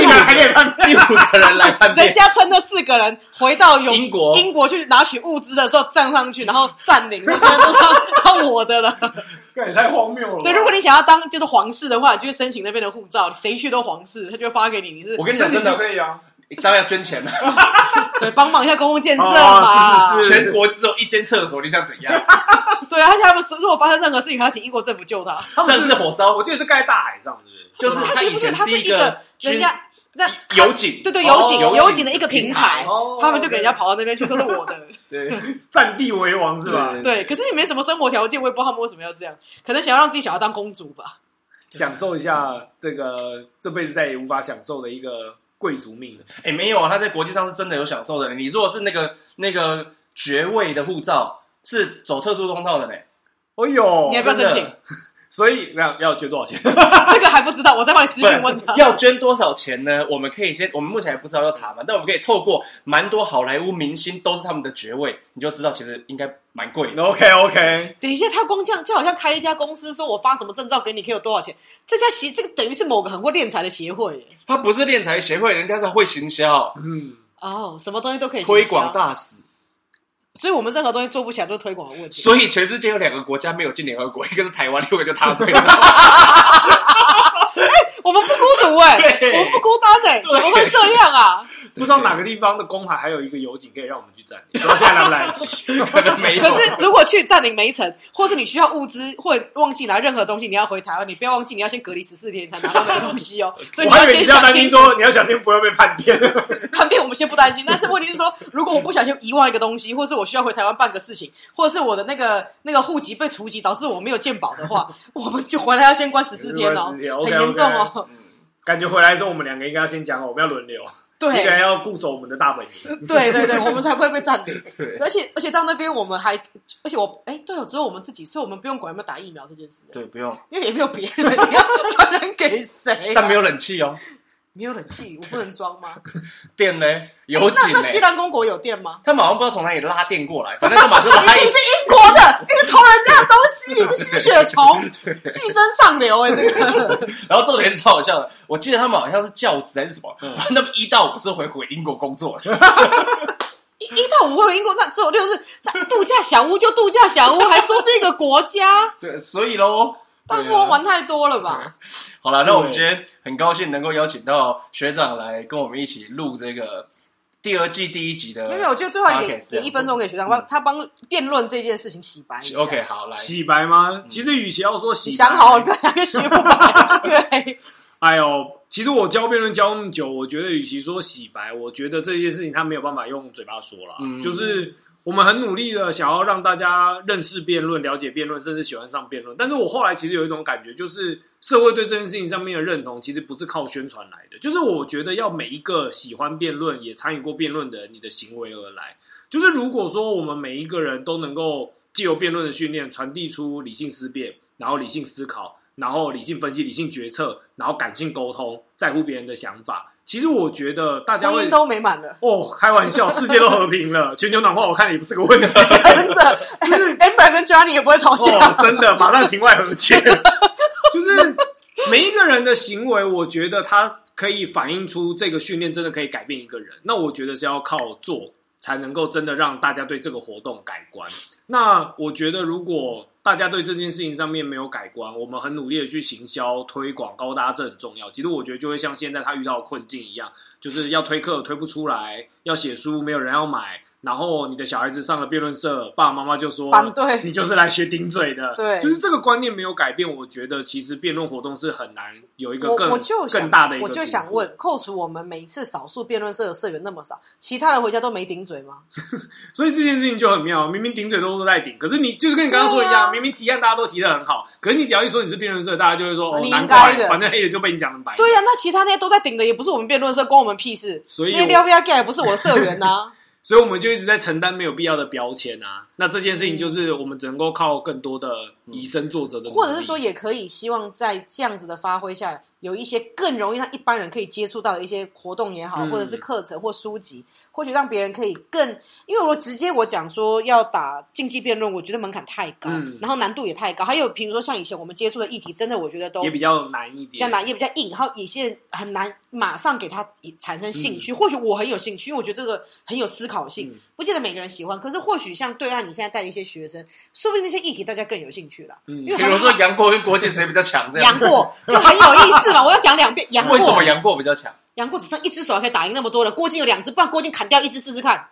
5个人来叛变， 人家趁那4个人回到英国去拿取物资的时候站上去，然后占领，现在都到我的了， 这也太荒谬了。 对，如果你想要当就是皇室的话，你就去申请那边的护照，谁去都皇室，他就会发给你。你是我跟你讲真的可以啊， 当然要捐钱了， 对，帮忙一下公共建设嘛。 全国只有1间厕所，你想怎样？ 对啊，他们如果发生任何事情，还要请英国政府救他。 甚至火烧， 我记得是盖在大海上，是不是？ 就是他以前是一个人家油井， 对，油井的一个平台，他们就给人家跑到那边去，说是我的， 对， 占地为王是吧？ 对，可是也没什么生活条件，我也不知道他们为什么要这样，可能想要让自己小孩当公主吧， 享受一下这辈子再也无法享受的一个贵族命。 没有啊，他在国际上是真的有享受的。你如果是那个爵位的护照，是走特殊通道的呢。 哦呦， 你要不要申请？ 所以要捐多少钱？ 这个还不知道，我再帮你私讯问他。 要捐多少钱呢？我们可以我们目前还不知道要查嘛，但我们可以透过蛮多好莱坞明星都是他们的爵位，你就知道其实应该蛮贵的。 OK， 等一下，他光这样就好像开一家公司，说我发什么证照给你，可以有多少钱？这个等于是某个很会敛财的协会耶。 他不是敛财协会，人家是会行销。 什么东西都可以行销推广大使。 所以我们任何东西做不起来都是推广的问题。 所以全世界有2个国家没有进联合国，一个是台湾，另外一个就他们。 我们不孤独我们不孤单怎么会这样啊？ 不知道哪个地方的公海还有一个油井可以让我们去占领，我现在来不来得及？ 可能没有。 可是如果去占领没成，或是你需要物资，或忘记拿任何东西，你要回台湾，你不要忘记你要先隔离14天才拿到那个东西哦。所以你要先担心说你要小心不要被叛变。 叛变我们先不担心，但是问题是说，如果我不小心遗忘一个东西，或是我需要回台湾办个事情，或者是我的那个户籍被除籍，导致我没有健保的话，我们就回来要先关14天哦，很严重哦。 感觉回来的时候，我们2个应该要先讲好，我们要轮流。 对， 应该要固守我们的大本营。 对，我们才不会被占领。而且到那边我们还，而且只有我们自己，所以我们不用管有没有打疫苗这件事。 对，不用， 因为也没有别人，你要传染给谁？ 但没有冷气哦。 没有冷气，我不能装吗？ 电呢？有井呢？ 那西兰公国有电吗？ 他们好像不知道从哪里拉电过来，反正就把这个一定是英国的，那个偷人家的东西，吸血虫，寄生上流这个。 然后重点超好笑的，我记得他们好像是教职还是什么，反正他们1到5是回英国工作的。1 到5会回英国，那只有6是度假小屋就度假小屋，还说是一个国家。 对，所以咯。 大富翁玩太多了吧？ 好了，那我们今天很高兴能够邀请到学长来跟我们一起录这个第2季第1集的。 没有，我觉得最后给1分钟给学长，他帮辩论这件事情洗白。 OK， 好，来洗白吗？其实与其要说洗白， 你想好，你不要讲个洗白。对。 哎呦，其实我教辩论教那么久，我觉得与其说洗白，我觉得这件事情他没有办法用嘴巴说啦。就是我们很努力的想要让大家认识辩论、了解辩论，甚至喜欢上辩论。但是我后来其实有一种感觉，就是社会对这件事情上面的认同，其实不是靠宣传来的。就是我觉得要每一个喜欢辩论、也参与过辩论的人，你的行为而来。就是如果说我们每一个人都能够藉由辩论的训练，传递出理性思辨，然后理性思考，然后理性分析、理性决策，然后感性沟通，在乎别人的想法。其实我觉得大家婚姻都美满了哦，开玩笑，世界都和平了，全球暖化我看也不是个问题。 真的，Amber 跟 Johnny 也不会吵架， 真的，马上庭外和解。就是每一个人的行为，我觉得他可以反映出这个训练真的可以改变一个人。那我觉得是要靠做，才能够真的让大家对这个活动改观。那我觉得如果大家对这件事情上面没有改观，我们很努力的去行销推广，告诉大家这很重要。其实我觉得就会像现在他遇到的困境一样，就是要推课推不出来，要写书没有人要买，然后你的小孩子上了辩论社，爸爸妈妈就说反对， 你就是来学顶嘴的。 对， 就是这个观念没有改变，我觉得其实辩论活动是很难有一个更大的一个。 我就想问，扣除我们每一次少数辩论社的社员那么少，其他人回家都没顶嘴吗？ 所以这件事情就很妙，明明顶嘴都在顶，可是你就是跟你刚刚说一样，明明提案大家都提得很好，可是你只要一说你是辩论社，大家就会说哦，难怪，反正黑的就被你讲成白的。 对呀，那其他那些都在顶的，也不是我们辩论社，关我们屁事。 所以那些撩不要 gay 也不是我的社员啊。 所以我们就一直在承担没有必要的标签啊。那这件事情就是我们只能够靠更多的以身作则的努力， 或者是说也可以希望在这样子的发挥下，有一些更容易让一般人可以接触到的一些活动也好，或者是课程或书籍，或许让别人可以更，因为我讲说要打竞技辩论，我觉得门槛太高，然后难度也太高，还有比如说像以前我们接触的议题，真的我觉得都也比较难一点， 比较难也比较硬，然后有些人很难马上给他产生兴趣。或许我很有兴趣，因为我觉得这个很有思考性，不见得每个人喜欢，可是或许像对岸你现在带的一些学生，说不定那些议题大家更有兴趣了。因为比如说杨过跟郭靖谁比较强？ 杨过就很有意思嘛，我要讲2遍。杨过为什么杨过比较强？ 杨过只剩1只手还可以打赢那么多人，郭靖有2只，不然郭靖砍掉1只试试看。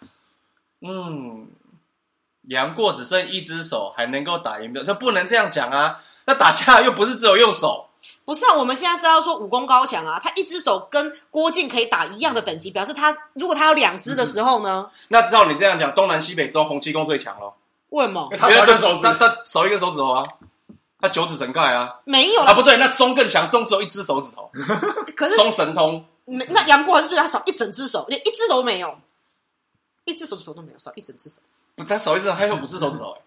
杨过只剩1只手还能够打赢，这不能这样讲啊！那打架又不是只有用手。 不是啊，我们现在是要说武功高强啊，他1只手跟郭靖可以打一样的等级，表示他如果他有2只的时候呢？ 那照你这样讲，东南西北中洪七公最强咯。 为什么？ 他少1根手指头啊，他9指神盖啊。 没有啊，不对，那钟更强，钟只有1只手指头。 可是钟神通， 那杨过还是对他少1整只手，连1只手都没有，1只手指头都没有，少1整只手。 不，他少1只手还有5只手指头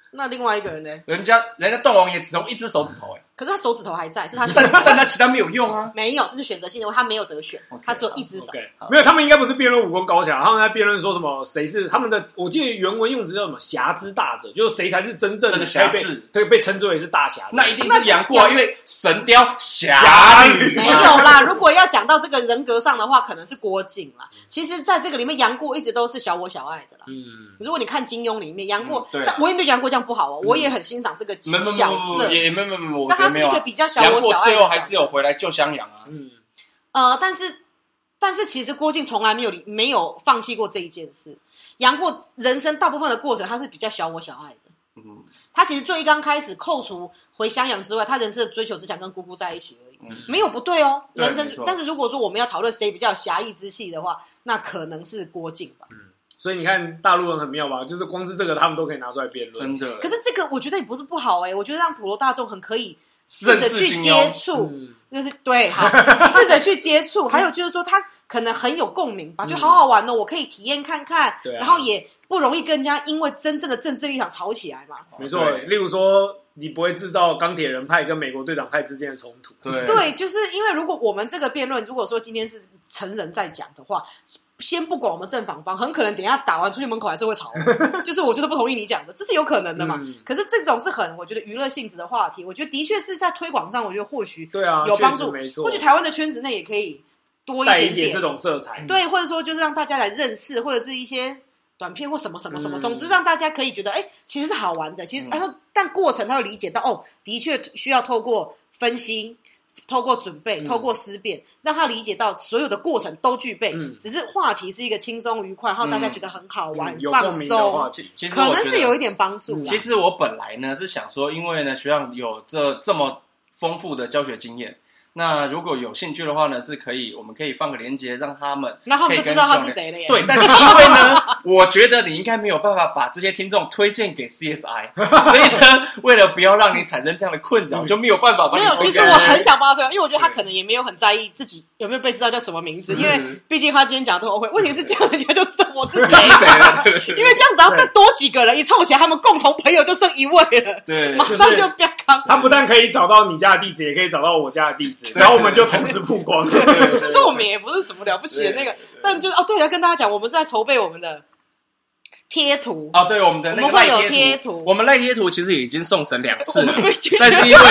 那另外一个人呢？ 人家段王爷只用一只手指头可是他手指头还在，是他选择但他其他没有用啊。 没有，这是选择性的，他没有得选，他只有一只手。 没有，他们应该不是辩论武功高强，他们在辩论说什么谁是他们的，我记得原文用词叫什么侠之大者，就是谁才是真正的侠士， 对，被称之为是大侠。 那一定是杨过，因为神雕侠侣没有啦。如果要讲到这个人格上的话，可能是郭靖啦。其实，在这个里面，杨过一直都是小我小爱的啦。如果你看金庸里面，杨过，我也没有杨过这样不好哦，我也很欣赏这个角色。 也没，我觉得他是一个比较小我小爱的， 最后还是有回来救襄阳啊。 但是其实郭靖从来没有放弃过这一件事。杨过人生大部分的过程，他是比较小我小爱的。他其实最刚开始扣除回襄阳之外，他人生的追求只想跟姑姑在一起而已，没有不对哦。人生，但是如果说我们要讨论谁比较有侠义之气的话，那可能是郭靖吧。 所以你看大陆人很妙吧，就是光是这个他们都可以拿出来辩论， 真的。 可是这个我觉得也不是不好我觉得让普罗大众很可以试着去接触，就是对，好，试着去接触。还有就是说，他可能很有共鸣吧，就好好玩哦，我可以体验看看，然后也不容易跟人家因为真正的政治立场吵起来嘛。 没错，例如说，你不会制造钢铁人派跟美国队长派之间的冲突。 对，就是因为如果我们这个辩论，如果说今天是成人在讲的话，先不管我们正反方，很可能等一下打完出去门口还是会吵，就是我就是不同意你讲的，这是有可能的嘛。可是这种是我觉得娱乐性质的话题，我觉得的确是在推广上，我觉得或许有帮助。或许台湾的圈子内也可以多带一点这种色彩， 对，或者说就是让大家来认识，或者是一些短片或什么什么什么，总之让大家可以觉得，其实是好玩的。其实，但过程他会理解到，的确需要透过分析。透过准备，透过思辨，让他理解到所有的过程都具备，只是话题是一个轻松愉快，然后大家觉得很好玩、放松， 其实可能是有一点帮助。 其实我本来呢是想说，因为呢学长有这么丰富的教学经验。那如果有兴趣的话呢，我们可以放个连结，让他们就知道他是谁了耶。 对，但是因为呢，我觉得你应该没有办法把这些听众推荐给 CSI， 所以呢，为了不要让你产生这样的困扰，就没有办法把你推荐。 没有，其实我很想帮他推荐，因为我觉得他可能也没有很在意自己有没有被知道叫什么名字，因为毕竟他今天讲的都会。问题是这样，人家就知道我是谁了。因为这样只要再多几个人一凑起来，他们共同朋友就剩一位了， 对， 马上就变康。 他不但可以找到你家的地址，也可以找到我家的地址，然后我们就同时曝光。 是说我们也不是什么了不起的那个，但就是对了，跟大家讲，我们是在筹备我们的贴图对，我们的那个我们会有贴图， 我们赖贴图其实已经送审2次了，但是因为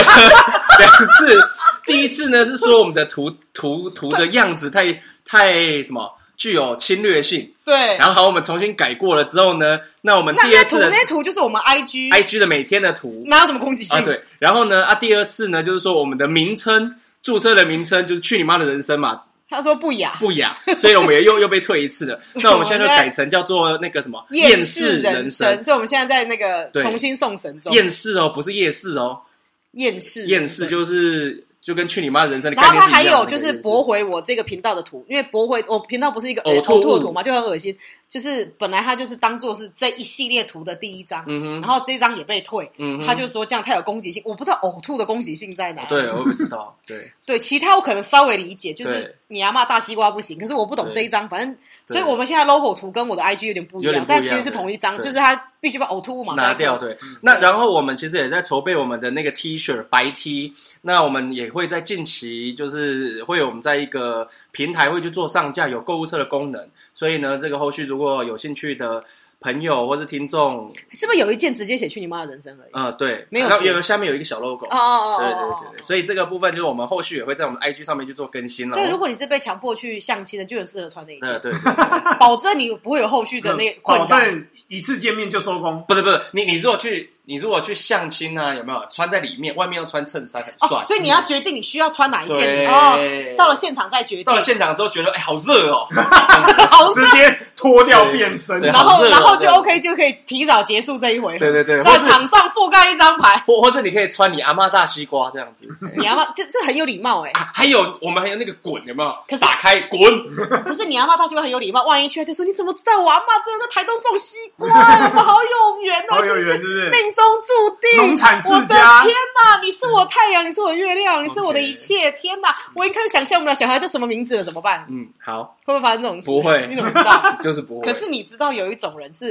2次，第一次呢是说我们的图的样子太什么具有侵略性， 对， 然后我们重新改过了之后呢，那我们第二次的那图就是我们 IG 的每天的图， 哪有什么攻击性对，然后呢第二次呢就是说我们的名称，注册的名称就是去你妈的人生嘛。 他说不雅， 所以我们也又被退一次了。那我们现在就改成叫做那个什么厌世人生， 所以我们现在在那个重新送审中。 厌世不是夜市厌世就跟去你妈的人生的概念是一样的。 然后他还有就是驳回我这个频道的图，因为驳回我频道不是一个呕吐的图嘛，就很恶心。就是本来他就是当做是这一系列图的第一张，然后这一张也被退，他就说这样太有攻击性，我不知道呕吐的攻击性在哪里。 对，我不知道。 对，其他我可能稍微理解，就是你阿嬷大西瓜不行，可是我不懂这一张，反正所以我们现在 logo 图跟我的 IG 有点不一样，但其实是同一张，就是他必须把呕吐物马赛克拿掉。对，那然后我们其实也在筹备我们的那个 T 恤白 T， 那我们也会在近期就是会有我们在一个平台会去做上架，有购物车的功能，所以呢，这个后续如果有兴趣的朋友或是听众， 是不是有一件直接写去你妈的人生而已？ 对， 没有， 下面有一个小 logo。对，所以这个部分就是我们后续也会在我们的 IG 上面去做更新了。 对，如果你是被强迫去相亲的，就很适合穿那一件。 对， 保证你不会有后续的那困扰。 保证一次见面就收工。 不是，你如果去相亲啊，有没有穿在里面，外面要穿衬衫，很帅。 所以你要决定你需要穿哪一件到了现场再决定。 到了现场之后觉得好热哦， 好热， 直接脱掉变身， 然后就 OK 就可以提早结束这一回。 对， 在场上覆盖一张牌， 或者你可以穿你阿嬷大西瓜这样子。 你阿嬷这很有礼貌我们还有那个滚有没有？ 可是打开滚。 可是你阿嬷大西瓜很有礼貌，万一去就说你怎么知道我阿嬷真的在台东种西瓜？我们好有缘哦， 好有缘，就是命中注定。 农产世家， 我的天哪！你是我太阳，你是我月亮，你是我的一切。天哪！我已经开始想象我们的小孩叫什么名字了，怎么办？ 好， 会不会发生这种事？ 不会， 你怎么知道？ 就是不会。 可是你知道有一种人是，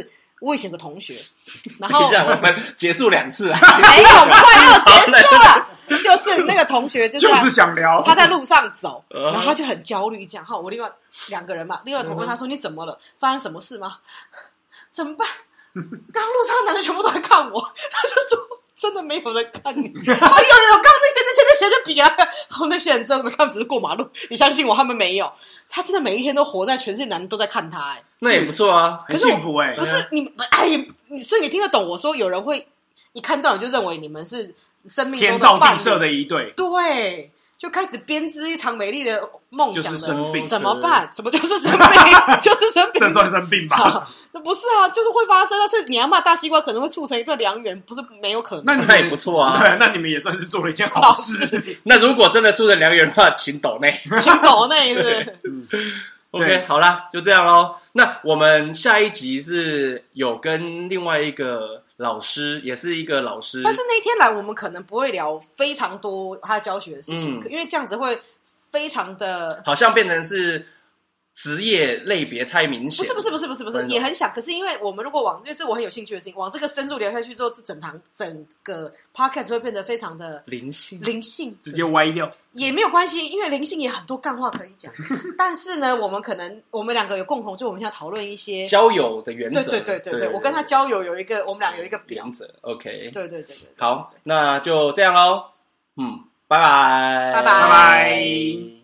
我以前有个同学，然后我们结束2次啊， 没有，快要结束了。就是那个同学， 就是想聊， 他在路上走，然后他就很焦虑，这样。我另外2个人嘛，另外同问他说：“你怎么了？发生什么事吗？怎么办？”刚路上的男的全部都在看我，他就说：“真的没有人看你。”有，刚刚那些就比啊，然后那些人真的没看，只是过马路。你相信我，他们没有。他真的每一天都活在全世界男人都在看他， 那也不错啊， 很幸福不是你，所以你听得懂我说有人会一看到你就认为你们是生命中的伴侣， 天造地设的一对， 对，就开始编织一场美丽的梦想的， 就是生病， 怎么办？什么就是生病？就是生病， 这算生病吧？ 那不是啊，就是会发生。但是你要骂大西瓜，可能会促成一段良缘，不是没有可能。 那也不错啊。 对，那你们也算是做了一件好事。 那如果真的促成良缘的话，请抖内， 请抖内是。 OK， 好啦，就这样咯。那我们下一集是有跟另外一个老师，也是一个老师， 但是那天来我们可能不会聊非常多他教学的事情，因为这样子会非常的好像变成是职业类别太明显。 不是，也很想。可是因为我们如果因为这我很有兴趣的事情，往这个深入聊下去之后，整个 podcast 会变得非常的灵性， 直接歪掉也没有关系，因为灵性也很多干话可以讲。但是呢，我们2个有共同，就我们想讨论一些交友的原则。 对，我跟他交友我们2个有一个表原则。OK， 对， 好，那就这样咯。拜拜。 拜拜。